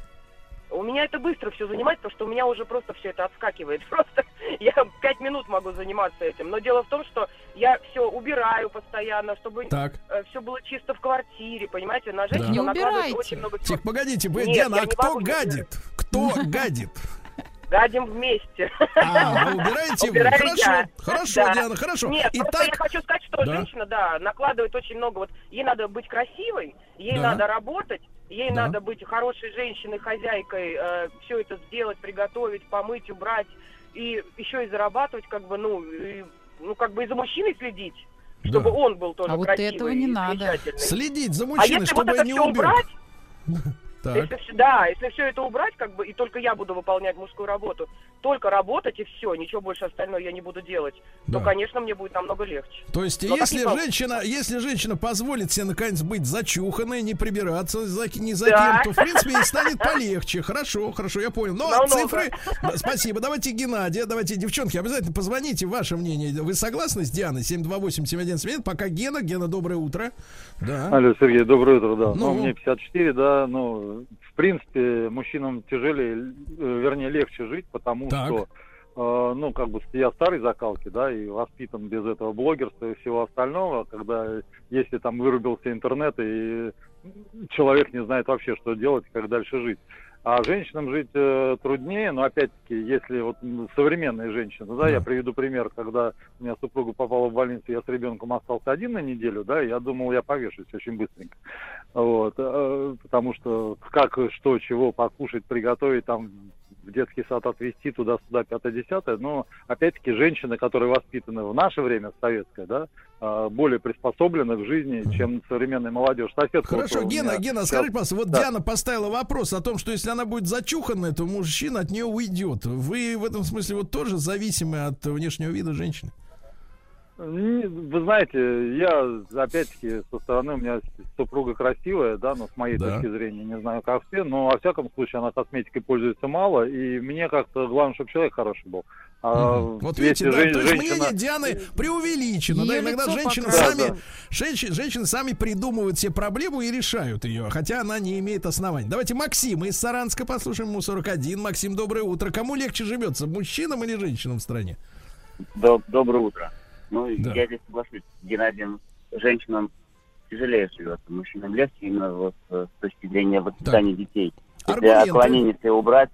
S8: У меня это быстро все занимает, потому что у меня уже просто все это отскакивает. Просто я пять минут могу заниматься этим. Но дело в том, что я все убираю постоянно, чтобы
S2: Так.
S8: все было чисто в квартире, понимаете? На
S2: Да.
S8: женщину
S3: Не
S8: накладывается
S3: убирайте.
S8: очень много всего.
S2: Тихо, погодите, вы,
S8: Нет,
S2: Диана,
S8: я
S2: а
S8: не
S2: кто
S8: могу, не
S2: гадит? Кто гадит?
S8: Гадим вместе.
S2: А, вы убираете вы?
S8: Убираю
S2: Хорошо,
S8: я.
S2: хорошо,
S8: Да.
S2: Диана, хорошо.
S8: Нет, просто я
S2: Итак,
S8: хочу сказать, что
S2: Да.
S8: женщина, да, накладывает очень много. Вот ей надо быть красивой, ей
S2: Да.
S8: надо работать, ей
S2: Да.
S8: надо быть хорошей женщиной, хозяйкой, э, все это сделать, приготовить, помыть, убрать, и еще и зарабатывать, как бы, ну, и, ну, как бы и за мужчиной следить, чтобы
S2: Да.
S8: он был тоже
S3: А вот
S8: красивый
S3: этого не
S8: и
S3: надо.
S8: замечательный.
S2: следить за
S8: А
S2: мужчиной,
S8: если
S2: чтобы
S8: вот это
S2: не
S8: все
S2: убег.
S8: убрать,
S2: Так.
S8: если, всё- да, если все это убрать, как бы, и только я буду выполнять мужскую работу, только работать и все, ничего больше остальное я не буду делать,
S2: Да.
S8: то, конечно, мне будет намного легче.
S2: То есть,
S8: Но так
S2: если
S8: не получится.
S2: женщина, если женщина позволит себе наконец быть зачуханной, не прибираться за, ни за
S8: Да.
S2: кем, то, в принципе, ей станет полегче. Хорошо, хорошо, я понял. Но
S8: Намного.
S2: цифры... Да, спасибо. Давайте Геннадия, давайте, девчонки, обязательно позвоните. Ваше мнение. Вы согласны с Дианой? семь два восемь семь один семь один. Пока Гена. Гена, доброе утро. Да.
S6: Алло, Сергей, доброе утро, да.
S2: Ну.
S6: Ну, мне пятьдесят четыре, да, ну, в принципе, мужчинам тяжелее, э, вернее, легче жить, потому
S2: Так.
S6: что, э, ну, как бы я старой закалки, да, и воспитан без этого блогерства и всего остального, когда, если там вырубился интернет, и человек не знает вообще, что делать, как дальше жить. А женщинам жить э, труднее, но опять-таки, если вот м, современные женщины, да,
S2: Да.
S6: я приведу пример, когда у меня супруга попала в больницу, я с ребенком остался один на неделю, да, и я думал, я повешусь очень быстренько, вот, э, потому что как, что, чего покушать, приготовить, там, в детский сад отвезти, туда-сюда, пятое-десятое, но, опять-таки, женщины, которые воспитаны в наше время, советское, да, э, более приспособлены в жизни, чем современная молодежь. Соседка
S2: Хорошо,
S6: вот у
S2: Гена,
S6: меня
S2: Гена,
S6: сейчас-
S2: скажите, пожалуйста, вот
S6: Да.
S2: Диана поставила вопрос о том, что если она будет зачуханная, то мужчина от нее уйдет. Вы в этом смысле вот тоже зависимы от внешнего вида женщины?
S6: Не, Вы знаете, я, опять-таки, со стороны, у меня супруга красивая, да, но с моей
S2: Да.
S6: точки зрения, не знаю, как все, но, во всяком случае, она косметикой пользуется мало, и мне как-то главное, чтобы человек хороший был. А
S2: Мгм. Вот
S6: если
S2: видите, да,
S6: жен-
S2: то есть
S6: женщина-
S2: мнение Дианы преувеличено. Да,
S3: Её
S2: иногда
S3: лицо
S2: женщины
S3: покрасило.
S2: сами, женщины, женщины сами придумывают себе проблему и решают ее, хотя она не имеет оснований. Давайте Максима из Саранска послушаем, ему сорок один. Максим, доброе утро. Кому легче живется, мужчинам или женщинам в стране?
S9: Доб- Доброе утро. Ну,
S2: Да.
S9: я здесь соглашусь с Геннадием. Женщинам тяжелее живется, мужчинам легче именно вот э, с точки зрения воспитания детей. Если
S2: Аргументы.
S9: отклонение все убрать,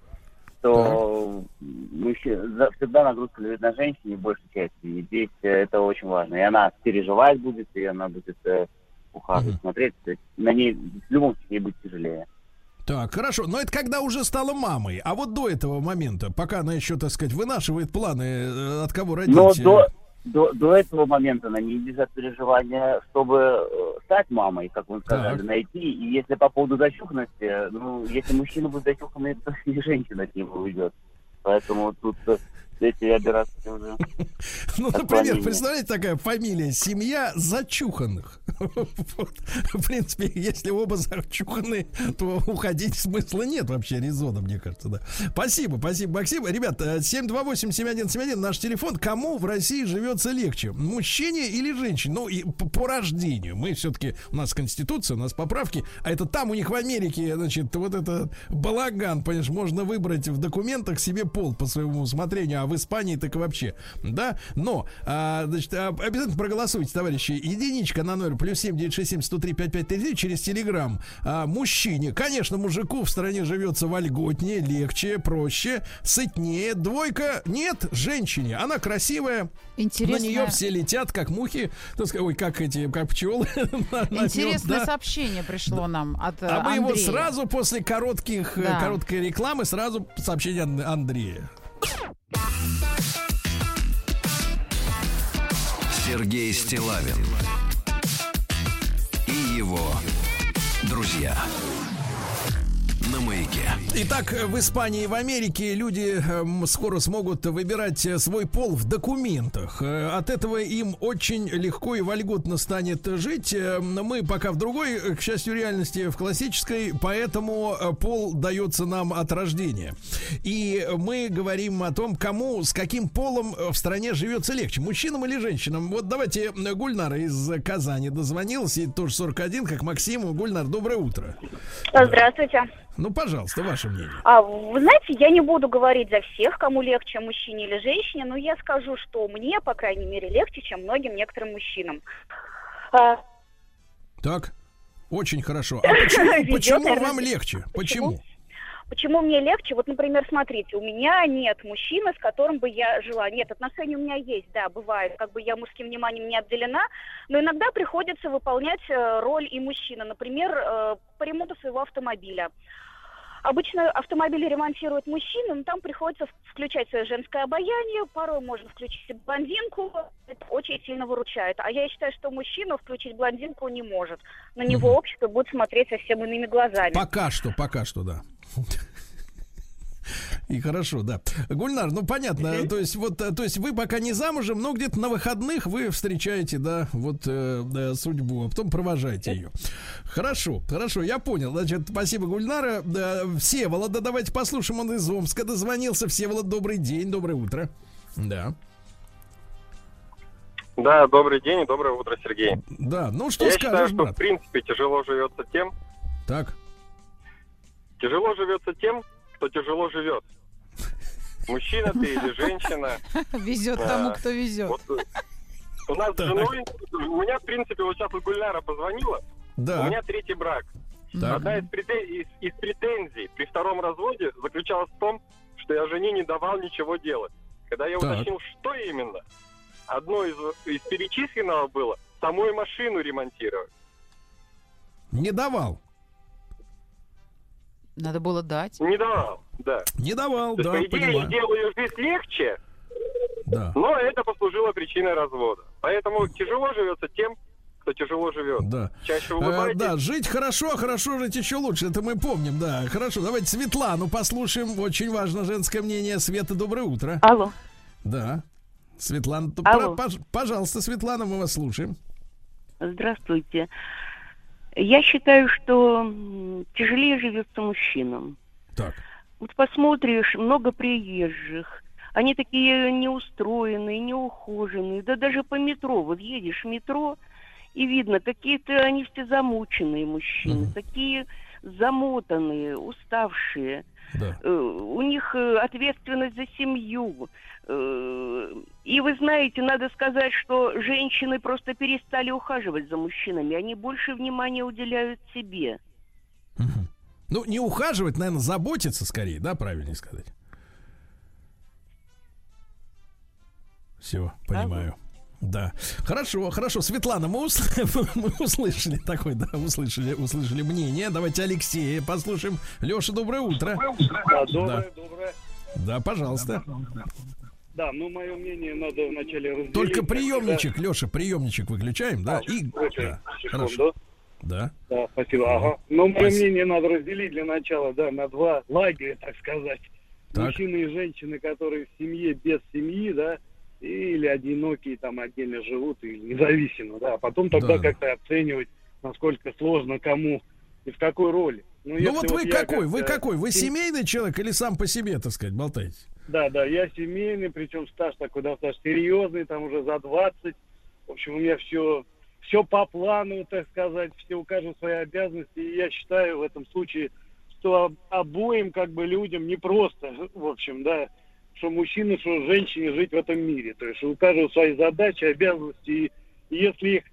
S9: то мужчина, за- всегда нагрузка лежит на женщине большей части. И здесь э, это очень важно. И она переживать будет, и она будет э, ухаживать,
S2: Мгм.
S9: смотреть. То есть на ней в любом случае будет тяжелее.
S2: Так, хорошо, но это когда уже стала мамой. А вот до этого момента, пока она еще, так сказать, вынашивает планы, э, от кого родить.
S9: Но
S2: э,
S9: до, до, до этого момента на ней лежат переживания, чтобы э, стать мамой, как вы сказали,
S2: Так.
S9: найти. И если по поводу зачуханности, ну, если мужчина будет зачуханный, то и женщина от него уйдет. Поэтому тут э, эти операции уже...
S2: Ну, например,
S9: отклонение.
S2: представляете, такая фамилия «Семья зачуханных». Вот. В принципе, если оба зачуханы, то уходить смысла нет вообще, резона, мне кажется, да. Спасибо, спасибо, Максим. Ребята, семь два восемь семь один семь один наш телефон. Кому в России живется легче? Мужчине или женщине? Ну, и по, по рождению. Мы все-таки, у нас Конституция, у нас поправки, а это там у них в Америке, значит, вот это балаган, понимаешь, можно выбрать в документах себе пол по своему усмотрению, а в Испании так и вообще, да, но, а, значит, обязательно проголосуйте, товарищи, единичка на номер плюс семь девять шесть семь сто три пять пять три девять через Телеграм. А, мужчине, конечно, мужику в стране живется вольготнее, легче, проще, сытнее. Двойка, нет, женщине, она красивая.
S3: Интересно.
S2: На нее все летят, как мухи, так сказать, ой, как эти, как пчелы.
S3: Интересное сообщение пришло нам от Андрея.
S2: А мы его сразу после коротких,
S3: Да.
S2: короткой рекламы сразу сообщение от Андрея.
S1: Сергей Стиллавин и его друзья на Маяке.
S2: Итак, в Испании и в Америке люди э, скоро смогут выбирать э, свой пол в документах. Э, от этого им очень легко и вольготно станет жить. Э, мы пока в другой, э, к счастью, реальности, в классической, поэтому э, пол дается нам от рождения. И мы говорим о том, кому, с каким полом в стране живется легче, мужчинам или женщинам. Вот давайте Гульнара из Казани дозвонилась, и тоже сорок один, как Максиму. Гульнар, доброе утро.
S10: Здравствуйте.
S2: Ну, пожалуйста, ваше мнение.
S10: А, вы знаете, я не буду говорить за всех, кому легче, мужчине или женщине, но я скажу, что мне, по крайней мере, легче, чем многим некоторым мужчинам. А...
S2: Так, очень хорошо. А почему, почему вам легче? Почему?
S10: Почему мне легче? Вот, например, смотрите, у меня нет мужчины, с которым бы я жила. Нет, отношения у меня есть, да, бывает. Как бы я мужским вниманием не отделена, но иногда приходится выполнять э, роль и мужчины. Например, э, по ремонту своего автомобиля. Обычно автомобили ремонтируют мужчины, но там приходится включать свое женское обаяние, порой можно включить блондинку, это очень сильно выручает. А я считаю, что мужчина включить блондинку не может. На него общество будет смотреть совсем иными глазами.
S2: Пока что, пока что, да. И хорошо, да. Гульнар, ну понятно, mm-hmm. то есть вот, то есть вы пока не замужем, но где-то на выходных вы встречаете, да, вот э, да, судьбу, а потом провожаете ее. Хорошо, хорошо, я понял. Значит, спасибо, Гульнара. Да, Всеволод, да, давайте послушаем, он из Омска дозвонился. Всеволод, добрый день, доброе утро. Да.
S11: Да, добрый день и доброе утро, Сергей.
S2: Да, ну что
S11: я
S2: скажешь,
S11: считаю, что
S2: брат?
S11: в принципе тяжело живется тем.
S2: Так.
S11: Тяжело живется тем, кто тяжело живет. Мужчина ты или женщина.
S3: Везет тому, кто везет.
S11: Вот, у нас с женой, у меня, в принципе, вот сейчас вот Гульнара позвонила,
S2: да.
S11: У меня третий брак.
S2: Так.
S11: Одна из, претен... из, из претензий при втором разводе заключалась в том, что я жене не давал ничего делать. Когда я
S2: Так.
S11: уточнил, что именно, одно из, из перечисленного было самой машину ремонтировать.
S2: Не давал.
S3: Надо было дать.
S11: Не давал, да.
S2: Не давал,
S11: То
S2: да,
S11: есть, по идее,
S2: понимаю.
S11: я делаю жизнь легче,
S2: Да.
S11: но это послужило причиной развода. Поэтому тяжело живется тем, кто тяжело живет.
S2: Да.
S11: Чаще
S2: Э,
S11: улыбайтесь.
S2: да, жить хорошо, а хорошо жить еще лучше. Это мы помним, да. Хорошо, давайте Светлану послушаем. Очень важно женское мнение. Света, доброе утро.
S12: Алло.
S2: Да. Светлана, то
S12: Алло.
S2: про- пож- пожалуйста, Светлана, мы вас слушаем.
S12: Здравствуйте. Я считаю, что м, тяжелее живется мужчинам.
S2: Так.
S12: Вот посмотришь, много приезжих. Они такие неустроенные, неухоженные. Да даже по метро. Вот едешь в метро, и видно, какие-то они все замученные мужчины.
S2: Мгм.
S12: Такие замотанные, уставшие.
S2: Да.
S12: Э, у них э, ответственность за семью. Э, И вы знаете, надо сказать, что женщины просто перестали ухаживать за мужчинами. Они больше внимания уделяют себе.
S2: Мгм. Ну, не ухаживать, наверное, заботиться скорее, да, правильнее сказать. Все, понимаю. Да. Хорошо, хорошо. Светлана, мы, усл- мы услышали такое, да, услышали, услышали мнение. Давайте Алексея послушаем. Леша, доброе утро.
S13: Да, доброе,
S2: Да.
S13: доброе.
S2: Да, пожалуйста.
S13: Да, ну, мое мнение надо вначале разделить.
S2: Только приемничек, Леша, приемничек выключаем, да? И...
S13: Очень,
S2: Да,
S13: секунду.
S2: хорошо. Да.
S13: Да, спасибо. Ага. Но мое
S2: Спасибо.
S13: мнение надо разделить для начала, да, на два лагеря, так сказать.
S2: Так.
S13: Мужчины и женщины, которые в семье, без семьи, да, или одинокие там отдельно живут, или независимо, да. А потом тогда
S2: Да.
S13: как-то оценивать, насколько сложно кому и в какой роли.
S2: Ну
S13: если
S2: вот вы
S13: я
S2: какой? Вы
S13: как-то-
S2: какой? Вы семейный человек или сам по себе, так сказать, болтаете?
S13: Да, да, я семейный, причем стаж такой достаточно серьезный, там уже за двадцать. В общем, у меня все, все по плану, так сказать, все у каждого свои обязанности. И я считаю в этом случае, что об- обоим как бы людям непросто, в общем, да, что мужчине, что женщине жить в этом мире. То есть, что у каждого свои задачи, обязанности. И, и если их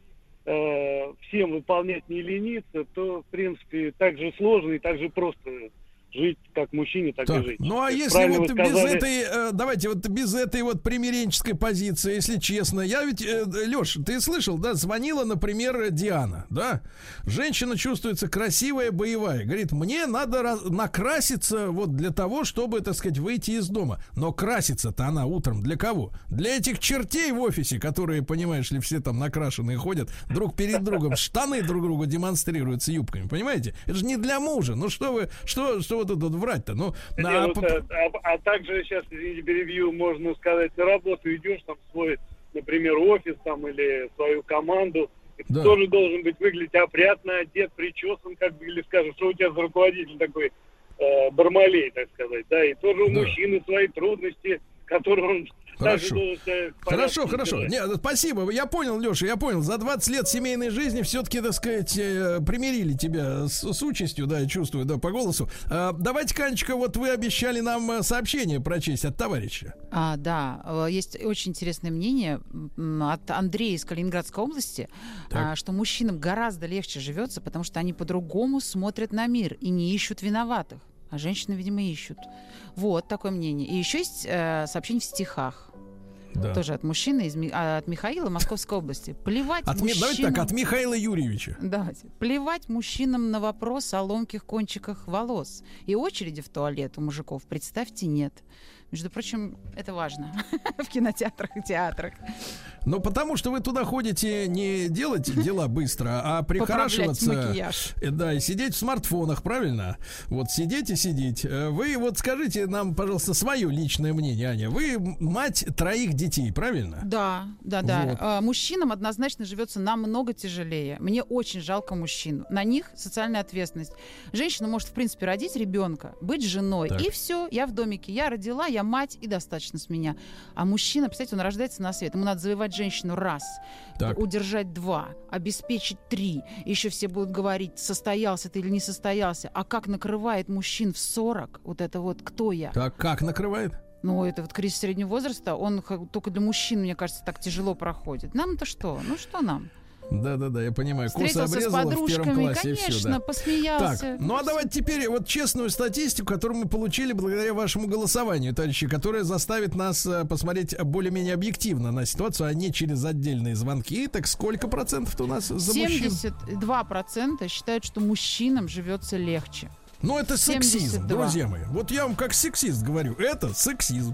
S13: э, всем выполнять не лениться, то, в принципе, так же сложно и так же просто жить как мужчине, так, так и женщине.
S2: Ну а если вот без сказали... этой, э, давайте вот без этой вот примиренческой позиции, если честно, я ведь, э, Леш, ты слышал, да, звонила, например, Диана, да, женщина чувствуется красивая, боевая, говорит, мне надо раз- накраситься вот для того, чтобы, так сказать, выйти из дома, но краситься-то она утром для кого? Для этих чертей в офисе, которые, понимаешь ли, все там накрашенные ходят, друг перед другом, штаны друг другу демонстрируют с юбками, понимаете? Это же не для мужа, ну что вы, что, что вот тут врать-то, ну...
S13: А, а, а также сейчас, извините, перебью, можно сказать, на работу идешь, там, свой, например, офис, там, или свою команду, и да. ты тоже должен быть выглядеть опрятно, одет, причесан, как бы, или скажем, что у тебя за руководитель такой э, Бармалей, так сказать, да, и тоже у да. мужчины свои трудности, которые он...
S2: Хорошо, хорошо, хорошо. Не, спасибо, я понял, Леша, я понял. За двадцать лет семейной жизни все-таки, так сказать, примирили тебя с, с участью, да, я чувствую, да, по голосу. А, давайте, Канечка, вот вы обещали нам сообщение прочесть от товарища.
S3: А, да, есть очень интересное мнение от Андрея из Калининградской области, а, что мужчинам гораздо легче живется, потому что они по-другому смотрят на мир и не ищут виноватых. А женщины, видимо, ищут. Вот такое мнение. И еще есть э, сообщение в стихах. Да. Тоже от мужчины, из, от Михаила, Московской области. Плевать
S2: от,
S3: мужчинам...
S2: Давайте так, от Михаила Юрьевича.
S3: Давайте. Плевать мужчинам на вопрос о ломких кончиках волос. И очереди в туалет у мужиков, представьте, нет. Между прочим, это важно в кинотеатрах и театрах.
S2: Ну, потому что вы туда ходите не делать дела быстро, а прихорашиваться. Да, и сидеть в смартфонах, правильно? Вот сидеть и сидеть. Вы вот скажите нам, пожалуйста, свое личное мнение, Аня. Вы мать троих детей, правильно?
S3: Да, да, да.
S2: Вот.
S3: А, мужчинам однозначно живется намного тяжелее. Мне очень жалко мужчин. На них социальная ответственность. Женщина может, в принципе, родить ребенка, быть женой. Так. И все, я в домике, я родила, я мать, и достаточно с меня. А мужчина, представьте, он рождается на свет. Ему надо завоевать женщину раз, так. удержать два, обеспечить три. Еще все будут говорить, состоялся ты или не состоялся. А как накрывает мужчин в сорок, вот это вот кто я?
S2: Так, как накрывает?
S3: Ну, это вот кризис среднего возраста, он только для мужчин, мне кажется, так тяжело проходит. Нам-то что? Ну, что нам?
S2: Да-да-да, я понимаю. Косы обрезала в первом классе,
S3: конечно,
S2: и все, да.
S3: посмеялся.
S2: Так, ну а давайте теперь вот честную статистику, которую мы получили благодаря вашему голосованию, товарищи, которая заставит нас посмотреть более-менее объективно на ситуацию, а не через отдельные звонки. Так сколько процентов у нас за мужчин?
S3: семьдесят два процента считают, что мужчинам живется легче.
S2: Ну, это сексизм, семьдесят два. Друзья мои. Вот я вам как сексист говорю, это сексизм.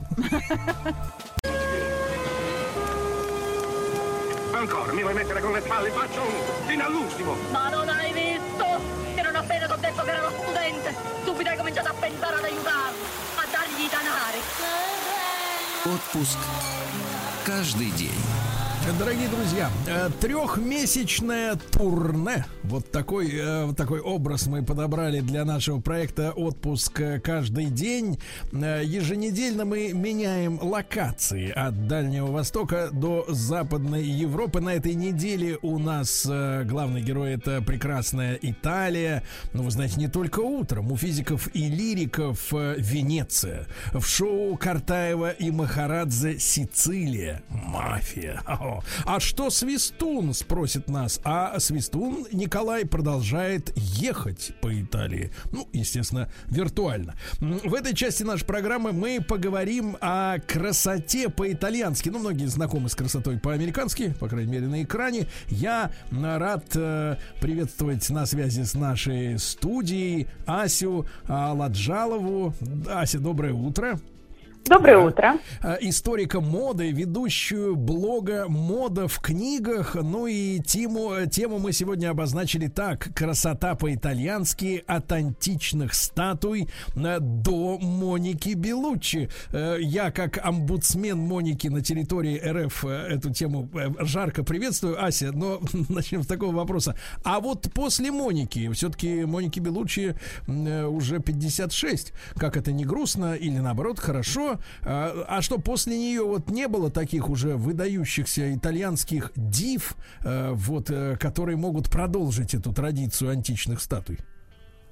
S14: Ancora, mi vuoi mettere con le spalle? Faccio un fino all'ultimo.
S15: Ma non hai visto? Che non appena ti ho detto che era uno studente, subito hai cominciato a pensare ad aiutarlo, a dargli i danari.
S1: Отпуск каждый день.
S2: Дорогие друзья, трехмесячное турне, вот такой, такой образ мы подобрали для нашего проекта «Отпуск каждый день». Еженедельно мы меняем локации от Дальнего Востока до Западной Европы. На этой неделе у нас главный герой — это прекрасная Италия. Но вы знаете, не только утром. У физиков и лириков Венеция. В шоу Картаева и Махарадзе Сицилия. Мафия. А что Свистун, спросит нас. А Свистун Николай продолжает ехать по Италии. Ну, естественно, виртуально. В этой части нашей программы мы поговорим о красоте по-итальянски. Ну, многие знакомы с красотой по-американски, по крайней мере, на экране. Я рад э, приветствовать на связи с нашей студией Асю Ладжалову. Ася, доброе утро.
S16: Доброе утро.
S2: Историка моды, ведущую блога «Мода в книгах». Ну и тему, тему мы сегодня обозначили так: красота по-итальянски от античных статуй до Моники Беллуччи. Я, как омбудсмен Моники на территории эр эф, эту тему жарко приветствую. Ася, но начнем с такого вопроса. А вот после Моники, все-таки Моники Беллуччи уже пятьдесят шесть. Как это, не грустно или наоборот хорошо? А, а что, после нее вот не было таких уже выдающихся итальянских див, э, вот, э, которые могут продолжить эту традицию античных статуй?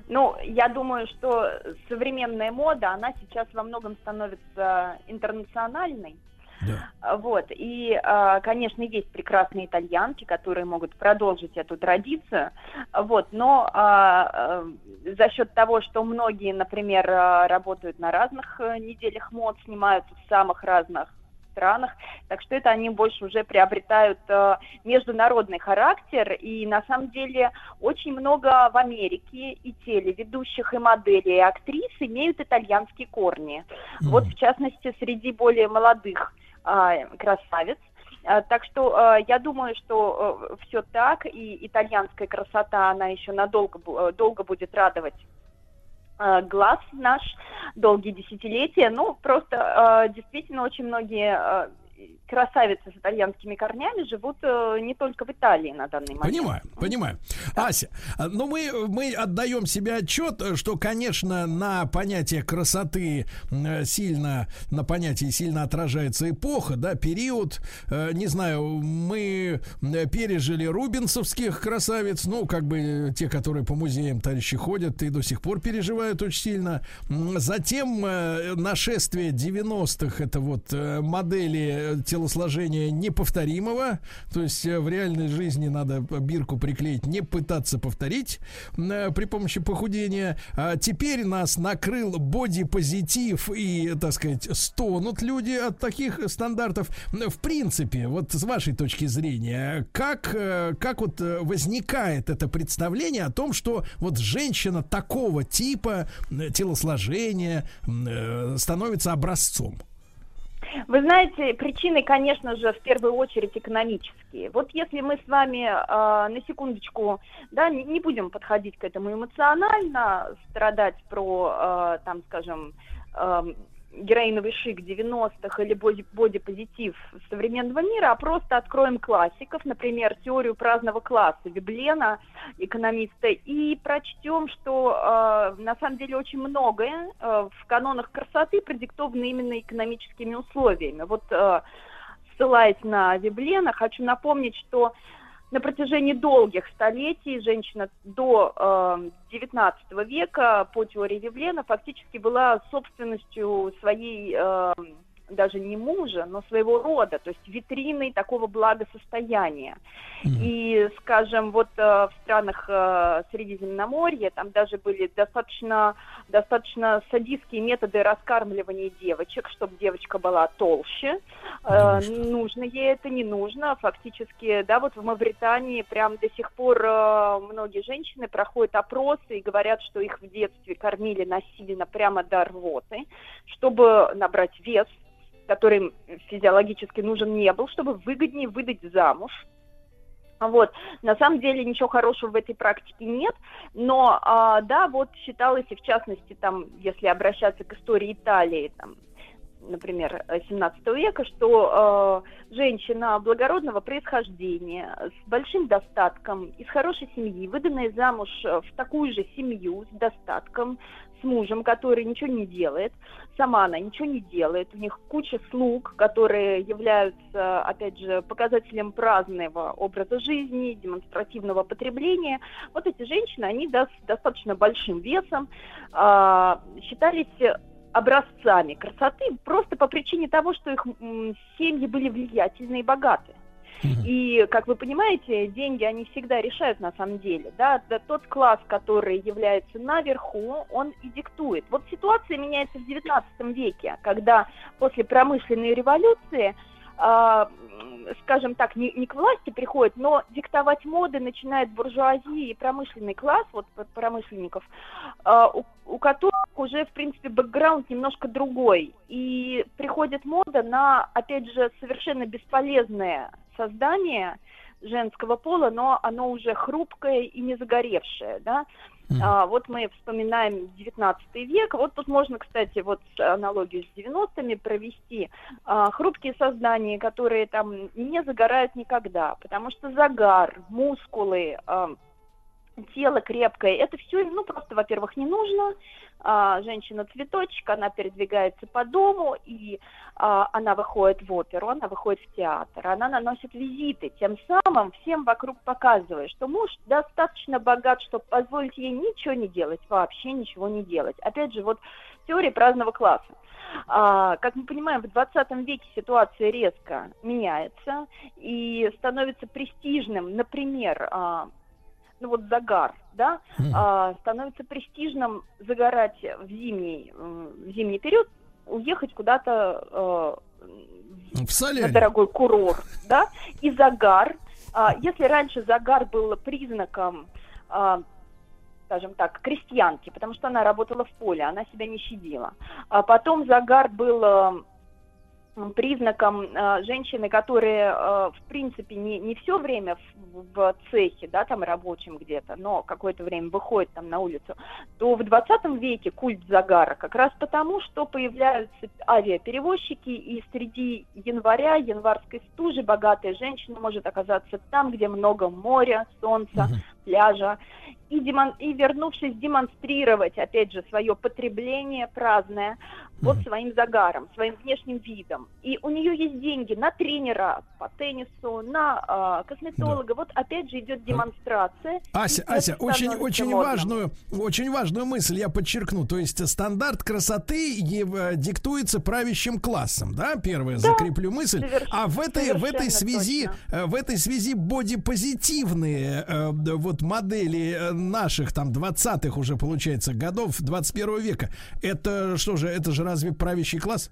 S16: Ну, я думаю, что современная мода, она сейчас во многом становится интернациональной. Да. Вот. И, конечно, есть прекрасные итальянки, которые могут продолжить эту традицию. Вот. Но за счет того, что многие, например, работают на разных неделях мод, снимаются в самых разных странах, так что это они больше уже приобретают э, международный характер, и на самом деле очень много в Америке и телеведущих, и моделей, и актрис имеют итальянские корни. Mm. Вот в частности среди более молодых э, красавиц. Э, так что э, я думаю, что э, все так, и итальянская красота, она еще надолго э, долго будет радовать глаз наш долгие десятилетия. Ну, просто э, действительно очень многие э, красавицы с итальянскими корнями живут э, не только в Италии на данный момент.
S2: Понимаю, понимаю. Да. Ася, ну мы, мы отдаем себе отчет, что, конечно, на понятие красоты сильно, на понятие сильно отражается эпоха, да, период. Э, не знаю, мы пережили рубенсовских красавиц, ну, как бы те, которые по музеям товарищи ходят и до сих пор переживают очень сильно. Затем э, нашествие девяностых, это вот э, модели телосложения неповторимого, то есть в реальной жизни надо бирку приклеить, не пытаться повторить э, при помощи похудения. А теперь нас накрыл бодипозитив, и, так сказать, стонут люди от таких стандартов. В принципе, вот с вашей точки зрения, как, как вот возникает это представление о том, что вот женщина такого типа телосложения э, становится образцом?
S16: Вы знаете, причины, конечно же, в первую очередь экономические. Вот если мы с вами э, на секундочку, да, не, не будем подходить к этому эмоционально, страдать про, э, там, скажем, э, героиновый шик девяностых или боди, бодипозитив современного мира, а просто откроем классиков, например, теорию праздного класса Веблена, экономиста, и прочтем, что э, на самом деле очень многое э, в канонах красоты продиктовано именно экономическими условиями. Вот э, ссылаясь на Веблена, хочу напомнить, что на протяжении долгих столетий женщина до э, девятнадцатого века по теории Веблена фактически была собственностью своей, э, даже не мужа, но своего рода, то есть витриной такого благосостояния. Mm-hmm. И, скажем, вот э, в странах э, Средиземноморья там даже были достаточно, достаточно садистские методы раскармливания девочек, чтобы девочка была толще. Э, нужно ей это, не нужно. Фактически, да, вот в Мавритании прям до сих пор э, многие женщины проходят опросы и говорят, что их в детстве кормили насильно прямо до рвоты, чтобы набрать вес, который им физиологически нужен не был, чтобы выгоднее выдать замуж. Вот. На самом деле ничего хорошего в этой практике нет, но, а, да, вот считалось, и в частности, там, если обращаться к истории Италии, там, например, семнадцатого века, что э, женщина благородного происхождения, с большим достатком, из хорошей семьи, выданная замуж в такую же семью с достатком, с мужем, который ничего не делает, сама она ничего не делает, у них куча слуг, которые являются, опять же, показателем праздного образа жизни, демонстративного потребления. Вот эти женщины, они да, с достаточно большим весом э, считались образцами красоты просто по причине того, что их м, семьи были влиятельны и богаты. И, как вы понимаете, деньги, они всегда решают на самом деле. Да? Да, тот класс, который является наверху, он и диктует. Вот ситуация меняется в девятнадцатом веке, когда после промышленной революции, э, скажем так, не, не к власти приходит, но диктовать моды начинает буржуазия и промышленный класс, вот промышленников, э, у, у которых уже, в принципе, бэкграунд немножко другой. И приходит мода на, опять же, совершенно бесполезное создание женского пола, но оно уже хрупкое и не загоревшее, да. Mm. А, вот мы вспоминаем девятнадцатый век, вот тут можно, кстати, вот аналогию с девяностыми провести. А, хрупкие создания, которые там не загорают никогда, потому что загар, мускулы, а, тело крепкое. Это все, ну, просто, во-первых, не нужно. А, женщина-цветочек, она передвигается по дому, и а, она выходит в оперу, она выходит в театр, она наносит визиты, тем самым всем вокруг показывая, что муж достаточно богат, чтобы позволить ей ничего не делать, вообще ничего не делать. Опять же, вот теория праздного класса. А, как мы понимаем, в двадцатом веке ситуация резко меняется и становится престижным, например, а, ну вот загар, да, mm. а, становится престижным загорать в зимний, в зимний период, уехать куда-то э, в на дорогой курорт, да, и загар. А, если раньше загар был признаком, а, скажем так, крестьянки, потому что она работала в поле, она себя не щадила. А потом загар был признаком э, женщины, которые, э, в принципе, не, не все время в, в цехе, да, там рабочим где-то, но какое-то время выходит там на улицу, то в двадцатом веке культ загара как раз потому, что появляются авиаперевозчики, и среди января, январской стужи богатая женщина может оказаться там, где много моря, солнца, пляжа, и, демон... и вернувшись демонстрировать, опять же, свое потребление праздное вот своим загаром, своим внешним видом. И у нее есть деньги на тренера по теннису, на э, косметолога. Да. Вот опять же идет демонстрация.
S2: Ася, Ася, очень, очень важную, очень важную мысль я подчеркну. То есть стандарт красоты диктуется правящим классом, да? Первое, да, закреплю мысль. Соверш... А в этой, в этой связи, точно. в этой связи бодипозитивные э, вот модели наших там двадцатых уже получается годов двадцать первого века. Это что же? Это же разве правящий класс?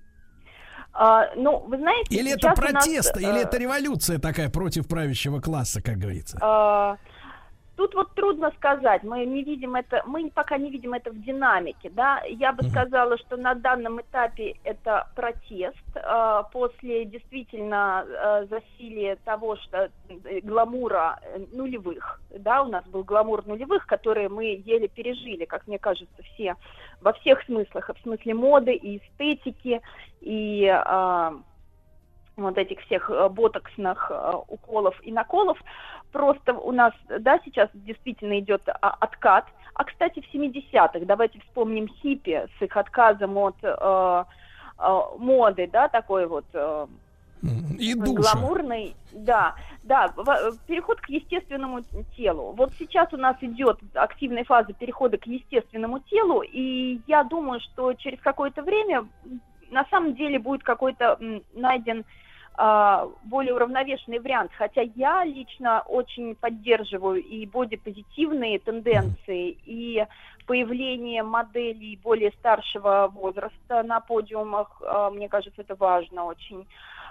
S16: А, ну, вы знаете,
S2: или это протест, нас, или э, это революция такая против правящего класса, как говорится?
S16: Э, тут вот трудно сказать. Мы не видим это, мы пока не видим это в динамике, да. Я бы uh-huh. сказала, что на данном этапе это протест э, после действительно э, засилия того, что э, гламура нулевых, да, у нас был гламур нулевых, которые мы еле пережили, как мне кажется, все во всех смыслах, в смысле моды и эстетики, и э, вот этих всех ботоксных э, уколов и наколов. Просто у нас, да, сейчас действительно идет а, откат. А, кстати, в семидесятых, давайте вспомним хиппи с их отказом от э, э, моды, да, такой вот э,
S2: и
S16: гламурный, да, да, переход к естественному телу. Вот сейчас у нас идет активная фаза перехода к естественному телу, и я думаю, что через какое-то время на самом деле будет какой-то найден а, более уравновешенный вариант. Хотя я лично очень поддерживаю и бодипозитивные тенденции, и появление моделей более старшего возраста на подиумах. А, мне кажется, это важно очень.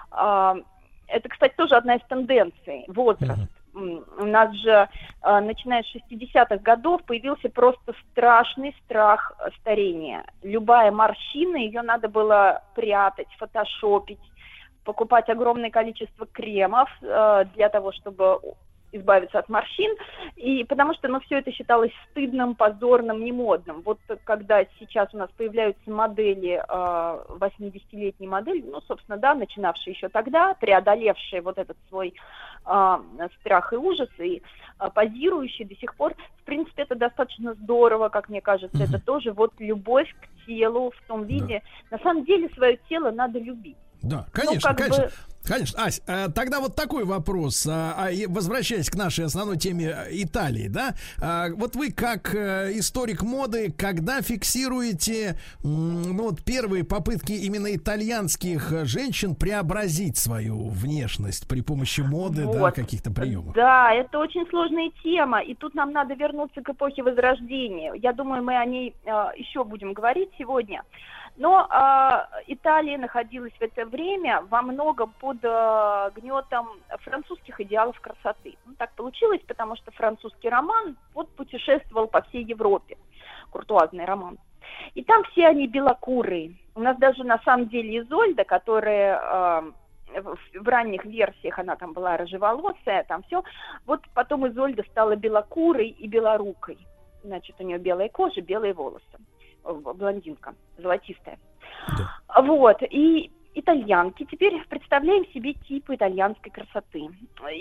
S16: Это, кстати, тоже одна из тенденций, возраст. Mm-hmm. У нас же, начиная с шестидесятых годов, появился просто страшный страх старения. Любая морщина, ее надо было прятать, фотошопить, покупать огромное количество кремов для того, чтобы избавиться от морщин, и потому что, ну, все это считалось стыдным, позорным, немодным. Вот когда сейчас у нас появляются модели, э, восьмидесятилетние модели, ну, собственно, да, начинавшие еще тогда, преодолевшие вот этот свой э, страх и ужас, и э, позирующие до сих пор, в принципе, это достаточно здорово, как мне кажется, mm-hmm. это тоже вот любовь к телу в том виде. Да. На самом деле, свое тело надо любить.
S2: Да, конечно, ну, конечно.
S16: Бы...
S2: Конечно. Ась, тогда вот такой вопрос, возвращаясь к нашей основной теме Италии, да, вот вы как историк моды, когда фиксируете, ну, вот первые попытки именно итальянских женщин преобразить свою внешность при помощи моды, вот. Да, каких-то приемов?
S16: Да, это очень сложная тема, и тут нам надо вернуться к эпохе Возрождения. Я думаю, мы о ней еще будем говорить сегодня. Но э, Италия находилась в это время во многом под э, гнетом французских идеалов красоты. Ну, так получилось, потому что французский роман вот путешествовал по всей Европе, куртуазный роман. И там все они белокурые. У нас даже на самом деле Изольда, которая э, в, в ранних версиях она там была рыжеволосая, там все. Вот потом Изольда стала белокурой и белорукой. Значит, у нее белая кожа, белые волосы. Блондинка, золотистая. Да. Вот, и итальянки теперь представляем себе типы итальянской красоты. И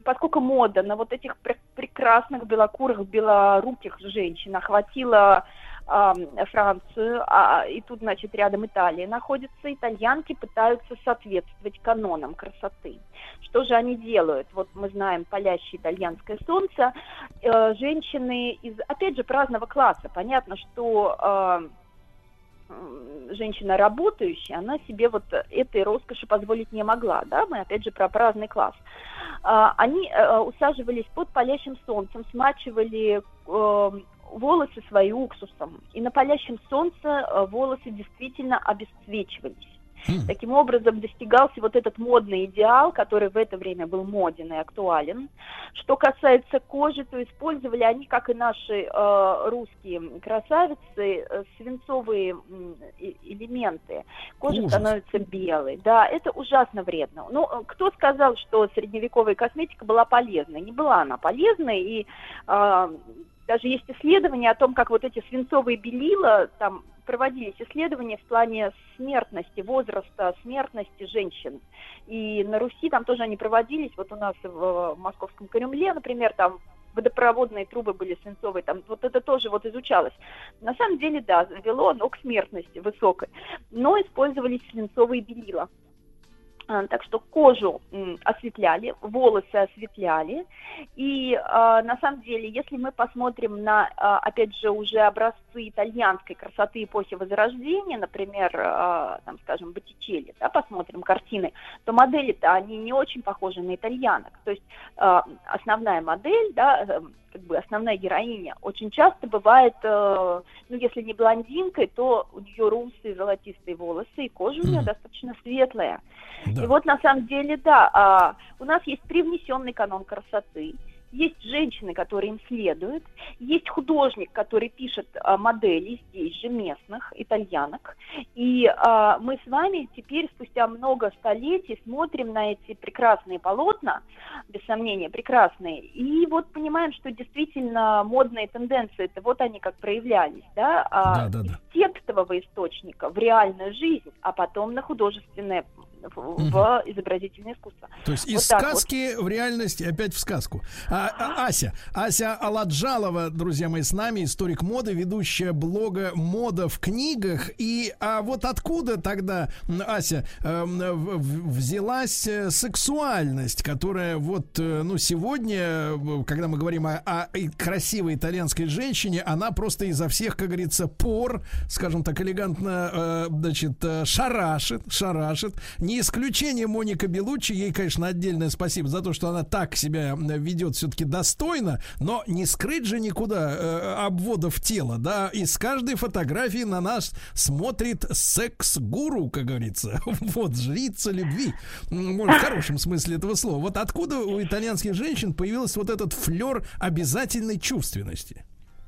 S16: поскольку мода на вот этих пр- прекрасных белокурых, белоруких женщин охватила э, Францию, а, и тут, значит, рядом Италия находится, итальянки пытаются соответствовать канонам красоты. Что же они делают? Вот мы знаем палящее итальянское солнце. Э, женщины из, опять же, праздного класса. Понятно, что э, женщина работающая, она себе вот этой роскоши позволить не могла, да, мы опять же про праздный класс. А, они а, усаживались под палящим солнцем, смачивали а, волосы свои уксусом, и на палящем солнце а, волосы действительно обесцвечивались. Таким образом достигался вот этот модный идеал, который в это время был моден и актуален. Что касается кожи, то использовали они, как и наши э, русские красавицы, э, свинцовые э, элементы. Кожа Ужас. становится белой. Да, это ужасно вредно. Ну, кто сказал, что средневековая косметика была полезной? Не была она полезной, и э, даже есть исследования о том, как вот эти свинцовые белила, там проводились исследования в плане смертности, возраста смертности женщин. И на Руси там тоже они проводились. Вот у нас в Московском Кремле, например, там водопроводные трубы были свинцовые, там вот это тоже вот изучалось. На самом деле, да, вело оно к смертности высокой, но использовались свинцовые белила. Так что кожу м, осветляли, волосы осветляли. И а, на самом деле, если мы посмотрим на, а, опять же, уже образцы итальянской красоты эпохи Возрождения, например, а, там, скажем, Боттичелли, да, посмотрим картины, то модели-то, они не очень похожи на итальянок. То есть а, основная модель, да, как бы основная героиня, очень часто бывает, э, ну, если не блондинкой, то у нее русые золотистые волосы, и кожа у нее mm. достаточно светлая. Да. И вот на самом деле, да, э, у нас есть привнесенный канон красоты, есть женщины, которые им следуют, есть художник, который пишет а, модели здесь же местных, итальянок. И а, мы с вами теперь, спустя много столетий, смотрим на эти прекрасные полотна, без сомнения прекрасные, и вот понимаем, что действительно модные тенденции, это вот они как проявлялись, да, а, да, да, да. из текстового источника в реальную жизнь, а потом на художественное в, угу. в изобразительное искусство.
S2: То есть вот из сказки вот. в реальность, опять в сказку. А, а, Ася, Ася Аладжалова, друзья мои, с нами, историк моды, ведущая блога «Мода в книгах». И а вот откуда тогда, Ася, э, взялась сексуальность, которая вот, ну, сегодня, когда мы говорим о, о красивой итальянской женщине, она просто изо всех, как говорится, пор, скажем так, элегантно, э, значит, шарашит, шарашит. Не исключение Моника Беллуччи, ей, конечно, отдельное спасибо за то, что она так себя ведет все-таки достойно, но не скрыть же никуда э, обводов тела, да, и с каждой фотографии на нас смотрит секс-гуру, как говорится, вот, жрица любви, может, в хорошем смысле этого слова. Вот откуда у итальянских женщин появился вот этот флер обязательной чувственности?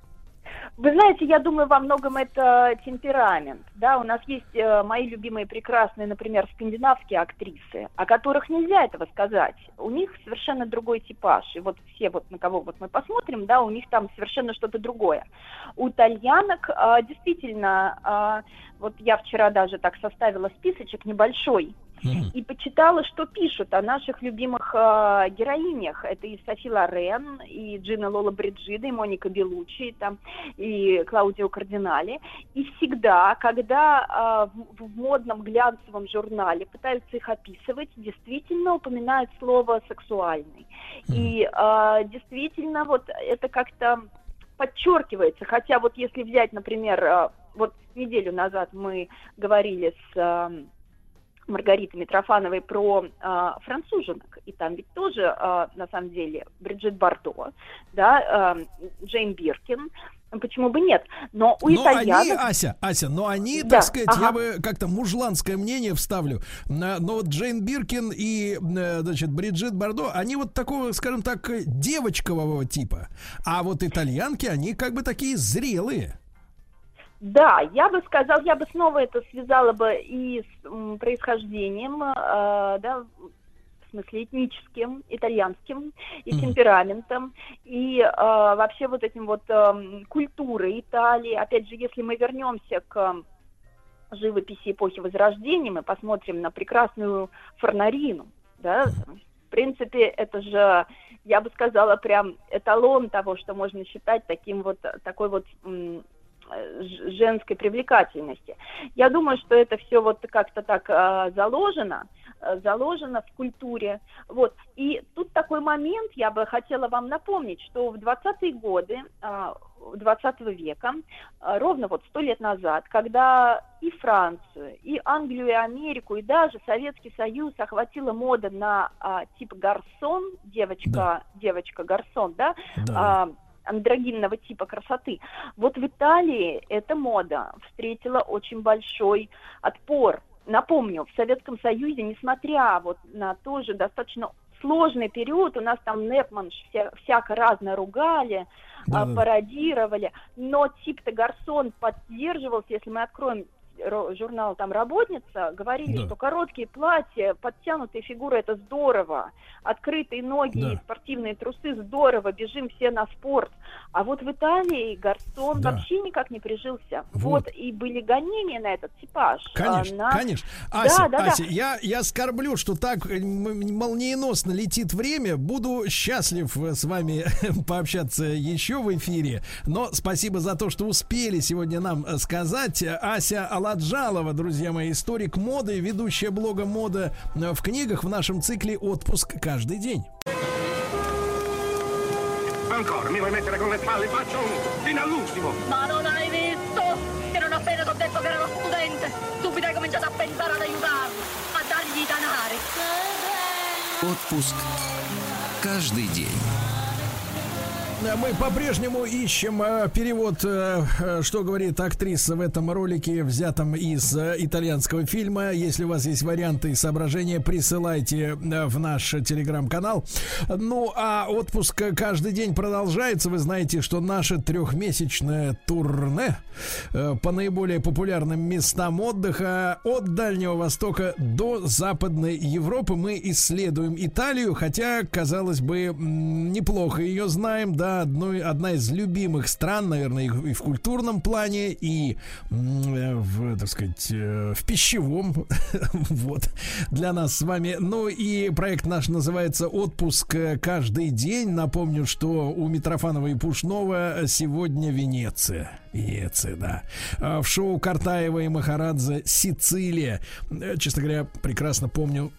S16: Вы знаете, я думаю, во многом это темперамент. Да, у нас есть э, мои любимые прекрасные, например, скандинавские актрисы, о которых нельзя этого сказать. У них совершенно другой типаж. И вот все, вот на кого вот мы посмотрим, да, у них там совершенно что-то другое. У итальянок э, действительно, э, вот я вчера даже так составила списочек небольшой, и почитала, что пишут о наших любимых э, героинях. Это и Софи Лорен, и Джина Лола Бриджида, и Моника Беллуччи, и, там, и Клаудио Кардинали. И всегда, когда э, в, в модном глянцевом журнале пытаются их описывать, действительно упоминают слово «сексуальный». И э, действительно вот это как-то подчеркивается. Хотя вот если взять, например, э, вот неделю назад мы говорили с... Э, Маргариты Митрофановой про э, француженок, и там ведь тоже, э, на самом деле, Бриджит Бардо, да, э, Джейн Биркин, почему бы нет? Но у
S2: но
S16: итальянок...
S2: они, Ася, Ася, но они,
S16: да,
S2: так сказать,
S16: ага.
S2: я бы как-то мужланское мнение вставлю, но вот Джейн Биркин и, значит, Бриджит Бардо, они вот такого, скажем так, девочкового типа, а вот итальянки, они как бы такие зрелые.
S16: Да, я бы сказала, я бы снова это связала бы и с м, происхождением, э, да, в смысле этническим, итальянским, и mm-hmm. темпераментом, и э, вообще вот этим вот э, культурой Италии. Опять же, если мы вернемся к живописи эпохи Возрождения, мы посмотрим на прекрасную Форнарину, да, принципе, это же, я бы сказала, прям эталон того, что можно считать таким вот, такой вот м, женской привлекательности. Я думаю, что это все вот как-то так э, заложено, э, заложено в культуре. Вот. И тут такой момент, я бы хотела вам напомнить, что в двадцатые годы э, двадцатого века, э, ровно вот сто лет назад, когда и Францию, и Англию, и Америку, и даже Советский Союз охватила мода на э, тип гарсон, девочка, да. девочка гарсон, да, да. Э, андрогинного типа красоты. Вот в Италии эта мода встретила очень большой отпор. Напомню, в Советском Союзе, несмотря вот на тоже достаточно сложный период, у нас там Непман вся, всяко разно ругали, да, а, пародировали, но тип-то гарсон поддерживался. Если мы откроем журнал там «Работница», говорили, да. что короткие платья, подтянутые фигуры — это здорово, открытые ноги да. и спортивные трусы — здорово, бежим все на спорт. А вот в Италии гарсон да. вообще никак не прижился. Вот. вот, и были гонения на этот типаж.
S2: Конечно,
S16: на...
S2: конечно. Ася,
S16: да, да,
S2: Ася
S16: да.
S2: Я, я скорблю, что так молниеносно летит время. Буду счастлив с вами пообщаться еще в эфире. Но спасибо за то, что успели сегодня нам сказать. Ася Аладжалова, друзья мои, историк моды, ведущая блога «Мода в книгах» в нашем цикле «Отпуск каждый день».
S14: Ancora, mi vuoi mettere con le palle? Faccio un fino all'ultimo.
S15: Ma non hai visto che non appena ti ho detto che era uno studente, subito hai cominciato a pensare ad aiutarlo, a dargli i danari.
S1: Отпуск каждый день.
S2: Мы по-прежнему ищем э, перевод, э, что говорит актриса в этом ролике, взятом из э, итальянского фильма. Если у вас есть варианты и соображения, присылайте э, в наш телеграм-канал. Ну, а отпуск каждый день продолжается. Вы знаете, что наше трехмесячное турне э, по наиболее популярным местам отдыха от Дальнего Востока до Западной Европы. Мы исследуем Италию, хотя, казалось бы, неплохо ее знаем, да. Одной, одна из любимых стран, наверное, и в, и в культурном плане, и в, так сказать, в пищевом. Вот, для нас с вами. Ну и проект наш называется «Отпуск каждый день». Напомню, что у Митрофанова и Пушнова сегодня Венеция. Венеция, да. В шоу Картаева и Махарадзе «Сицилия». Честно говоря, прекрасно помню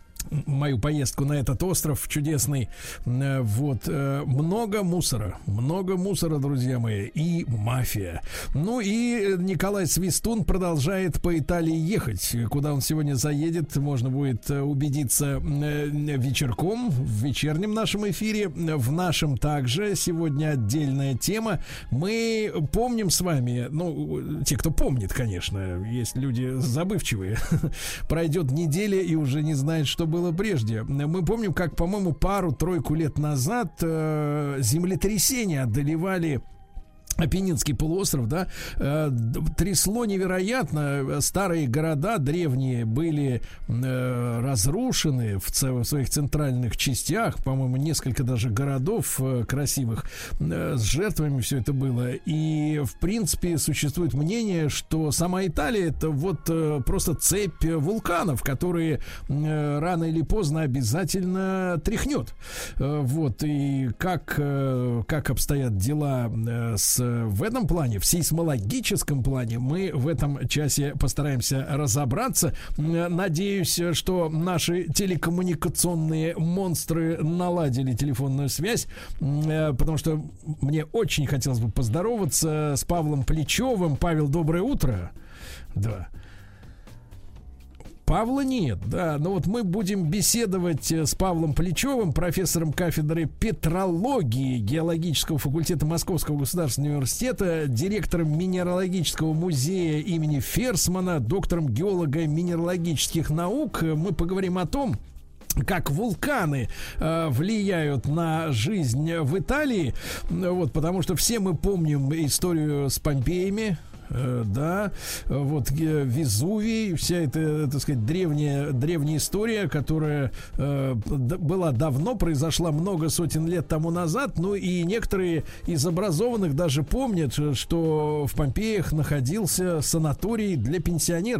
S2: мою поездку на этот остров чудесный. Вот. Много мусора. Много мусора, друзья мои. И мафия. Ну и Николай Свистун продолжает по Италии ехать. Куда он сегодня заедет, можно будет убедиться вечерком, в вечернем нашем эфире. В нашем также сегодня отдельная тема. Мы помним с вами, ну, те, кто помнит, конечно, есть люди забывчивые. Пройдет неделя и уже не знает, что было прежде. Мы помним, как, по-моему, пару-тройку лет назад э, землетрясения одолевали Апеннинский полуостров, да, э, трясло невероятно. Старые города древние были э, разрушены в, ц- в своих центральных частях, по-моему, несколько даже городов э, красивых, э, с жертвами все это было. И, в принципе, существует мнение, что сама Италия — это вот э, просто цепь вулканов, которые э, рано или поздно обязательно тряхнет. Э, вот, и как, э, как обстоят дела э, с в этом плане, в сейсмологическом плане, мы в этом часе постараемся разобраться. Надеюсь, что наши телекоммуникационные монстры наладили телефонную связь, потому что мне очень хотелось бы поздороваться с Павлом Плечевым. Павел, доброе утро. Да. Павла нет, да, но вот мы будем беседовать с Павлом Плечевым, профессором кафедры петрологии геологического факультета Московского государственного университета, директором Минералогического музея имени Ферсмана, доктором геолого-минералогических наук. Мы поговорим о том, как вулканы э, влияют на жизнь в Италии, вот, потому что все мы помним историю с Помпеями. Да, вот Везувий, вся эта, так сказать, древняя, древняя история, которая э, была давно, произошла много сотен лет тому назад. Ну и некоторые из образованных даже помнят, что в Помпеях находился санаторий для пенсионеров.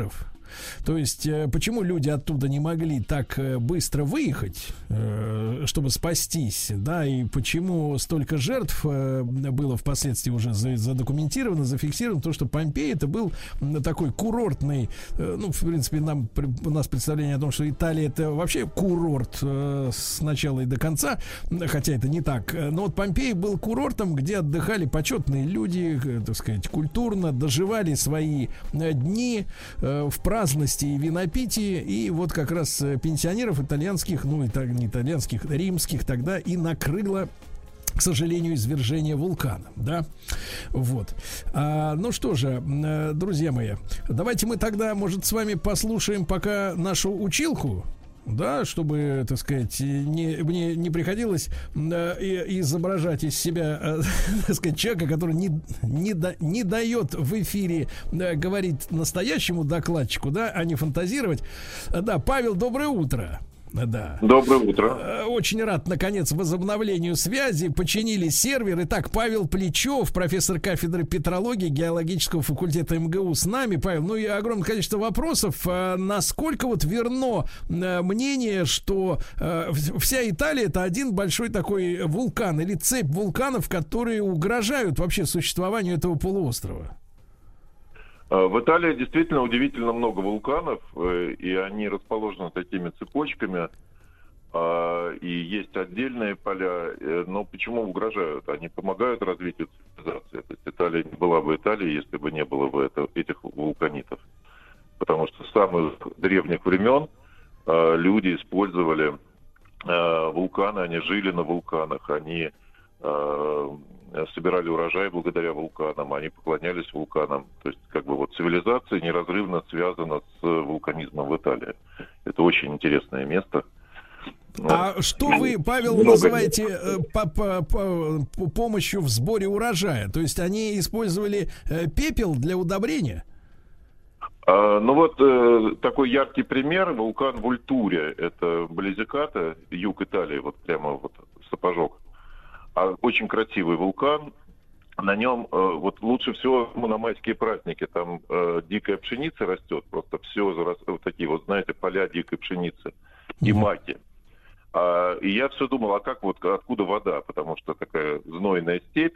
S2: То есть, почему люди оттуда не могли так быстро выехать, чтобы спастись, да, и почему столько жертв было впоследствии уже задокументировано, зафиксировано, то, что Помпеи это был такой курортный, ну, в принципе, нам, у нас представление о том, что Италия это вообще курорт с начала и до конца, хотя это не так, но вот Помпеи был курортом, где отдыхали почетные люди, так сказать, культурно, доживали свои дни в праздности и винопитии, и вот как раз пенсионеров итальянских, ну, и так, не итальянских, римских тогда и накрыло, к сожалению, извержение вулкана, да, вот. А, ну что же, друзья мои, давайте мы тогда, может, с вами послушаем пока нашу училку, да, чтобы, так сказать, не, мне не приходилось э, изображать из себя, э, так сказать, человека, который не, не, да, не дает в эфире э, говорить настоящему докладчику, да, а не фантазировать. Да, Павел, доброе утро. Да.
S17: Доброе утро.
S2: Очень рад, наконец, возобновлению связи. Починили сервер. Итак, Павел Плечев, профессор кафедры петрологии геологического факультета эм гэ у с нами. Павел, ну и огромное количество вопросов. Насколько вот верно мнение, что вся Италия это один большой такой вулкан или цепь вулканов, которые угрожают вообще существованию этого полуострова?
S17: В Италии действительно удивительно много вулканов, и они расположены такими цепочками, и есть отдельные поля, но почему угрожают? Они помогают развитию цивилизации. То есть Италия не была бы Италией, если бы не было бы это, этих вулканитов. Потому что с самых древних времен люди использовали вулканы, они жили на вулканах, они собирали урожай благодаря вулканам, они поклонялись вулканам. То есть, как бы вот цивилизация неразрывно связана с вулканизмом в Италии. Это очень интересное место.
S2: А ну, что вы, Павел, называете э, по, по, по, по помощью в сборе урожая? То есть они использовали э, пепел для удобрения?
S17: А, ну вот э, такой яркий пример — вулкан Вультурия. Это Близиката, юг Италии, вот прямо вот сапожок. Очень красивый вулкан. На нем э, вот лучше всего ну, на майские праздники. Там э, дикая пшеница растет, просто все зарос... вот такие вот, знаете, поля дикой пшеницы и маки. А, и я все думал, а как вот, откуда вода? Потому что такая знойная степь,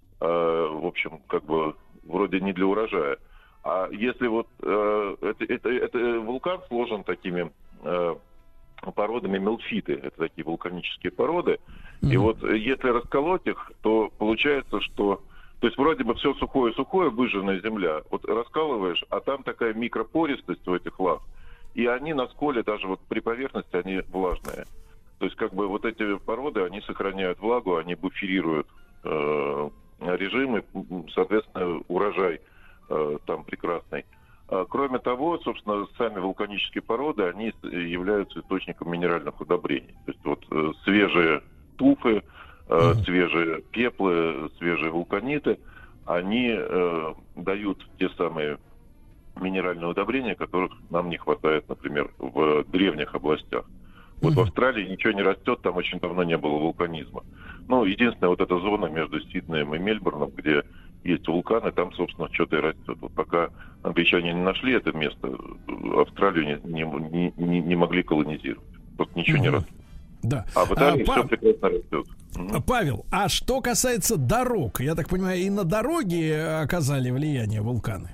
S17: э, в общем, как бы вроде не для урожая. А если вот э, это, это, это вулкан сложен такими э, породами мелфиты, это такие вулканические породы. И вот если расколоть их, то получается, что... То есть вроде бы все сухое-сухое, выжженная земля. Вот раскалываешь, а там такая микропористость у этих лав. И они на сколе, даже вот при поверхности, они влажные. То есть как бы вот эти породы, они сохраняют влагу, они буферируют э, режим, и, соответственно, урожай э, там прекрасный. А, кроме того, собственно, сами вулканические породы, они являются источником минеральных удобрений. То есть вот э, свежие туфы, э, свежие пеплы, свежие вулканиты, они э, дают те самые минеральные удобрения, которых нам не хватает, например, в древних областях. Вот в Австралии ничего не растет, там очень давно не было вулканизма. Ну, единственная вот эта зона между Сиднеем и Мельбурном, где есть вулканы, там, собственно, что-то и растет. Вот пока англичане не нашли это место, Австралию не, не, не, не могли колонизировать. Просто ничего mm-hmm. не растет.
S2: Да.
S17: А в Италии
S2: а,
S17: все
S2: Пав...
S17: прекрасно растет.
S2: Павел, а что касается дорог, я так понимаю, и на дороги оказали влияние вулканы?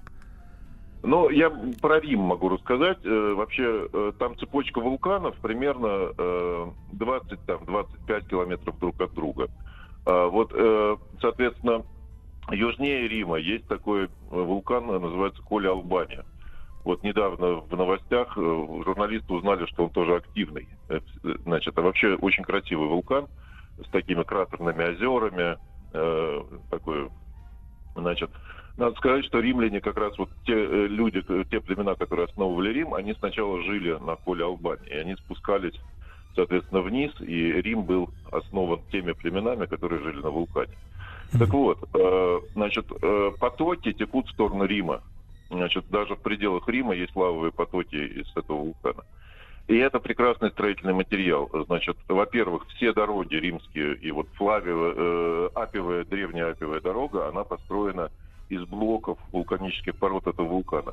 S17: Ну, я про Рим могу рассказать. Э, вообще, э, там цепочка вулканов примерно э, двадцать-двадцать пять километров друг от друга. А, вот, э, соответственно, южнее Рима есть такой вулкан, называется Коле Албания. Вот недавно в новостях э, журналисты узнали, что он тоже активный. Э, значит, а вообще очень красивый вулкан с такими кратерными озерами. Э, такой, значит... Надо сказать, что римляне как раз вот те э, люди, те племена, которые основывали Рим, они сначала жили на Коле Албании, и они спускались, соответственно, вниз, и Рим был основан теми племенами, которые жили на вулкане. Mm-hmm. Так вот, э, значит, э, потоки текут в сторону Рима. Значит, даже в пределах Рима есть лавовые потоки из этого вулкана. И это прекрасный строительный материал. Значит, во-первых, все дороги римские, и вот Флавиевая, э, Апиевая, древняя Апиевая дорога, она построена из блоков вулканических пород этого вулкана.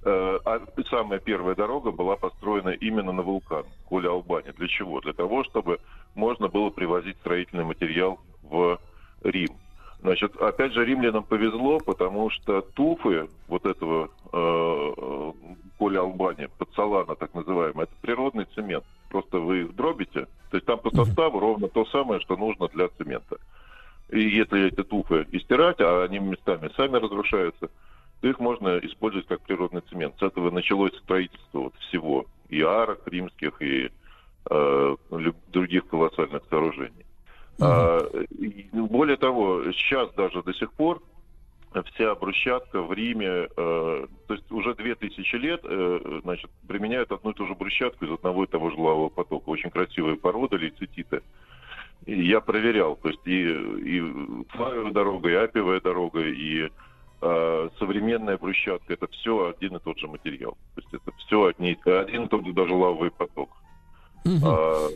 S17: А самая первая дорога была построена именно на вулкан Коля-Албани. Для чего? Для того, чтобы можно было привозить строительный материал в Рим. Значит, опять же, римлянам повезло, потому что туфы вот этого э, Коля-Албани, подсолана так называемый, это природный цемент. Просто вы их дробите, то есть там по составу ровно то самое, что нужно для цемента. И если эти туфы истирать, а они местами сами разрушаются, то их можно использовать как природный цемент. С этого началось строительство вот всего. И арок римских, и э, других колоссальных сооружений. Uh-huh. А, и, более того, сейчас даже до сих пор вся брусчатка в Риме, э, то есть уже две тысячи лет, э, значит, применяют одну и ту же брусчатку из одного и того же лавового потока. Очень красивая порода, лейцетиты. И я проверял, то есть и, и Флавиевая дорога, и Аппиевая дорога, и э, современная брусчатка, это все один и тот же материал. То есть это все одни, один и тот же даже лавовый поток. Uh-huh. А,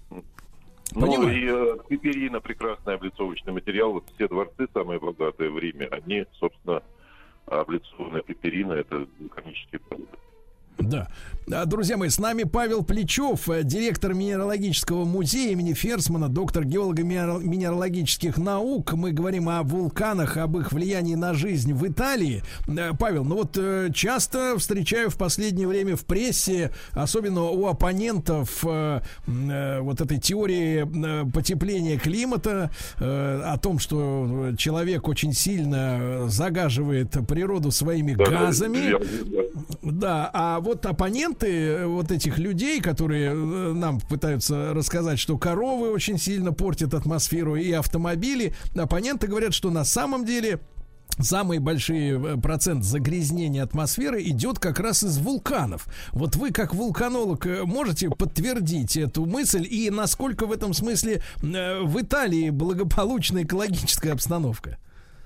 S17: ну и э, пеперина, прекрасный облицовочный материал. Вот все дворцы, самые богатые в Риме, они, собственно, облицованная пеперина, это вулканические породы.
S2: Да. Друзья мои, с нами Павел Плечев, директор Минералогического музея имени Ферсмана, доктор геолого-минералогических наук. Мы говорим о вулканах, об их влиянии на жизнь в Италии. Павел, ну вот часто встречаю в последнее время в прессе, особенно у оппонентов вот этой теории потепления климата, о том, что человек очень сильно загаживает природу своими газами. Да, а вот оппоненты вот этих людей, которые нам пытаются рассказать, что коровы очень сильно портят атмосферу и автомобили, оппоненты говорят, что на самом деле самый большой процент загрязнения атмосферы идет как раз из вулканов. Вот вы, как вулканолог, можете подтвердить эту мысль? И насколько в этом смысле в Италии благополучная экологическая обстановка?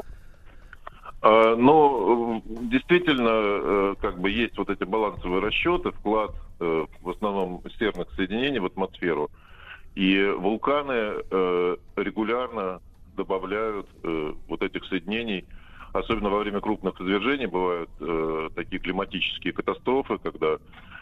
S17: Но действительно, как бы есть вот эти балансовые расчеты, вклад в основном серных соединений в атмосферу. И вулканы регулярно добавляют вот этих соединений, особенно во время крупных извержений бывают такие климатические катастрофы, когда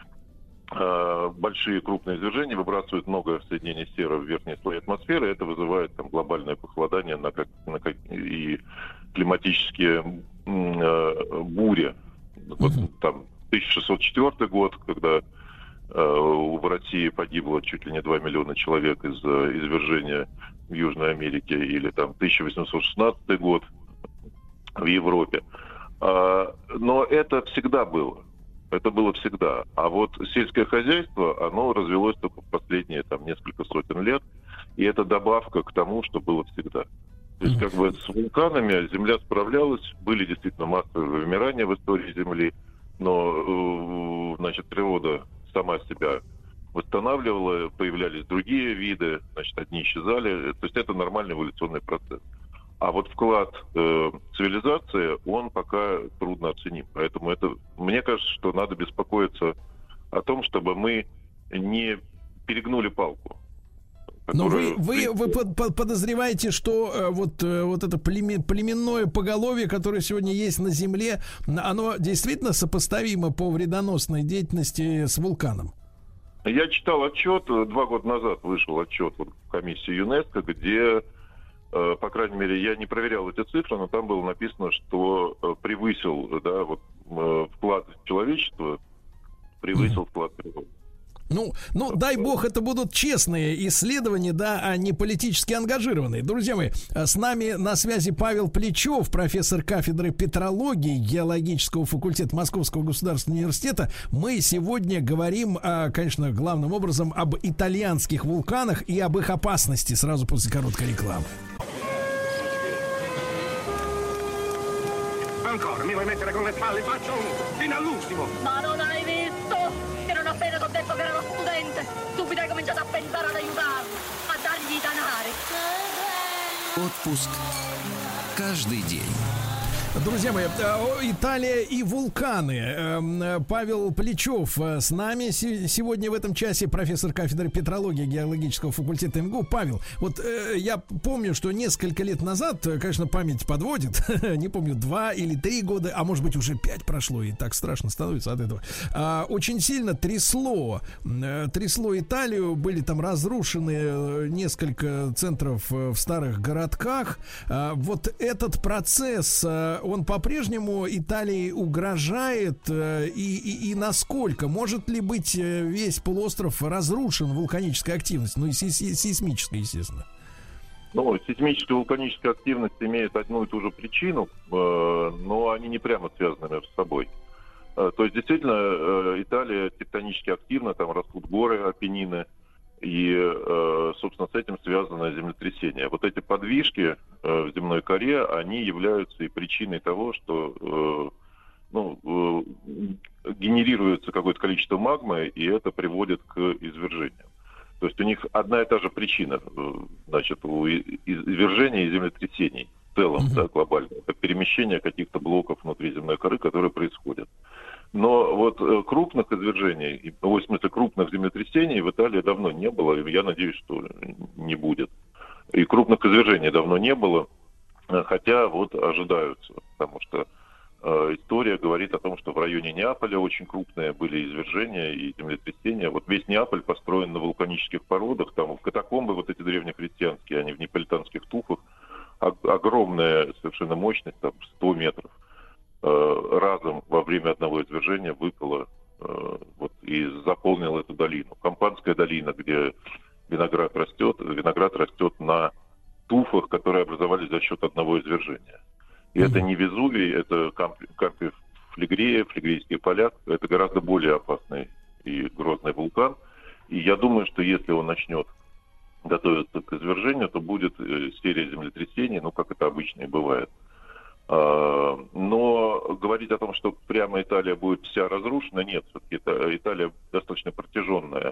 S17: большие крупные извержения выбрасывают много соединений серы в верхние слои атмосферы, это вызывает там глобальное похолодание на как, на как, и климатические э, бури. Вот, там тысяча шестьсот четвёртый год, когда э, в России погибло чуть ли не два миллиона человек из-за извержения в Южной Америке, или там тысяча восемьсот шестнадцатый год в Европе. А, но это всегда было. Это было всегда. А вот сельское хозяйство, оно развелось только в последние там, несколько сотен лет. И это добавка к тому, что было всегда. То есть как бы с вулканами Земля справлялась. Были действительно массовые вымирания в истории Земли. Но, значит, природа сама себя восстанавливала. Появлялись другие виды. Значит, одни исчезали. То есть это нормальный эволюционный процесс. А вот вклад э, цивилизации, он пока трудно оценим. Поэтому это, мне кажется, что надо беспокоиться о том, чтобы мы не перегнули палку.
S2: Но вы, вы, вы подозреваете, что э, вот, э, вот это племен, племенное поголовье, которое сегодня есть на Земле, оно действительно сопоставимо по вредоносной деятельности с вулканом?
S17: Я читал отчет, два года назад вышел отчет вот, в комиссии ЮНЕСКО, где... По крайней мере, я не проверял эти цифры, но там было написано, что превысил, да, вот, вклад человечества, превысил вклад природы.
S2: Ну, ну, дай бог, это будут честные исследования, да, а не политически ангажированные. Друзья мои, с нами на связи Павел Плечев, профессор кафедры петрологии геологического факультета Московского государственного университета. Мы сегодня говорим, конечно, главным образом об итальянских вулканах и об их опасности сразу после короткой рекламы.
S14: Ancora, mi vuoi mettere con le spalle? Faccio un fino all'ultimo.
S15: Ma non hai visto? Che non appena ti ho detto che era uno studente, subito hai cominciato a pensare ad aiutarlo, a dargli i danari.
S1: Отпуск каждый день.
S2: Друзья мои, Италия и вулканы. Павел Плечев с нами сегодня в этом часе, профессор кафедры петрологии геологического факультета МГУ. Павел, вот я помню, что несколько лет назад, конечно, память подводит, не помню, два или три года, а может быть уже пять прошло, и так страшно становится от этого. Очень сильно трясло, трясло Италию, были там разрушены несколько центров в старых городках. Вот этот процесс, он по-прежнему Италии угрожает, и, и, и насколько? Может ли быть весь полуостров разрушен вулканической активностью? Ну и сейсмической, естественно.
S17: Ну, сейсмическая и вулканическая активность имеют одну и ту же причину, но они не прямо связаны между собой. То есть, действительно, Италия тектонически активна, там растут горы, Апеннины, и, собственно, с этим связано землетрясение. Вот эти подвижки в земной коре, они являются и причиной того, что ну, генерируется какое-то количество магмы, и это приводит к извержению. То есть у них одна и та же причина, значит, у извержения и землетрясений в целом, mm-hmm. да, глобально. Это перемещение каких-то блоков внутри земной коры, которые происходят. Но вот крупных извержений, в смысле крупных землетрясений в Италии давно не было, и я надеюсь, что не будет. И крупных извержений давно не было, хотя вот ожидаются, потому что э, история говорит о том, что в районе Неаполя очень крупные были извержения и землетрясения. Вот весь Неаполь построен на вулканических породах, там в катакомбы вот эти древнехристианские, они в неаполитанских туфах, огромная совершенно мощность, там сто метров. Разом во время одного извержения выпало э, вот, и заполнил эту долину. Кампанская долина, где виноград растет, виноград растет на туфах, которые образовались за счет одного извержения. И mm-hmm. это не Везувий, это Кампий Флегрея, Флегрейские поля. Это гораздо более опасный и грозный вулкан. И я думаю, что если он начнет готовиться к извержению, то будет серия землетрясений, ну, как это обычно и бывает. Но говорить о том, что прямо Италия будет вся разрушена, нет. Все-таки Италия достаточно протяженная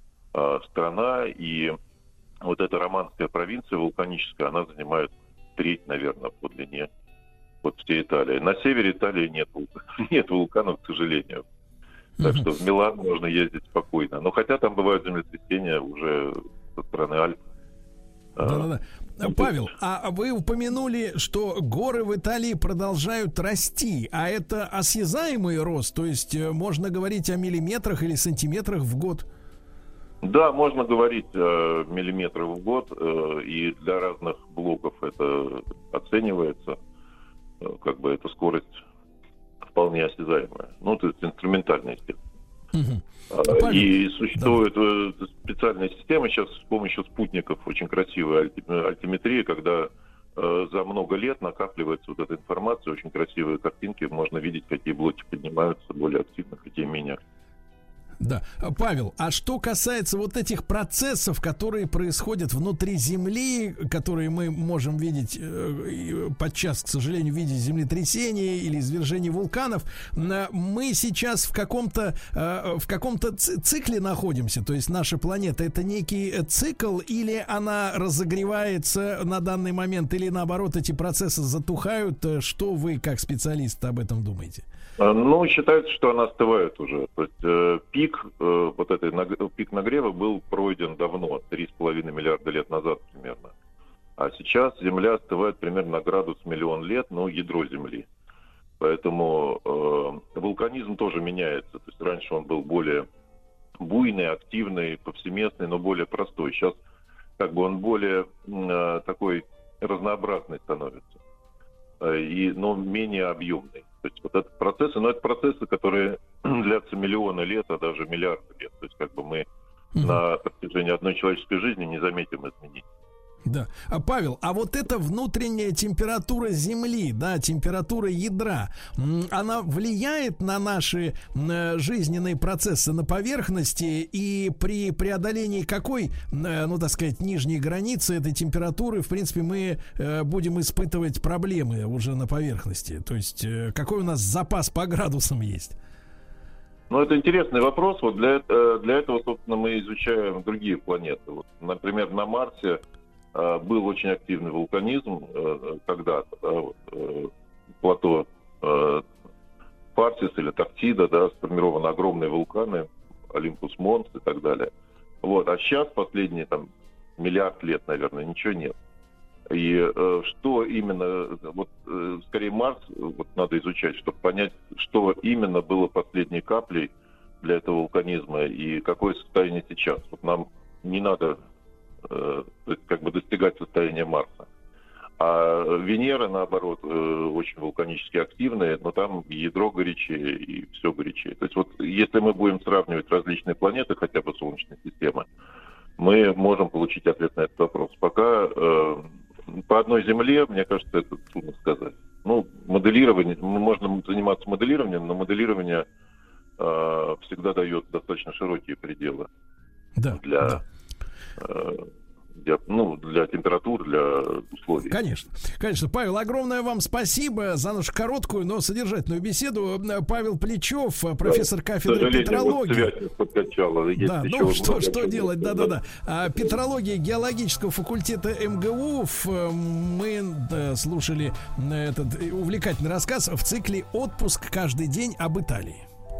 S17: страна, и вот эта романская провинция вулканическая, она занимает треть, наверное, по длине вот всей Италии. На севере Италии нет, нет вулканов, к сожалению. Так что в Милан можно ездить спокойно. Но хотя там бывают землетрясения уже со стороны Альп.
S2: Да-да-да. Павел, а вы упомянули, что горы в Италии продолжают расти, а это осязаемый рост, то есть можно говорить о миллиметрах или сантиметрах в год?
S17: Да, можно говорить о миллиметрах в год, и для разных блоков это оценивается, как бы эта скорость вполне осязаемая, ну, то есть инструментальная, естественно. Угу. И существует да. специальная система сейчас с помощью спутников, очень красивая альтиметрия, когда э, за много лет накапливается вот эта информация, очень красивые картинки, можно видеть, какие блоки поднимаются более активно, какие менее активно.
S2: Да. Павел, а что касается вот этих процессов, которые происходят внутри Земли, которые мы можем видеть э, подчас, к сожалению, в виде землетрясения или извержения вулканов, э, мы сейчас в каком-то э, в каком-то цикле находимся, то есть наша планета — это некий цикл, или она разогревается на данный момент, или наоборот эти процессы затухают? Что вы, как специалист, об этом думаете?
S17: Ну, считается, что она остывает уже. То есть э, пик э, вот этой наг... пик нагрева был пройден давно, три с половиной миллиарда лет назад примерно. А сейчас Земля остывает примерно на градус миллион лет, но ядро Земли. Поэтому э, вулканизм тоже меняется. То есть раньше он был более буйный, активный, повсеместный, но более простой. Сейчас как бы он более э, такой разнообразный становится, э, и, но менее объемный. То есть вот этот процесс, но это процессы, которые длятся миллионы лет, а даже миллиарды лет. То есть как бы мы mm-hmm. на протяжении одной человеческой жизни не заметим изменений.
S2: Да. А, Павел, а вот эта внутренняя температура Земли, да, температура ядра, она влияет на наши жизненные процессы на поверхности, и при преодолении какой, ну, так сказать, нижней границы этой температуры, в принципе, мы будем испытывать проблемы уже на поверхности? То есть какой у нас запас по градусам есть?
S17: Ну, это интересный вопрос. Вот для, для этого, собственно, мы изучаем другие планеты. Вот, например, на Марсе был очень активный вулканизм когда-то, да, вот, плато э, Фарсис или Тартида, да, сформированы огромные вулканы, Олимпус Монс и так далее. Вот. А сейчас, последние там миллиард лет, наверное, ничего нет. И э, что именно, вот э, скорее Марс вот, надо изучать, чтобы понять, что именно было последней каплей для этого вулканизма и какое состояние сейчас. Вот нам не надо э, как бы достигать состояния Марса. А Венера, наоборот, э, очень вулканически активная, но там ядро горячее и все горячее. То есть вот если мы будем сравнивать различные планеты, хотя бы Солнечной системы, мы можем получить ответ на этот вопрос. Пока э, по одной Земле, мне кажется, это трудно сказать. Ну, моделирование, можно заниматься моделированием, но моделирование э, всегда дает достаточно широкие пределы
S2: да,
S17: для,
S2: да.
S17: Э, для, ну, для температур, для условий.
S2: Конечно, конечно. Павел, огромное вам спасибо за нашу короткую, но содержательную беседу. Павел Плечев, профессор да, кафедры петрологии. Вот да, ну что, что делать, да-да-да. А, петрология геологического факультета эм гэ у. Мы да, слушали этот увлекательный рассказ в цикле «Отпуск каждый день» об Италии.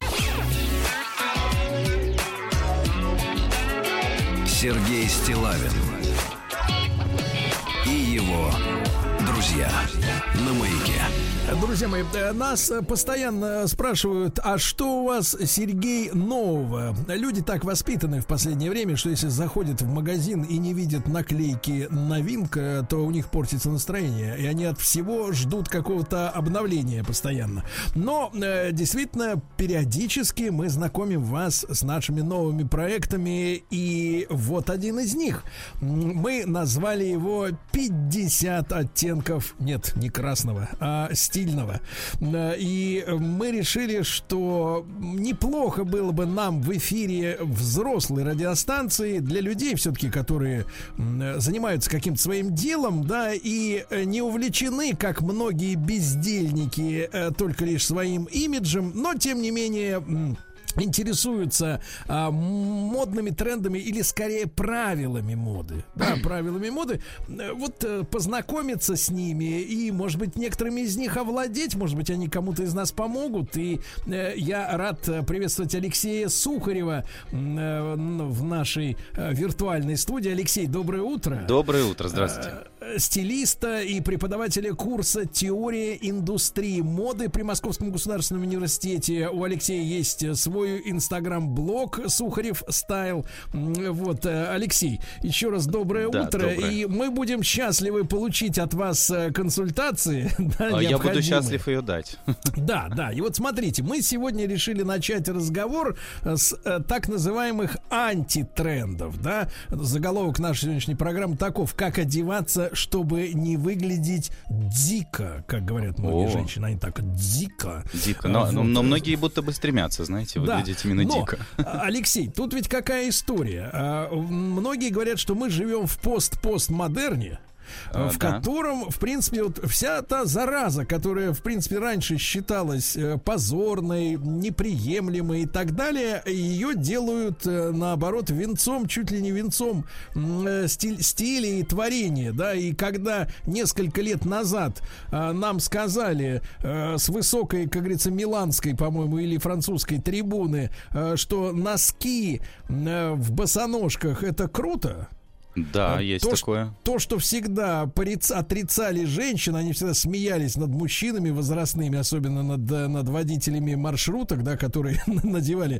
S1: Сергей Стиллавин и его друзья на Маяке.
S2: Друзья мои, нас постоянно спрашивают, а что у вас, Сергей, нового? Люди так воспитаны в последнее время, что если заходят в магазин и не видят наклейки «Новинка», то у них портится настроение, и они от всего ждут какого-то обновления постоянно. Но действительно, периодически мы знакомим вас с нашими новыми проектами, и вот один из них. Мы назвали его «пятьдесят оттенков», нет, не красного, а стильного. И мы решили, что неплохо было бы нам в эфире взрослой радиостанции для людей, все-таки, которые занимаются каким-то своим делом, да, и не увлечены, как многие бездельники, только лишь своим имиджем, но, тем не менее, интересуются а, модными трендами или скорее правилами моды. Да, правилами моды. Вот а, познакомиться с ними и, может быть, некоторыми из них овладеть. Может быть, они кому-то из нас помогут. И а, я рад приветствовать Алексея Сухарева а, в нашей а, виртуальной студии. Алексей, доброе утро.
S18: Доброе утро, здравствуйте.
S2: А, стилиста и преподавателя курса «Теория индустрии моды» при Московском государственном университете. У Алексея есть свой инстаграм-блог Сухарев Стайл. Вот, Алексей, еще раз доброе да, утро. Доброе. И мы будем счастливы получить от вас консультации. Да,
S18: я буду счастлив ее дать.
S2: Да, да. И вот смотрите, мы сегодня решили начать разговор с так называемых антитрендов. Да? Заголовок нашей сегодняшней программы таков: как одеваться, чтобы не выглядеть дико, как говорят многие О. женщины. Они так дико.
S18: Дико. Но, вот. но, но многие будто бы стремятся, знаете, да. выглядеть именно
S2: Но,
S18: дико.
S2: Алексей, тут ведь какая история? А, многие говорят, что мы живем в пост-постмодерне, а, в да. котором, в принципе, вот вся та зараза, которая, в принципе, раньше считалась позорной, неприемлемой и так далее, ее делают, наоборот, венцом, чуть ли не венцом стиль, стиля и творения, да, и когда несколько лет назад а, нам сказали а, с высокой, как говорится, миланской, по-моему, или французской трибуны, а, что носки а, в босоножках — это круто.
S18: Да, а, есть
S2: то,
S18: такое.
S2: Что, то, что всегда пориц, отрицали женщины, они всегда смеялись над мужчинами возрастными, особенно над, над водителями маршруток, да, которые надевали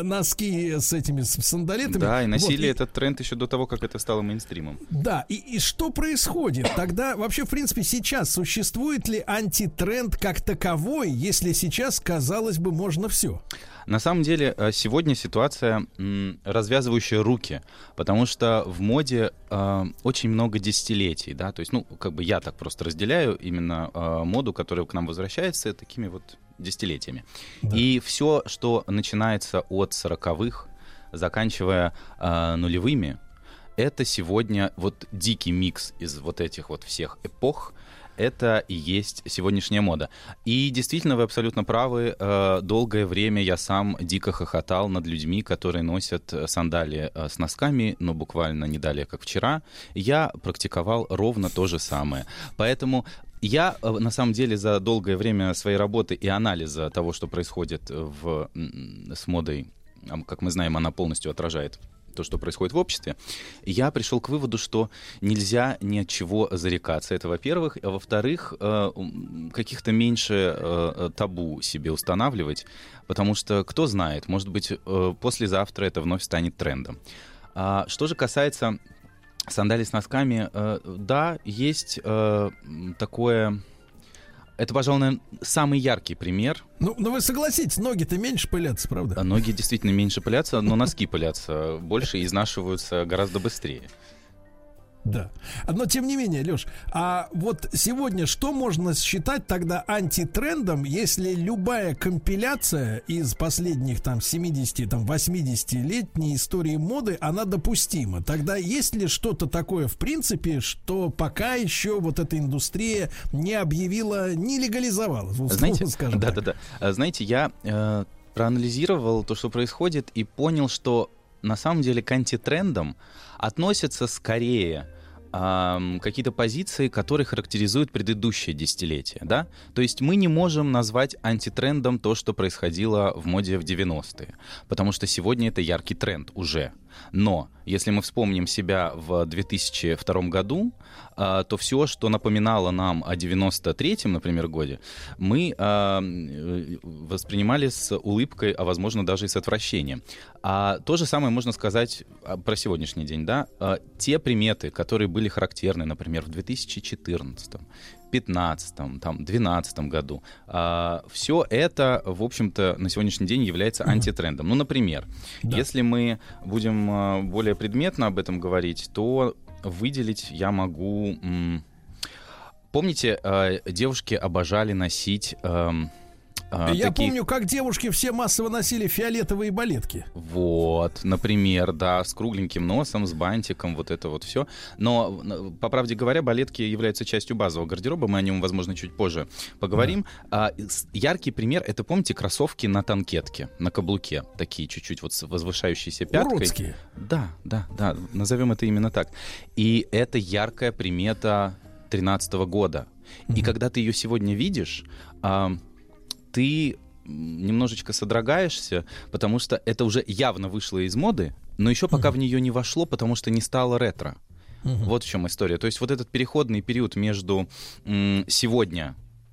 S2: носки с этими с сандалетами.
S18: Да, и носили
S2: вот,
S18: этот тренд еще до того, как это стало мейнстримом.
S2: Да, и, и что происходит? Тогда вообще, в принципе, сейчас существует ли антитренд как таковой, если сейчас, казалось бы, можно все?
S18: На самом деле, сегодня ситуация м, развязывающая руки, потому что в моде э, очень много десятилетий, да, то есть, ну, как бы я так просто разделяю именно э, моду, которая к нам возвращается такими вот десятилетиями. Да. И все, что начинается от сороковых, заканчивая э, нулевыми, это сегодня вот дикий микс из вот этих вот всех эпох. Это и есть сегодняшняя мода. И действительно, вы абсолютно правы. Долгое время я сам дико хохотал над людьми, которые носят сандалии с носками, но буквально не далее, как вчера. Я практиковал ровно то же самое. Поэтому Я, на самом деле, за долгое время своей работы и анализа того, что происходит в, с модой, как мы знаем, она полностью отражает то, что происходит в обществе, я пришел к выводу, что нельзя ни от чего зарекаться. Это, во-первых. А во-вторых, каких-то меньше табу себе устанавливать, потому что, кто знает, может быть, послезавтра это вновь станет трендом. А что же касается сандалий с носками, да, есть такое... Это, пожалуй, самый яркий пример.
S2: Ну, но вы согласитесь, ноги-то меньше пылятся, правда?
S18: Ноги действительно меньше пылятся, но носки пылятся больше и изнашиваются гораздо быстрее.
S2: Да. Но тем не менее, Леш, а вот сегодня что можно считать тогда антитрендом, если любая компиляция из последних там семидесяти, там восьмидесятилетней истории моды, она допустима? Тогда есть ли что-то такое в принципе, что пока еще вот эта индустрия не объявила, не легализовала?
S18: Знаете, да-да-да. Знаете, я э, проанализировал то, что происходит, и понял, что на самом деле к антитрендам относятся скорее э, какие-то позиции, которые характеризуют предыдущее десятилетие, да? То есть мы не можем назвать антитрендом то, что происходило в моде в девяностые, потому что сегодня это яркий тренд уже. Но если мы вспомним себя в две тысячи втором году, э, то все, что напоминало нам о девяносто третьем, например, годе, мы э, воспринимали с улыбкой, а возможно даже и с отвращением. А то же самое можно сказать про сегодняшний день, да? Э, те приметы, которые были характерны, например, в две тысячи четырнадцатом, пятнадцатом, там, двенадцатом году, э, все это, в общем-то, на сегодняшний день является антитрендом. Ну, например, да. Если мы будем э, более предметно об этом говорить, то выделить я могу... М- Помните, э, девушки обожали носить... Э,
S2: Я
S18: такие...
S2: помню, как девушки все массово носили фиолетовые балетки.
S18: Вот, например, да, с кругленьким носом, с бантиком, вот это вот все. Но, по правде говоря, балетки являются частью базового гардероба, мы о нем, возможно, чуть позже поговорим. Да. А, яркий пример — это, помните, кроссовки на танкетке, на каблуке, такие чуть-чуть вот с возвышающейся пяткой.
S2: Уродские.
S18: Да, да, да, назовем это именно так. И это яркая примета тринадцатого года. Mm-hmm. И когда ты ее сегодня видишь... А, ты немножечко содрогаешься, потому что это уже явно вышло из моды, но еще пока uh-huh. в нее не вошло, потому что не стало ретро. Uh-huh. Вот в чем история. То есть вот этот переходный период между м, сегодня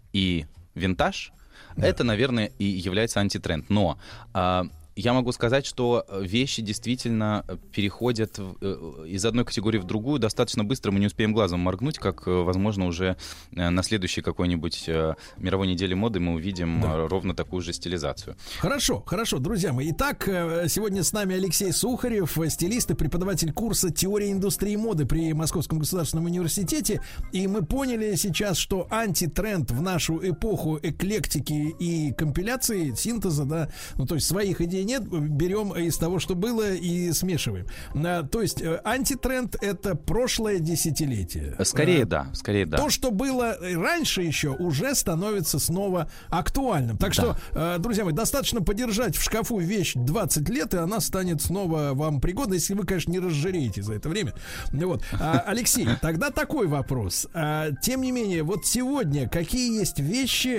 S18: и винтаж, uh-huh. это, наверное, и является антитренд. Но а, я могу сказать, что вещи действительно переходят из одной категории в другую достаточно быстро. Мы не успеем глазом моргнуть, как, возможно, уже на следующей какой-нибудь мировой неделе моды мы увидим да. ровно такую же стилизацию.
S2: Хорошо, хорошо, друзья мои. Итак, сегодня с нами Алексей Сухарев, стилист и преподаватель курса «Теория индустрии моды» при Московском государственном университете. И мы поняли сейчас, что антитренд в нашу эпоху эклектики и компиляции, синтеза, да, ну то есть своих идей нет, берем из того, что было, и смешиваем. А, то есть антитренд — это прошлое десятилетие.
S18: Скорее
S2: а,
S18: да, скорее да.
S2: То, что было раньше еще, уже становится снова актуальным. Так да. что, а, друзья мои, достаточно подержать в шкафу вещь двадцать лет, и она станет снова вам пригодна, если вы, конечно, не разжиреете за это время. Вот. А, Алексей, тогда такой вопрос. А, тем не менее, вот сегодня какие есть вещи,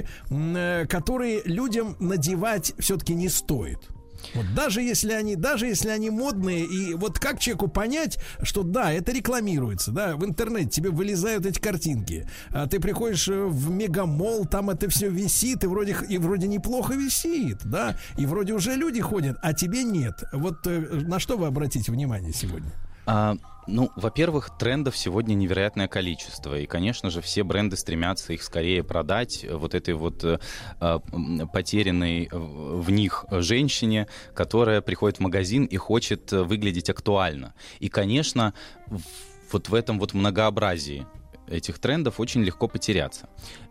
S2: которые людям надевать все-таки не стоит? Вот даже если они, даже если они модные, и вот как человеку понять, что да, это рекламируется, да, в интернете тебе вылезают эти картинки, а ты приходишь в Мегамолл, там это все висит, и вроде, и вроде неплохо висит, да, и вроде уже люди ходят, а тебе нет. Вот на что вы обратите внимание сегодня?
S18: А, ну, во-первых, трендов сегодня невероятное количество. И, конечно же, все бренды стремятся их скорее продать вот этой вот а, потерянной в них женщине, которая приходит в магазин и хочет выглядеть актуально. И, конечно, вот в этом вот многообразии этих трендов очень легко потеряться.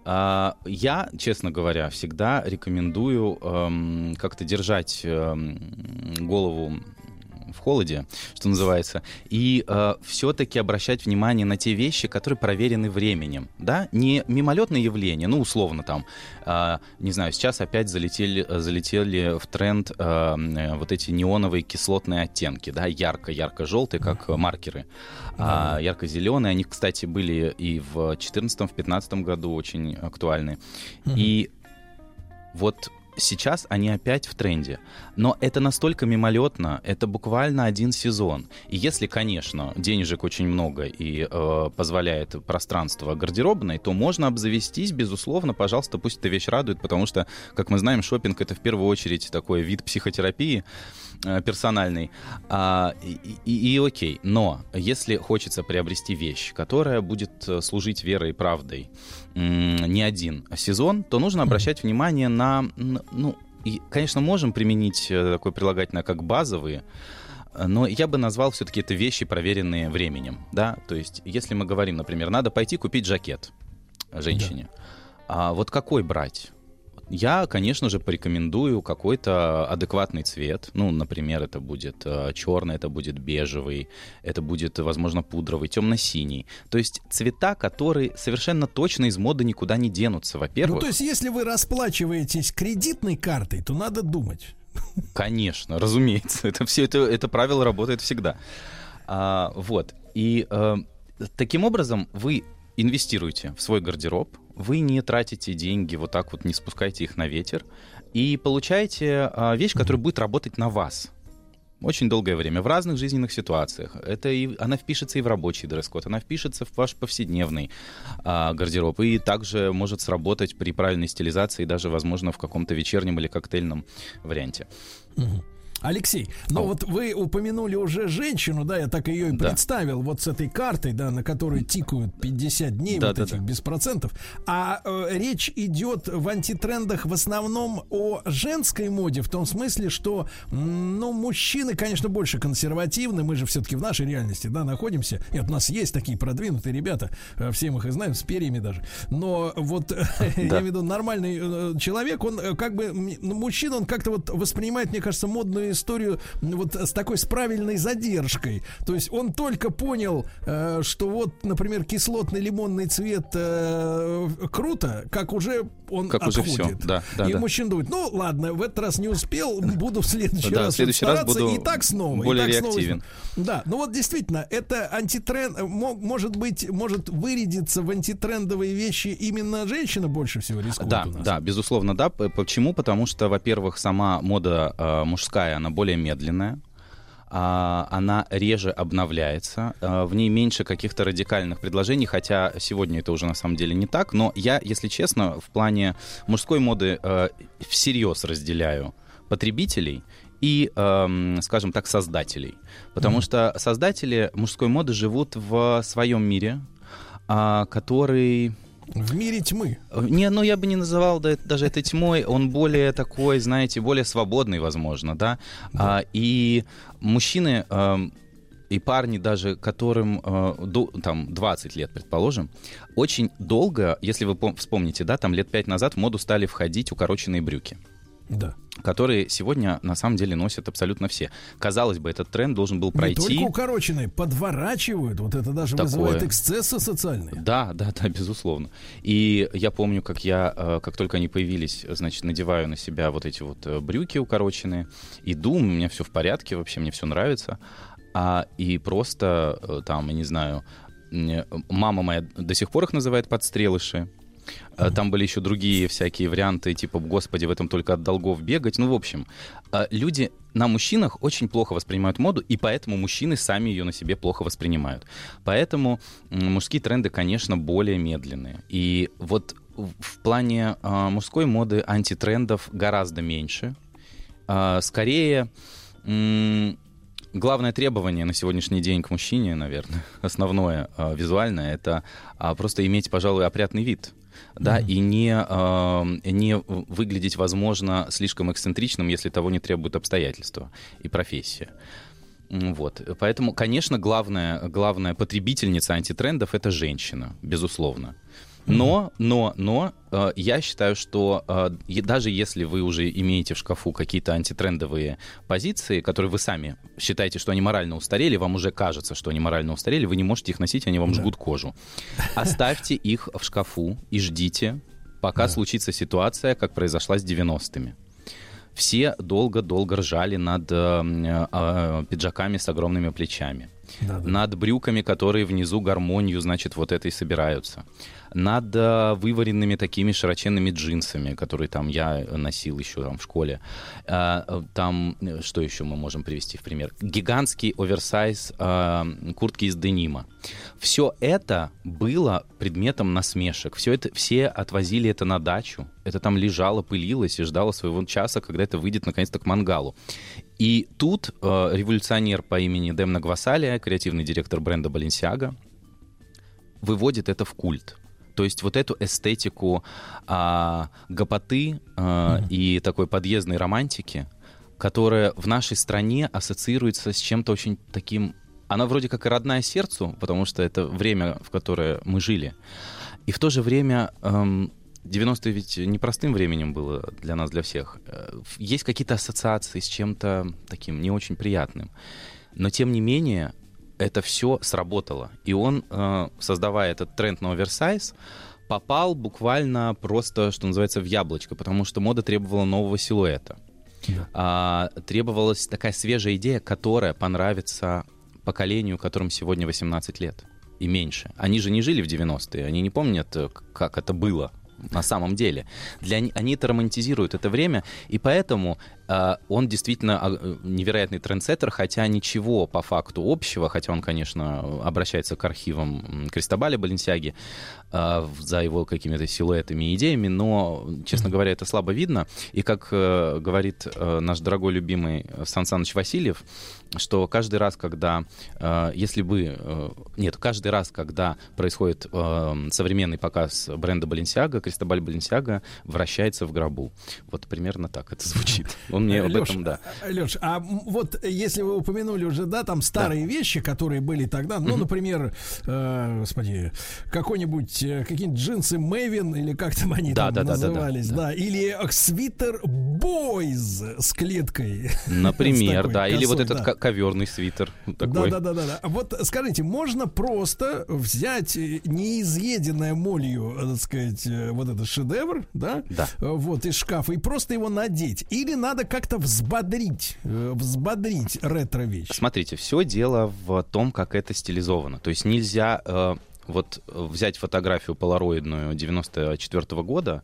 S18: А, я, честно говоря, всегда рекомендую эм, как-то держать эм, голову в холоде, что называется, и э, все-таки обращать внимание на те вещи, которые проверены временем, да, не мимолетные явления, ну, условно, там, э, не знаю, сейчас опять залетели, залетели в тренд э, вот эти неоновые кислотные оттенки, да, ярко-ярко-желтые, как маркеры, а ярко-зеленые, они, кстати, были и в четырнадцатом, в пятнадцатом году очень актуальны, mm-hmm. и вот сейчас они опять в тренде. Но это настолько мимолетно, это буквально один сезон. И если, конечно, денежек очень много и э, позволяет пространство гардеробное, то можно обзавестись, безусловно, пожалуйста, пусть эта вещь радует, потому что, как мы знаем, шопинг — это в первую очередь такой вид психотерапии э, персональной. А, и, и, и окей, но если хочется приобрести вещь, которая будет служить верой и правдой м- не один сезон, то нужно обращать внимание на... Ну, и, конечно, можем применить такое прилагательное, как базовые, но я бы назвал все-таки это вещи, проверенные временем, да, то есть если мы говорим, например, надо пойти купить жакет женщине, да. А вот какой брать? Я, конечно же, порекомендую какой-то адекватный цвет. Ну, например, это будет э, черный, это будет бежевый, это будет, возможно, пудровый, темно-синий. То есть цвета, которые совершенно точно из моды никуда не денутся, во-первых.
S2: Ну, то есть если вы расплачиваетесь кредитной картой, то надо думать.
S18: Конечно, разумеется. Это все это, это правило работает всегда. А, вот. И э, таким образом вы инвестируете в свой гардероб, вы не тратите деньги, вот так вот не спускаете их на ветер, и получаете а, вещь, которая будет работать на вас очень долгое время, в разных жизненных ситуациях. Это и, она впишется и в рабочий дресс-код, она впишется в ваш повседневный а, гардероб, и также может сработать при правильной стилизации, даже, возможно, в каком-то вечернем или коктейльном варианте.
S2: Алексей, ну вот вы упомянули уже женщину, да, я так ее и да. представил, вот с этой картой, да, на которой тикают пятьдесят дней, да, вот да, этих да. без процентов. А э, речь идет в антитрендах в основном о женской моде, в том смысле, что, ну, мужчины, конечно, больше консервативны, мы же все-таки в нашей реальности, да, находимся. Нет, у нас есть такие продвинутые ребята, все мы их и знаем, с перьями даже. Но вот, да. я имею в виду, нормальный человек, он как бы, мужчина, он как-то вот воспринимает, мне кажется, модную историю вот с такой, с правильной задержкой. То есть он только понял, э, что вот, например, кислотный лимонный цвет э, круто, как уже он
S18: как
S2: отходит.
S18: Уже все. Да, да,
S2: и
S18: да.
S2: мужчина думает, ну ладно, в этот раз не успел, буду в следующий
S18: да,
S2: раз
S18: в следующий раз буду
S2: и так снова.
S18: более
S2: и так
S18: реактивен.
S2: Снова. Да, ну вот действительно, это антитренд, может быть, может вырядиться в антитрендовые вещи именно женщина больше всего рискует
S18: да,
S2: у нас.
S18: Да, безусловно, да. Почему? Потому что, во-первых, сама мода э, мужская, она более медленная, а, она реже обновляется, а, в ней меньше каких-то радикальных предложений, хотя сегодня это уже на самом деле не так, но я, если честно, в плане мужской моды а, всерьез разделяю потребителей и, э, скажем так, создателей. Потому mm-hmm. что создатели мужской моды живут в своем мире, э, который...
S2: В мире тьмы.
S18: Не, ну я бы не называл да, даже этой тьмой, он более такой, знаете, более свободный, возможно, да. да. А, и мужчины а, и парни даже, которым а, до, там двадцать лет, предположим, очень долго, если вы пом- вспомните, да, там лет пять назад в моду стали входить укороченные брюки.
S2: Да.
S18: Которые сегодня на самом деле носят абсолютно все. Казалось бы, этот тренд должен был пройти.
S2: Не только укороченные, подворачивают. Вот это даже Такое. вызывает эксцессы социальные.
S18: Да, да, да, безусловно. И я помню, как я, как только они появились, значит, надеваю на себя вот эти вот брюки укороченные, иду, у меня все в порядке, вообще мне все нравится. А, и просто там, я не знаю, мама моя до сих пор их называет подстрелыши. Там были еще другие всякие варианты, типа, господи, в этом только от долгов бегать. Ну, в общем, люди на мужчинах очень плохо воспринимают моду, и поэтому мужчины сами ее на себе плохо воспринимают. Поэтому мужские тренды, конечно, более медленные. И вот в плане мужской моды антитрендов гораздо меньше. Скорее... Главное требование на сегодняшний день к мужчине, наверное, основное э, визуальное, это э, просто иметь, пожалуй, опрятный вид, да, mm-hmm. и не, э, не выглядеть, возможно, слишком эксцентричным, если того не требуют обстоятельства и профессия. Вот. Поэтому, конечно, главная, главная потребительница антитрендов — это женщина, безусловно. Но, но, но, э, я считаю, что э, даже если вы уже имеете в шкафу какие-то антитрендовые позиции, которые вы сами считаете, что они морально устарели, вам уже кажется, что они морально устарели, вы не можете их носить, они вам да. жгут кожу. Оставьте их в шкафу и ждите, пока да. случится ситуация, как произошла с девяностыми. Все долго-долго ржали над э, э, пиджаками с огромными плечами. Да, да. Над брюками, которые внизу гармонию, значит, вот этой собираются. Над э, вываренными такими широченными джинсами, которые там я носил еще там, в школе. Э, там, что еще мы можем привести в пример? Гигантский оверсайз э, куртки из денима. Все это было предметом насмешек. Все, это, все отвозили это на дачу. Это там лежало, пылилось и ждало своего часа, когда это выйдет наконец-то к мангалу. И тут э, революционер по имени Демна Гвасалия, креативный директор бренда Balenciaga, выводит это в культ. То есть вот эту эстетику э, гопоты э, mm-hmm. и такой подъездной романтики, которая в нашей стране ассоциируется с чем-то очень таким... Она вроде как и родная сердцу, потому что это время, в которое мы жили. И в то же время... Эм, девяностые ведь непростым временем было для нас, для всех. Есть какие-то ассоциации с чем-то таким не очень приятным. Но, тем не менее, это все сработало. И он, создавая этот тренд на оверсайз, попал буквально просто, что называется, в яблочко, потому что мода требовала нового силуэта. Да. А, требовалась такая свежая идея, которая понравится поколению, которым сегодня восемнадцать лет и меньше. Они же не жили в девяностые, они не помнят, как это было на самом деле. Для, они это романтизируют это время, и поэтому э, он действительно невероятный трендсеттер, хотя ничего по факту общего, хотя он, конечно, обращается к архивам Кристобаля Баленсиаги э, за его какими-то силуэтами и идеями, но, честно говоря, это слабо видно. И как э, говорит э, наш дорогой любимый Сан Саныч Васильев, что каждый раз, когда, э, если бы, э, нет, каждый раз, когда происходит э, современный показ бренда Balenciaga, Кристобаль Баленсиага вращается в гробу. Вот примерно так это звучит. Он мне об
S2: Леш,
S18: этом, да.
S2: Леш, а вот если вы упомянули уже, да, там старые да. вещи, которые были тогда, ну, mm-hmm. например, э, господи, какой-нибудь, э, какие-нибудь джинсы Мэвин, или как там они да, там да, назывались, да, да, да. да, или свитер Бойз с клеткой.
S18: Например,
S2: с
S18: да,
S2: косой,
S18: или вот этот
S2: да.
S18: коверный свитер. Такой.
S2: Да, да, да, да, да. Вот скажите, можно просто взять неизъеденное молью, так сказать, вот этот шедевр, да,
S18: да.
S2: вот из шкафа, и просто его надеть? Или надо как-то взбодрить, взбодрить ретро-вещь?
S18: Смотрите, все дело в том, как это стилизовано. То есть нельзя э, вот взять фотографию полароидную девяносто четвёртого года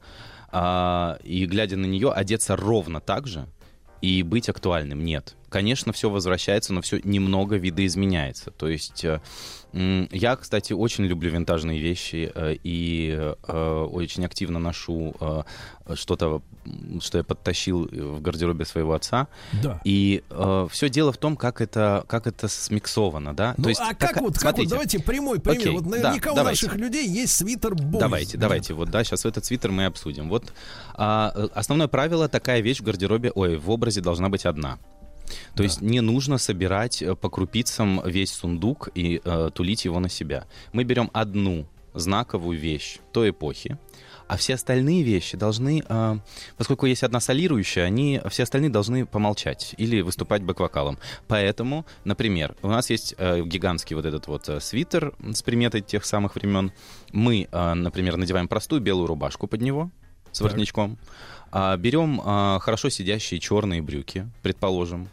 S18: э, и, глядя на нее, одеться ровно так же и быть актуальным. Нет. Конечно, все возвращается, но все немного видоизменяется. То есть э, э, я, кстати, очень люблю винтажные вещи э, и э, очень активно ношу э, что-то, что я подтащил в гардеробе своего отца.
S2: Да.
S18: И э, все дело в том, как это, как это смиксовано, да?
S2: Ну,
S18: То есть,
S2: а как, как вот, как вот, давайте прямой пример.
S18: Окей,
S2: вот наверняка
S18: да,
S2: у
S18: давайте.
S2: наших людей есть свитер Бойз.
S18: Давайте,
S2: да.
S18: давайте, вот, да, сейчас этот свитер мы обсудим. Вот а, основное правило: такая вещь в гардеробе, ой, в образе должна быть одна. То да. есть не нужно собирать по крупицам весь сундук и э, тулить его на себя. Мы берем одну знаковую вещь той эпохи, а все остальные вещи должны, э, поскольку есть одна солирующая, они, все остальные должны помолчать или выступать бэк-вокалом. Поэтому, например, у нас есть э, гигантский вот этот вот э, свитер с приметой тех самых времен. Мы, э, например, надеваем простую белую рубашку под него с так. воротничком. А, берем а, хорошо сидящие черные брюки, предположим,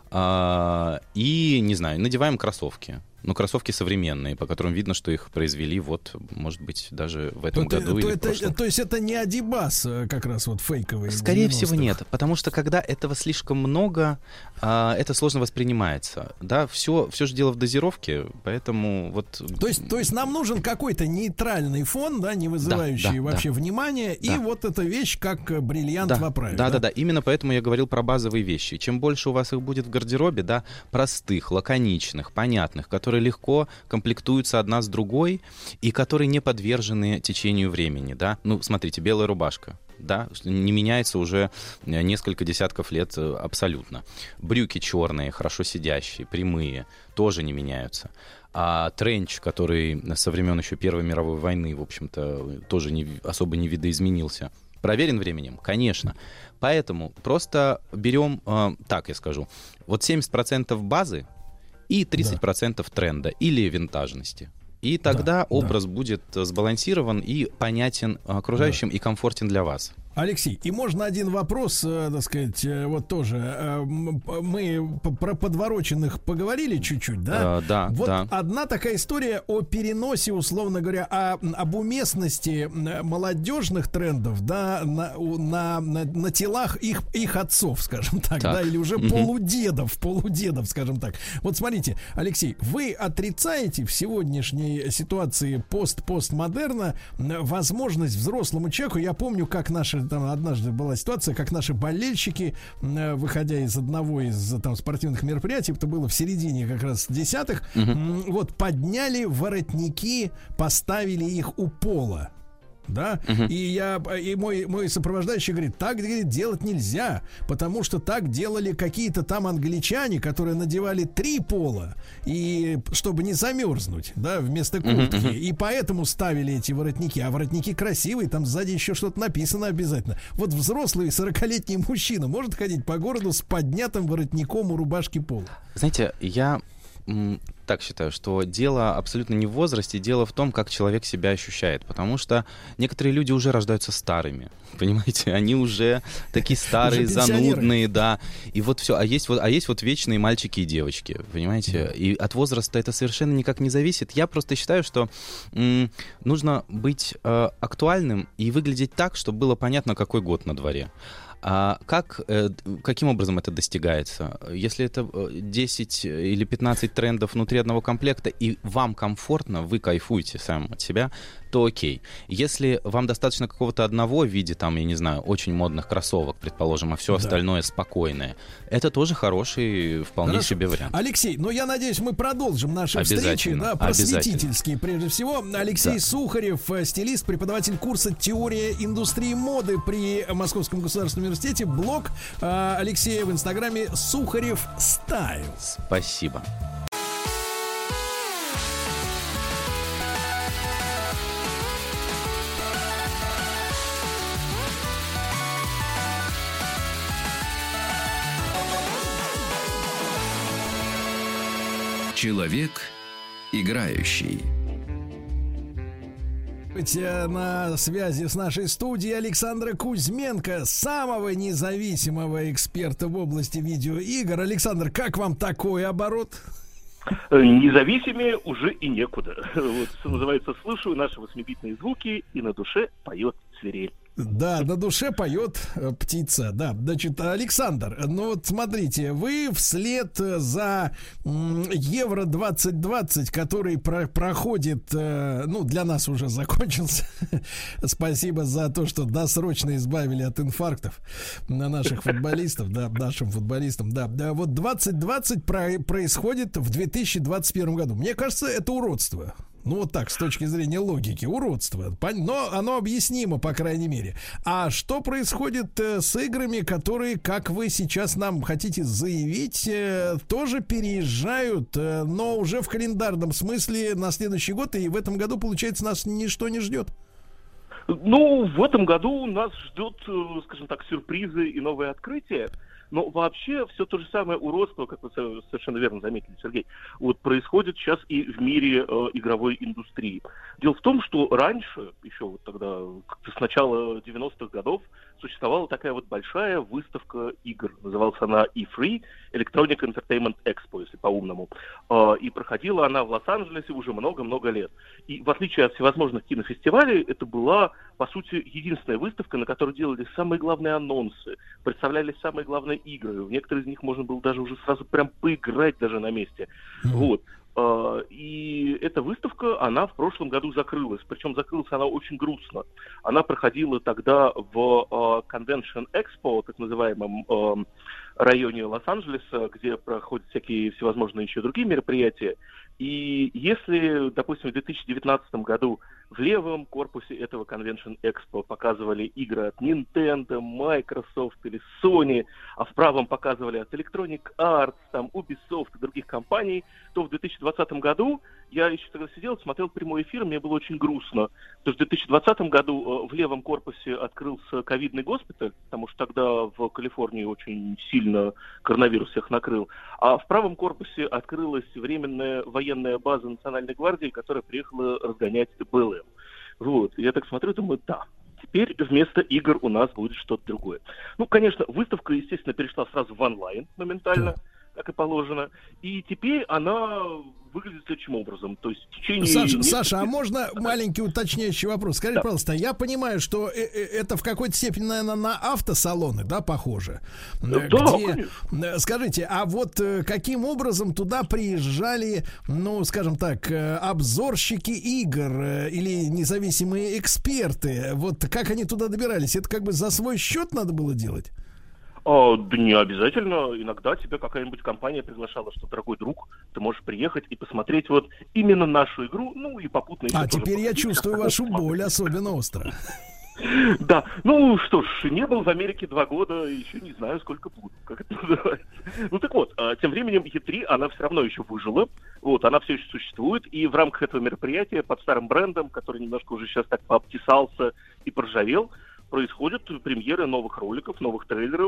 S18: а, и, не знаю, надеваем кроссовки. Ну, кроссовки современные, по которым видно, что их произвели, вот, может быть, даже в этом
S2: то
S18: году
S2: это,
S18: или
S2: то,
S18: в прошлом.
S2: Это, то есть это не Адибас, как раз вот фейковый?
S18: Скорее всего, нет. Потому что, когда этого слишком много, а, это сложно воспринимается. Да, все, все же дело в дозировке, поэтому вот...
S2: То есть, то есть нам нужен какой-то нейтральный фон, да, не вызывающий да, да, вообще да. внимания, да. и вот эта вещь как бриллиант
S18: да,
S2: в оправе.
S18: Да,
S2: да,
S18: да, да. Именно поэтому я говорил про базовые вещи. Чем больше у вас их будет в гардеробе, да, простых, лаконичных, понятных, которые которые легко комплектуются одна с другой и которые не подвержены течению времени, да. Ну, смотрите, белая рубашка. Да, не меняется уже несколько десятков лет абсолютно. Брюки черные, хорошо сидящие, прямые, тоже не меняются. А тренч, который со времен еще Первой мировой войны, в общем-то, тоже не, особо не видоизменился, проверен временем? Конечно. Поэтому просто берем, э, так я скажу, вот семьдесят процентов базы и тридцать процентов да. тренда или винтажности. И тогда да, образ да. будет сбалансирован и понятен окружающим да. и комфортен для вас.
S2: Алексей, и можно один вопрос, э, так сказать, э, вот тоже. Э, мы про подвороченных поговорили чуть-чуть, да?
S18: Э, да,
S2: вот
S18: да.
S2: одна такая история о переносе, условно говоря, о, об уместности молодежных трендов, да, на, на, на, на телах их, их отцов, скажем так, так. да, или уже mm-hmm. полудедов, полудедов, скажем так. Вот смотрите, Алексей, вы отрицаете в сегодняшней ситуации пост-постмодерна возможность взрослому человеку, я помню, как наши там однажды была ситуация, как наши болельщики, выходя из одного из там спортивных мероприятий, это было в середине как раз десятых, uh-huh. вот подняли воротники, поставили их у пола. Да, uh-huh. и я и мой мой сопровождающий говорит, так говорит, делать нельзя, потому что так делали какие-то там англичане, которые надевали три пола, и чтобы не замерзнуть, да, вместо куртки, uh-huh. и поэтому ставили эти воротники, а воротники красивые, там сзади еще что-то написано обязательно. Вот взрослый сорокалетний мужчина может ходить по городу с поднятым воротником у рубашки пола.
S18: Знаете, я так считаю, что дело абсолютно не в возрасте, дело в том, как человек себя ощущает, потому что некоторые люди уже рождаются старыми, понимаете, они уже такие старые, занудные, да, и вот все, а есть вот, а есть вот вечные мальчики и девочки, понимаете, и от возраста это совершенно никак не зависит. Я просто считаю, что м- нужно быть э, актуальным и выглядеть так, чтобы было понятно, какой год на дворе. А как, э, каким образом это достигается? Если это десять или пятнадцать трендов внутри одного комплекта, и вам комфортно, вы кайфуете сам от себя, то окей. Если вам достаточно какого-то одного в виде, там, я не знаю, очень модных кроссовок, предположим, а все да. остальное спокойное, это тоже хороший, вполне Хорошо. себе вариант.
S2: Алексей, ну я надеюсь, мы продолжим наши встречи, да, просветительские прежде всего. Алексей да. Сухарев, стилист, преподаватель курса «Теория индустрии моды» при Московском государственном университете. Блог э, Алексея в инстаграме Сухарев Стайл.
S18: Спасибо.
S1: Человек играющий.
S2: На связи с нашей студией Александра Кузьменко, самого независимого эксперта в области видеоигр. Александр, как вам такой оборот?
S19: Независимее уже и некуда. Вот, что называется, слушаю наши восьмибитные звуки, и на душе поет свирель.
S2: Да, на душе поет э, птица. Да, значит, Александр, ну вот смотрите, вы вслед за м, Евро двадцать двадцать, который про- проходит, э, ну, для нас уже закончился. Спасибо за то, что досрочно избавили от инфарктов на наших футболистов, да, нашим футболистам, да. Да, вот двадцать двадцать про- происходит в две тысячи двадцать первом году. Мне кажется, это уродство. Ну, вот так, с точки зрения логики, уродство. Но оно объяснимо, по крайней мере. А что происходит э, с играми, которые, как вы сейчас нам хотите заявить, э, тоже переезжают, э, но уже в календарном смысле на следующий год, и в этом году, получается, нас ничто не ждет?
S19: Ну, в этом году нас ждут, скажем так, сюрпризы и новые открытия. Но вообще все то же самое уродство, как вы совершенно верно заметили, Сергей, вот происходит сейчас и в мире э, игровой индустрии. Дело в том, что раньше, еще вот тогда, с начала девяностых годов, существовала такая вот большая выставка игр. Называлась она и три, Electronic Entertainment Expo, если по-умному. Э, и проходила она в Лос-Анджелесе уже много-много лет. И в отличие от всевозможных кинофестивалей, это была, по сути, единственная выставка, на которой делали самые главные анонсы, представлялись самые главные игры. В некоторые из них можно было даже уже сразу прям поиграть даже на месте. Mm-hmm. Вот. И эта выставка, она в прошлом году закрылась. Причем закрылась она очень грустно. Она проходила тогда в Convention Expo, так называемом районе Лос-Анджелеса, где проходят всякие всевозможные еще другие мероприятия. И если, допустим, в две тысячи девятнадцатом году в левом корпусе этого Convention Expo показывали игры от Nintendo, Microsoft или Sony, а в правом показывали от Electronic Arts, там, Ubisoft и других компаний, то в две тысячи двадцатом году я еще тогда сидел, смотрел прямой эфир, мне было очень грустно. То есть в две тысячи двадцатом году в левом корпусе открылся ковидный госпиталь, потому что тогда в Калифорнии очень сильно коронавирус всех накрыл, а в правом корпусе открылась временная военная база Национальной гвардии, которая приехала разгонять БЛМ. Вот, я так смотрю, думаю, да, теперь вместо игр у нас будет что-то другое. Ну, конечно, выставка, естественно, перешла сразу в онлайн моментально, как и положено, и теперь она выглядит следующим образом. То есть в течение...
S2: Саша,
S19: нескольких...
S2: Саша, а можно маленький уточняющий вопрос? Скажите,
S19: да.
S2: пожалуйста, я понимаю, что это в какой-то степени, наверное, на автосалоны, да, похоже?
S19: Да,
S2: где...
S19: конечно.
S2: Скажите, а вот каким образом туда приезжали, ну, скажем так, обзорщики игр или независимые эксперты? Вот как они туда добирались? Это как бы за свой счет надо было делать?
S19: А, да не обязательно. Иногда тебя какая-нибудь компания приглашала, что, дорогой друг, ты можешь приехать и посмотреть вот именно нашу игру, ну и попутно...
S2: А теперь я чувствую вашу боль особенно остро.
S19: Да, ну что ж, не был в Америке два года, еще не знаю, сколько буду, как это называется. Ну так вот, тем временем и три, она все равно еще выжила, вот, она все еще существует, и в рамках этого мероприятия под старым брендом, который немножко уже сейчас так пообтесался и поржавел, происходят премьеры новых роликов, новых трейлеров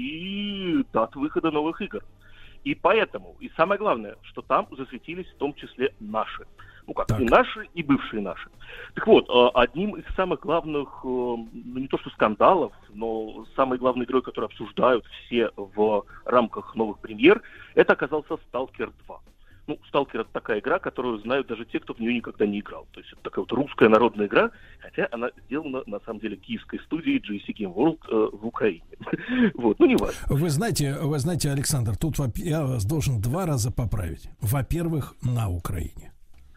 S19: и дат выхода новых игр. И поэтому, и самое главное, что там засветились в том числе наши. Ну как, так. и наши, и бывшие наши. Так вот, одним из самых главных, ну не то что скандалов, но самой главной игрой, которую обсуждают все в рамках новых премьер, это оказался Сталкер два. Ну, Сталкер — это такая игра, которую знают даже те, кто в нее никогда не играл. То есть это такая вот русская народная игра, хотя она сделана, на самом деле, киевской студией джи си Game World э, в Украине. Вот, ну, не важно.
S2: Вы знаете, вы знаете, Александр, тут я вас должен два раза поправить. Во-первых, на Украине.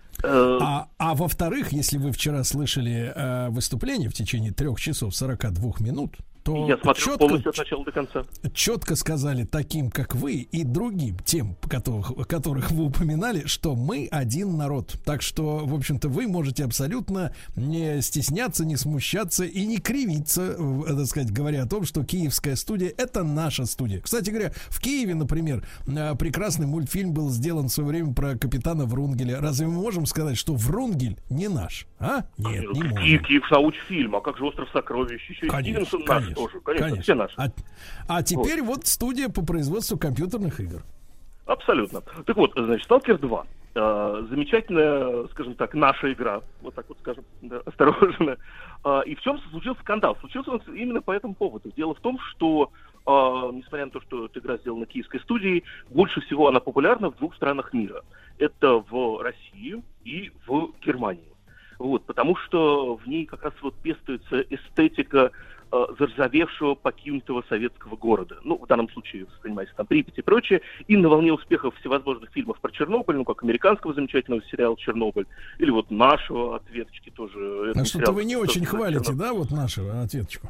S2: А, а во-вторых, если вы вчера слышали э, выступление в течение трех часов сорока двух минут, то
S19: я смотрю
S2: четко,
S19: полностью от начала до конца.
S2: Четко сказали таким, как вы, и другим, тем, которых, которых вы упоминали, что мы один народ. Так что, в общем-то, вы можете абсолютно не стесняться, не смущаться и не кривиться, так сказать, говоря о том, что киевская студия — это наша студия. Кстати говоря, в Киеве, например, прекрасный мультфильм был сделан в свое время про капитана Врунгеля. Разве мы можем сказать, что Врунгель не наш? А? Нет, не можем.
S19: Киев, Киев научфильм, а как же «Остров сокровищ»? Еще и Стивенсон наш тоже. Конечно, конечно, все наши.
S2: А, а теперь вот. вот студия по производству компьютерных игр.
S19: Абсолютно. Так вот, значит, Сталкер два. Э, замечательная, скажем так, наша игра. Вот так вот скажем, да, осторожно. Э, и в чем случился скандал? Случился он именно по этому поводу. Дело в том, что, э, несмотря на то, что эта игра сделана киевской студией, больше всего она популярна в двух странах мира. Это в России и в Германии. Вот, потому что в ней как раз вот пестуется эстетика заржавевшего, покинутого советского города. Ну, в данном случае, понимаете, там Припять и прочее. И на волне успехов всевозможных фильмов про Чернобыль, ну, как американского замечательного сериала «Чернобыль», или вот нашего «Ответочки» тоже.
S2: А что-то вы не очень хвалите, да, вот нашего «Ответочку»?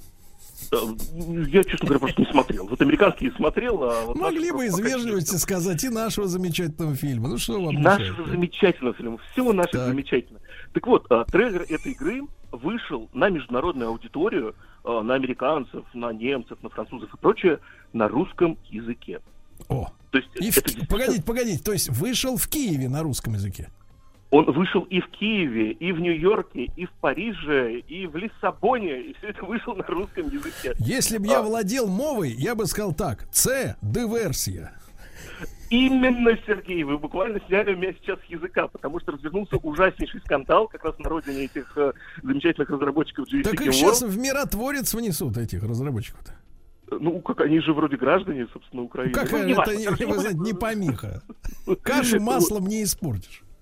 S19: Я, честно говоря, просто не смотрел. Вот американские смотрел, а вот
S2: могли бы из вежливости сказать и нашего замечательного фильма. Ну, что вам
S19: нашего замечательного фильма. Все наше замечательно. Так вот, трейлер этой игры вышел на международную аудиторию, на американцев, на немцев, на французов и прочее, на русском языке.
S2: О, то есть и это в... действительно... Погодите, погодите, то есть вышел в Киеве на русском языке?
S19: Он вышел и в Киеве, и в Нью-Йорке, и в Париже, и в Лиссабоне, и все это вышло на русском языке.
S2: Если бы а... я владел мовой, я бы сказал так: «Це диверсия».
S19: Именно, Сергей, вы буквально сняли у меня сейчас с языка, потому что развернулся ужаснейший скандал как раз на родине этих э, замечательных разработчиков джи си
S2: Так
S19: Game
S2: их
S19: World.
S2: сейчас в миротворец внесут, этих разработчиков-то.
S19: Ну, как они же вроде граждане, собственно, Украины.
S2: Какая
S19: ну,
S2: это, не, вы знаете, не помеха. Кашу маслом не испортишь.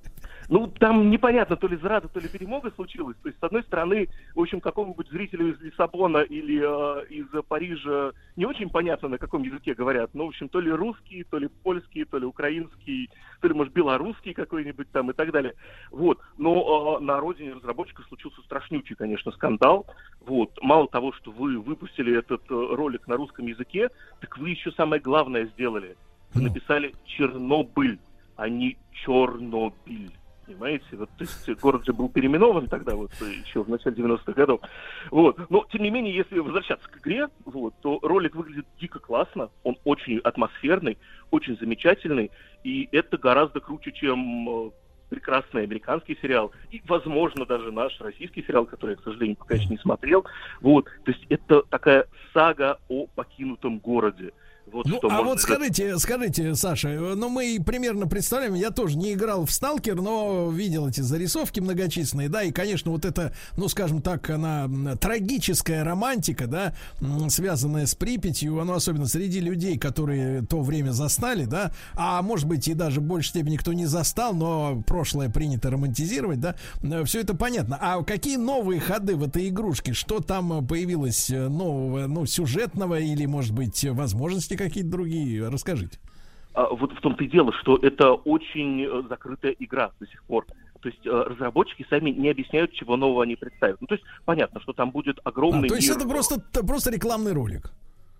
S19: Ну, там непонятно, то ли зрада, то ли перемога случилась. То есть, с одной стороны, в общем, какому-нибудь зрителю из Лиссабона или э, из Парижа не очень понятно, на каком языке говорят. Ну, в общем, то ли русский, то ли польский, то ли украинский, то ли, может, белорусский какой-нибудь там и так далее. Вот. Но э, на родине разработчиков случился страшнючий, конечно, скандал. Вот. Мало того, что вы выпустили этот э, ролик на русском языке, так вы еще самое главное сделали. Вы написали «Чернобыль», а не «Чернобыль». Понимаете, вот, то есть город же был переименован тогда, вот, еще в начале девяностых годов. Вот. Но, тем не менее, если возвращаться к игре, вот, то ролик выглядит дико классно, он очень атмосферный, очень замечательный, и это гораздо круче, чем э, прекрасный американский сериал, и, возможно, даже наш российский сериал, который я, к сожалению, пока еще не смотрел. Вот. То есть это такая сага о покинутом городе. Вот
S2: ну,
S19: что
S2: а
S19: можно...
S2: вот скажите, скажите, Саша, ну мы примерно представляем, я тоже не играл в Сталкер, но видел эти зарисовки многочисленные, да, и, конечно, вот это, ну, скажем так, она трагическая романтика, да, связанная с Припятью, ну, особенно среди людей, которые то время застали, да, а может быть и даже в большей степени кто не застал, но прошлое принято романтизировать, да, все это понятно. А какие новые ходы в этой игрушке? Что там появилось нового, ну, сюжетного или, может быть, возможности какие-то другие? Расскажите.
S19: А, вот в том-то и дело, что это очень э, закрытая игра до сих пор. То есть э, разработчики сами не объясняют, чего нового они представят. Ну, то есть понятно, что там будет огромный
S2: а, то есть
S19: мир.
S2: это просто, просто рекламный ролик?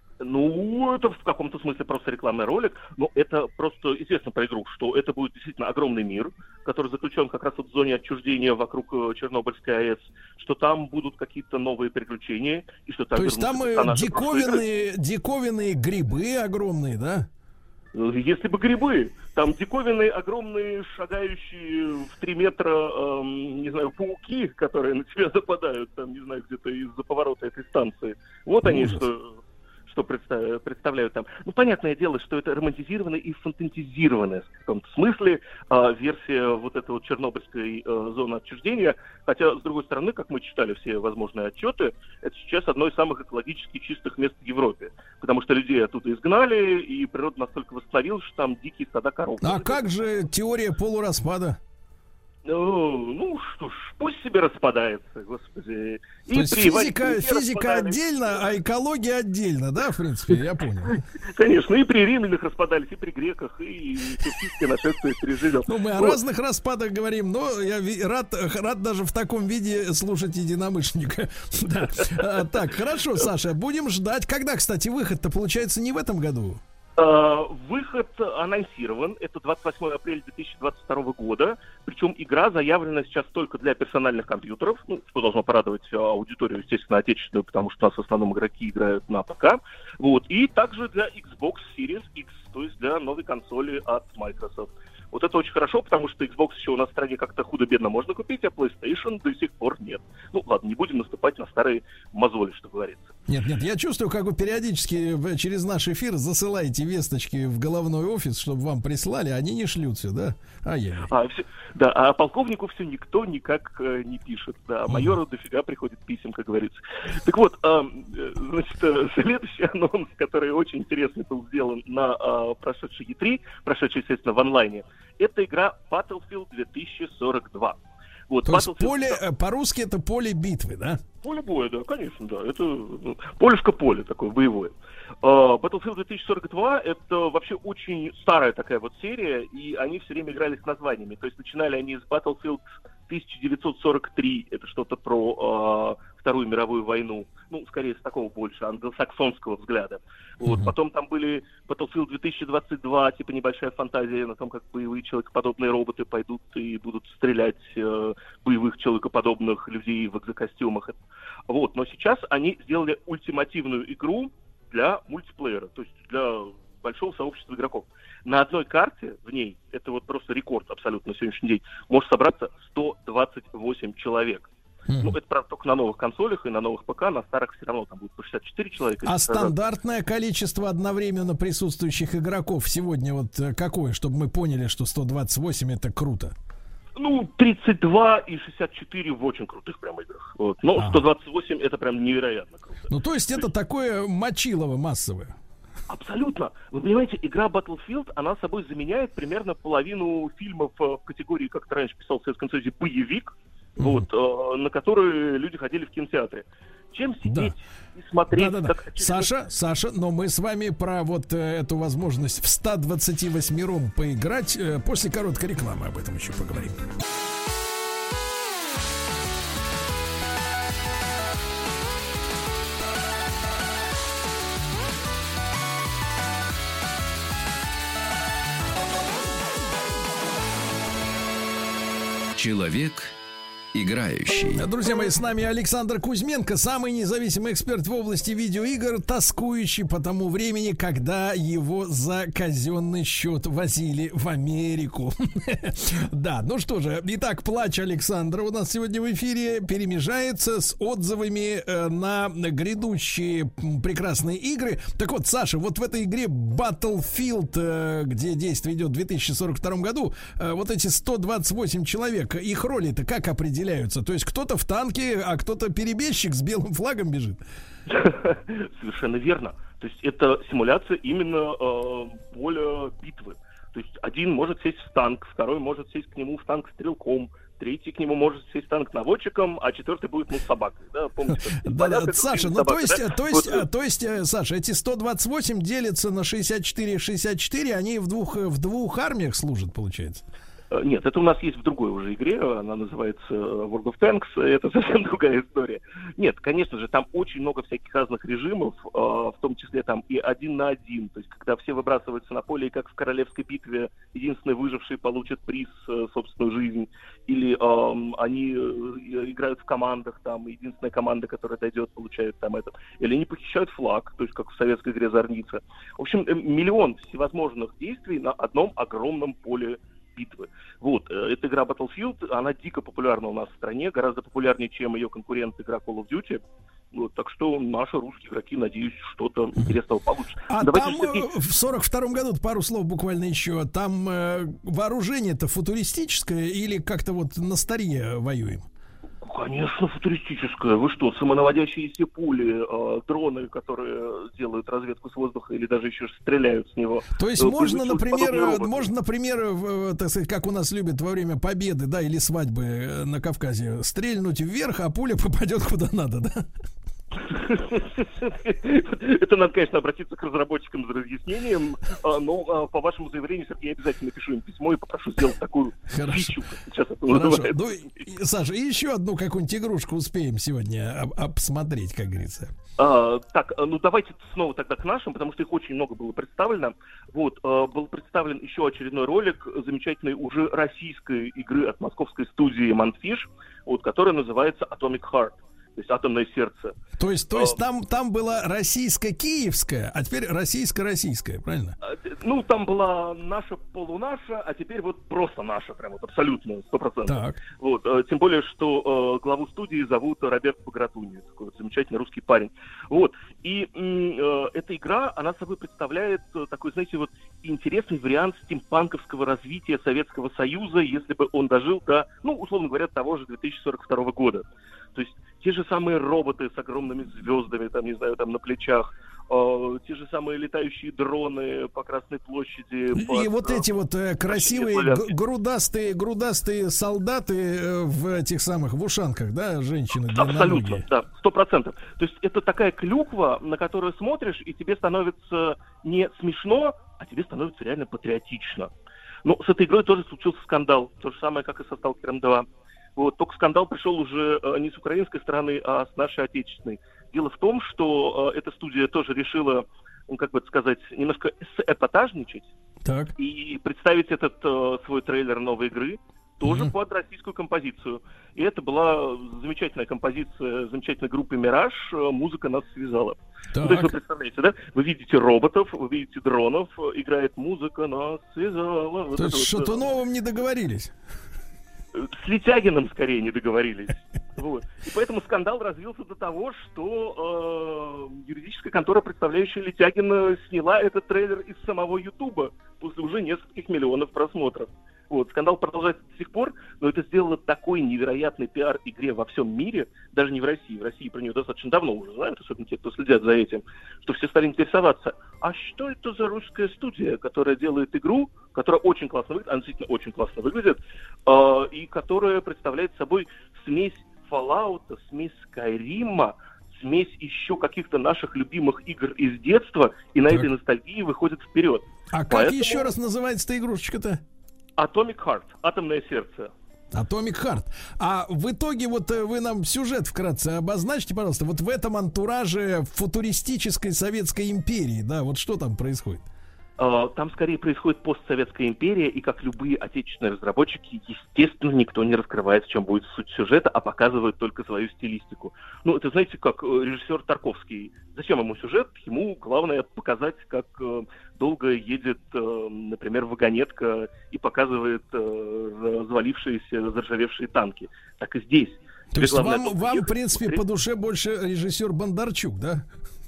S19: Ну, это в каком-то смысле просто рекламный ролик, но это просто известно про игру, что это будет действительно огромный мир, который заключен как раз вот в зоне отчуждения вокруг Чернобыльской АЭС, что там будут какие-то новые приключения, и что там...
S2: То есть там диковинные, диковинные грибы огромные, да?
S19: Если бы грибы, там диковинные, огромные, шагающие в три метра, эм, не знаю, пауки, которые на тебя западают, там, не знаю, где-то из-за поворота этой станции. Вот они,
S2: Ужас.
S19: что... что представляют, представляют там. Ну, понятное дело, что это романтизированная и фантазизированная в каком-то смысле э, версия вот этой вот чернобыльской э, зоны отчуждения. Хотя, с другой стороны, как мы читали все возможные отчеты, это сейчас одно из самых экологически чистых мест в Европе. Потому что людей оттуда изгнали, и природа настолько восстановилась, что там дикие стада коров.
S2: А как же теория полураспада?
S19: Ну, ну что ж, пусть себе распадается, господи.
S2: И то есть физика, физика отдельно, а экология отдельно, да, в принципе, я понял.
S19: Конечно, и при римлянах распадались, и при греках, и персидские нашествия пережили.
S2: Ну, мы о разных распадах говорим, но я рад, рад даже в таком виде слушать единомышленника. Так, хорошо, Саша, будем ждать. Когда, кстати, выход-то получается не в этом году?
S19: Выход анонсирован, это двадцать восьмого апреля две тысячи двадцать второго года, причем игра заявлена сейчас только для персональных компьютеров, ну, что должно порадовать аудиторию, естественно, отечественную, потому что у нас в основном игроки играют на ПК, вот, и также для Xbox Series X, то есть для новой консоли от Microsoft. Вот это очень хорошо, потому что Xbox еще у нас в стране как-то худо-бедно можно купить, а PlayStation до сих пор нет. Ну, ладно, не будем наступать на старые мозоли, что говорится.
S2: Нет, нет, я чувствую, как вы периодически через наш эфир засылаете весточки в головной офис, чтобы вам прислали, а они не шлют все, да? А я.
S19: А, все, да, а полковнику все никто никак э, не пишет, да, а майору mm. дофига приходит писем, как говорится. Так вот, э, значит, э, следующий анонс, который очень интересный был сделан на э, прошедшей и три, прошедшей, естественно, в онлайне, это игра Battlefield две тысячи сорок два. Вот,
S2: то есть поле, по-русски это поле битвы, да?
S19: Поле боя, да, конечно, да. Это ну, полюшко-поле такое, боевое. Uh, Battlefield две тысячи сорок два это вообще очень старая такая вот серия, и они все время играли с названиями. То есть начинали они с Battlefield тысяча девятьсот сорок три, это что-то про uh, Вторую мировую войну, ну, скорее с такого больше англосаксонского взгляда. Вот. Mm-hmm. Потом там были Battlefield две тысячи двадцать два, типа небольшая фантазия на том, как боевые человекоподобные роботы пойдут и будут стрелять э, боевых человекоподобных людей в экзокостюмах. Вот. Но сейчас они сделали ультимативную игру для мультиплеера, то есть для большого сообщества игроков. На одной карте в ней, это вот просто рекорд абсолютно на сегодняшний день, может собраться сто двадцать восемь человек. Mm-hmm. Ну, это, правда, только на новых консолях и на новых ПК, на старых все равно там будет по шестьдесят четыре человека.
S2: А стандартное количество одновременно присутствующих игроков сегодня вот какое, чтобы мы поняли, что сто двадцать восемь это круто?
S19: Ну, тридцать два и шестьдесят четыре в очень крутых прям играх. Вот. Но ага. сто двадцать восемь это прям невероятно круто.
S2: Ну, то есть это такое мочилово массовое.
S19: Абсолютно. Вы понимаете, игра Battlefield, она собой заменяет примерно половину фильмов в категории, как это раньше писал в Советском Союзе, боевик, mm-hmm. вот, э, на которые люди ходили в кинотеатре. Чем сидеть да. и смотреть?
S2: Да, да, да. Как... Саша, Саша, но мы с вами про вот э, эту возможность в ста двадцати восьмером поиграть. Э, после короткой рекламы об этом еще поговорим.
S1: Человек играющий.
S2: Друзья мои, с нами Александр Кузьменко, самый независимый эксперт в области видеоигр, тоскующий по тому времени, когда его за казенный счет возили в Америку. Да, ну что же, итак, плач Александра у нас сегодня в эфире перемежается с отзывами на грядущие прекрасные игры. Так вот, Саша, вот в этой игре Battlefield, где действие идет в две тысячи сорок втором году, вот эти сто двадцать восемь человек, их роли-то как определяются? То есть кто-то в танке, а кто-то перебежчик с белым флагом бежит?
S19: Совершенно верно. То есть это симуляция именно э, поля битвы. То есть один может сесть в танк, второй может сесть к нему в танк стрелком, третий к нему может сесть в танк наводчиком, а четвертый будет, ну, собакой. Да, помните?
S2: Да, Саша, ну то есть, то есть, то есть, Саша, эти сто двадцать восемь делятся на шестьдесят четыре шестьдесят четыре, они в двух, в двух армиях служат, получается?
S19: Нет, это у нас есть в другой уже игре, она называется World of Tanks, это совсем другая история. Нет, конечно же, там очень много всяких разных режимов, в том числе там и один на один, то есть когда все выбрасываются на поле, и как в королевской битве единственный выживший получит приз, собственную жизнь, или э, они играют в командах, там единственная команда, которая дойдет, получает там этот, или они похищают флаг, то есть как в советской игре Зорница. В общем, миллион всевозможных действий на одном огромном поле битвы. Вот, эта игра Battlefield, она дико популярна у нас в стране, гораздо популярнее, чем ее конкурент игра Call of Duty. Вот, так что наши русские игроки, надеюсь, что-то интересного получат.
S2: А Давайте там все... в сорок втором году, пару слов буквально еще, там э, вооружение-то футуристическое или как-то вот на старье воюем?
S19: Конечно, футуристическое. Вы что, самонаводящиеся пули, э, дроны, которые делают разведку с воздуха или даже еще стреляют с него.
S2: То есть э, можно, например, можно, например, в, так сказать, как у нас любят во время победы, да, или свадьбы на Кавказе, стрельнуть вверх, а пуля попадет куда надо, да?
S19: Это надо, конечно, обратиться к разработчикам за разъяснением, но по вашему заявлению, Сергей, я обязательно напишу им письмо и попрошу сделать такую фичу. Сейчас это называется.
S2: Ну, и, Саша, и еще одну какую-нибудь игрушку успеем сегодня об- обсмотреть, как говорится.
S19: А, так, ну давайте снова тогда к нашим, потому что их очень много было представлено. Вот, а, был представлен еще очередной ролик замечательной уже российской игры от московской студии Manfish, вот, которая называется Atomic Heart. То есть атомное сердце.
S2: То есть, то есть а, там, там была российско-киевская, а теперь российско-российская, правильно?
S19: Ну, там была наша полунаша, а теперь вот просто наша, прям вот абсолютно, сто процентов. Вот, тем более, что э, главу студии зовут Роберт Погратуни, такой вот замечательный русский парень. Вот, и э, эта игра, она собой представляет такой, знаете, вот интересный вариант стимпанковского развития Советского Союза, если бы он дожил до, ну, условно говоря, того же две тысячи сорок второго года. То есть те же самые роботы с огромными звездами, там, не знаю, там на плечах, э, те же самые летающие дроны по Красной площади.
S2: И под, вот эти вот э, красивые г- грудастые, грудастые солдаты э, в этих самых, в ушанках, да, женщины длинноногие.
S19: Абсолютно, да, сто процентов. То есть это такая клюква, на которую смотришь, и тебе становится не смешно, а тебе становится реально патриотично. Но с этой игрой тоже случился скандал, то же самое, как и со Сталкером два. Вот, только скандал пришел уже э, не с украинской стороны, а с нашей отечественной. Дело в том, что э, эта студия тоже решила, ну, как бы это сказать, немножко эпатажничать.
S2: Так.
S19: И представить этот э, свой трейлер новой игры тоже mm-hmm. под российскую композицию. И это была замечательная композиция замечательной группы «Мираж», «Музыка нас связала». Ну, то есть вы представляете, да? Вы видите роботов, вы видите дронов, играет «Музыка нас связала». Вот
S2: то есть с
S19: вот,
S2: Шатуновым не договорились?
S19: С Летягиным скорее не договорились. Вот. И поэтому скандал развился до того, что э, юридическая контора, представляющая Летягина, сняла этот трейлер из самого Ютуба после уже нескольких миллионов просмотров. Вот, скандал продолжается до сих пор, но это сделало такой невероятный пиар игре во всем мире, даже не в России. В России про нее достаточно давно уже знают, особенно те, кто следят за этим, что все стали интересоваться, а что это за русская студия, которая делает игру, которая очень классно выглядит, она действительно очень классно выглядит, э, и которая представляет собой смесь Fallout, смесь Skyrim, смесь еще каких-то наших любимых игр из детства, и на так. этой ностальгии выходит вперед.
S2: А Поэтому... как еще раз называется-то игрушечка-то?
S19: Atomic Heart, атомное сердце.
S2: Atomic Heart. А в итоге вот вы нам сюжет вкратце обозначьте, пожалуйста, вот в этом антураже футуристической Советской империи, да, вот что там происходит?
S19: Там скорее происходит постсоветская империя, и как любые отечественные разработчики, естественно, никто не раскрывает, в чем будет суть сюжета, а показывает только свою стилистику. Ну, это, знаете, как режиссер Тарковский. Зачем ему сюжет? Ему главное показать, как долго едет, например, вагонетка и показывает развалившиеся, заржавевшие танки. Так и здесь.
S2: То есть вам, вам, в принципе, смотреть... по душе больше режиссер Бондарчук, да?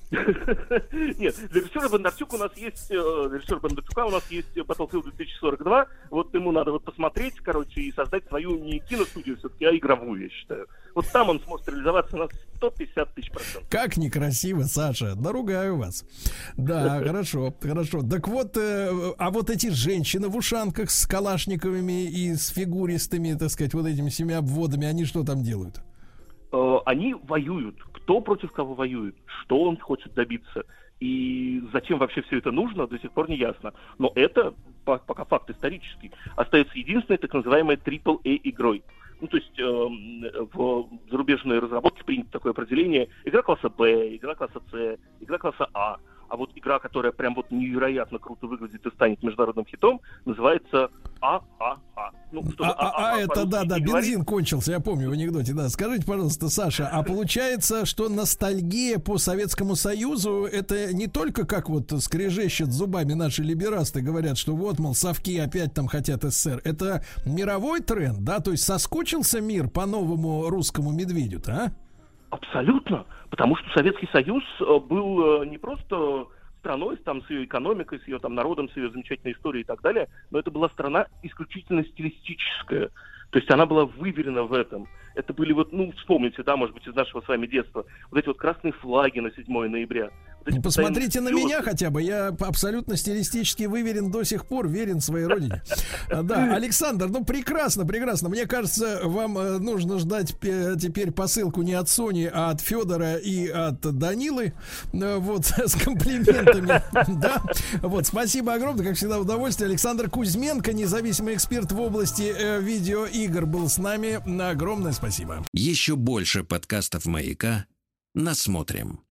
S19: Нет, для режиссера Бондарчука у нас есть, для режиссера Бондарчука у нас есть Battlefield две тысячи сорок два. Вот ему надо вот посмотреть, короче, и создать свою не киностудию все-таки, а игровую, я считаю. Вот там он сможет реализоваться на сто пятьдесят тысяч процентов.
S2: Как некрасиво, Саша, наругаю вас. Да, хорошо, хорошо. Так вот, а вот эти женщины в ушанках с калашниковыми и с фигуристыми, так сказать, вот этими семи обводами, они что там делают?
S19: Они воюют. Кто против кого воюет? Что он хочет добиться? И зачем вообще все это нужно, до сих пор не ясно. Но это, пока факт исторический, остается единственной так называемой трипл эй игрой. Ну, то есть э, в зарубежной разработке принято такое определение: игра класса Б, игра класса С, игра класса А. А вот игра, которая прям вот невероятно круто выглядит и станет международным хитом, называется А А А. Ну,
S2: а, а, а это, да, да, бензин кончился, я помню в анекдоте, да. Скажите, пожалуйста, Саша, а получается, что ностальгия по Советскому Союзу, это не только как вот скрежещет зубами наши либерасты, говорят, что вот, мол, совки опять там хотят СССР, это мировой тренд, да? То есть соскучился мир по новому русскому медведю-то, а?
S19: Абсолютно, потому что Советский Союз был не просто страной там, с ее экономикой, с ее там, народом, с ее замечательной историей и так далее, но это была страна исключительно стилистическая. То есть она была выверена в этом. Это были вот, ну, вспомните, да, может быть, из нашего с вами детства, вот эти вот красные флаги на седьмое ноября. Вот
S2: посмотрите на меня хотя бы, я абсолютно стилистически выверен до сих пор, верен своей родине. Да, Александр, ну прекрасно, прекрасно. Мне кажется, вам нужно ждать теперь посылку не от Сони, а от Федора и от Данилы. Вот, с комплиментами. Да, вот, спасибо огромное, как всегда, удовольствие. Александр Кузьменко, независимый эксперт в области видеоигр, был с нами. Огромное спасибо.
S1: Еще больше подкастов «Маяка» насмотрим.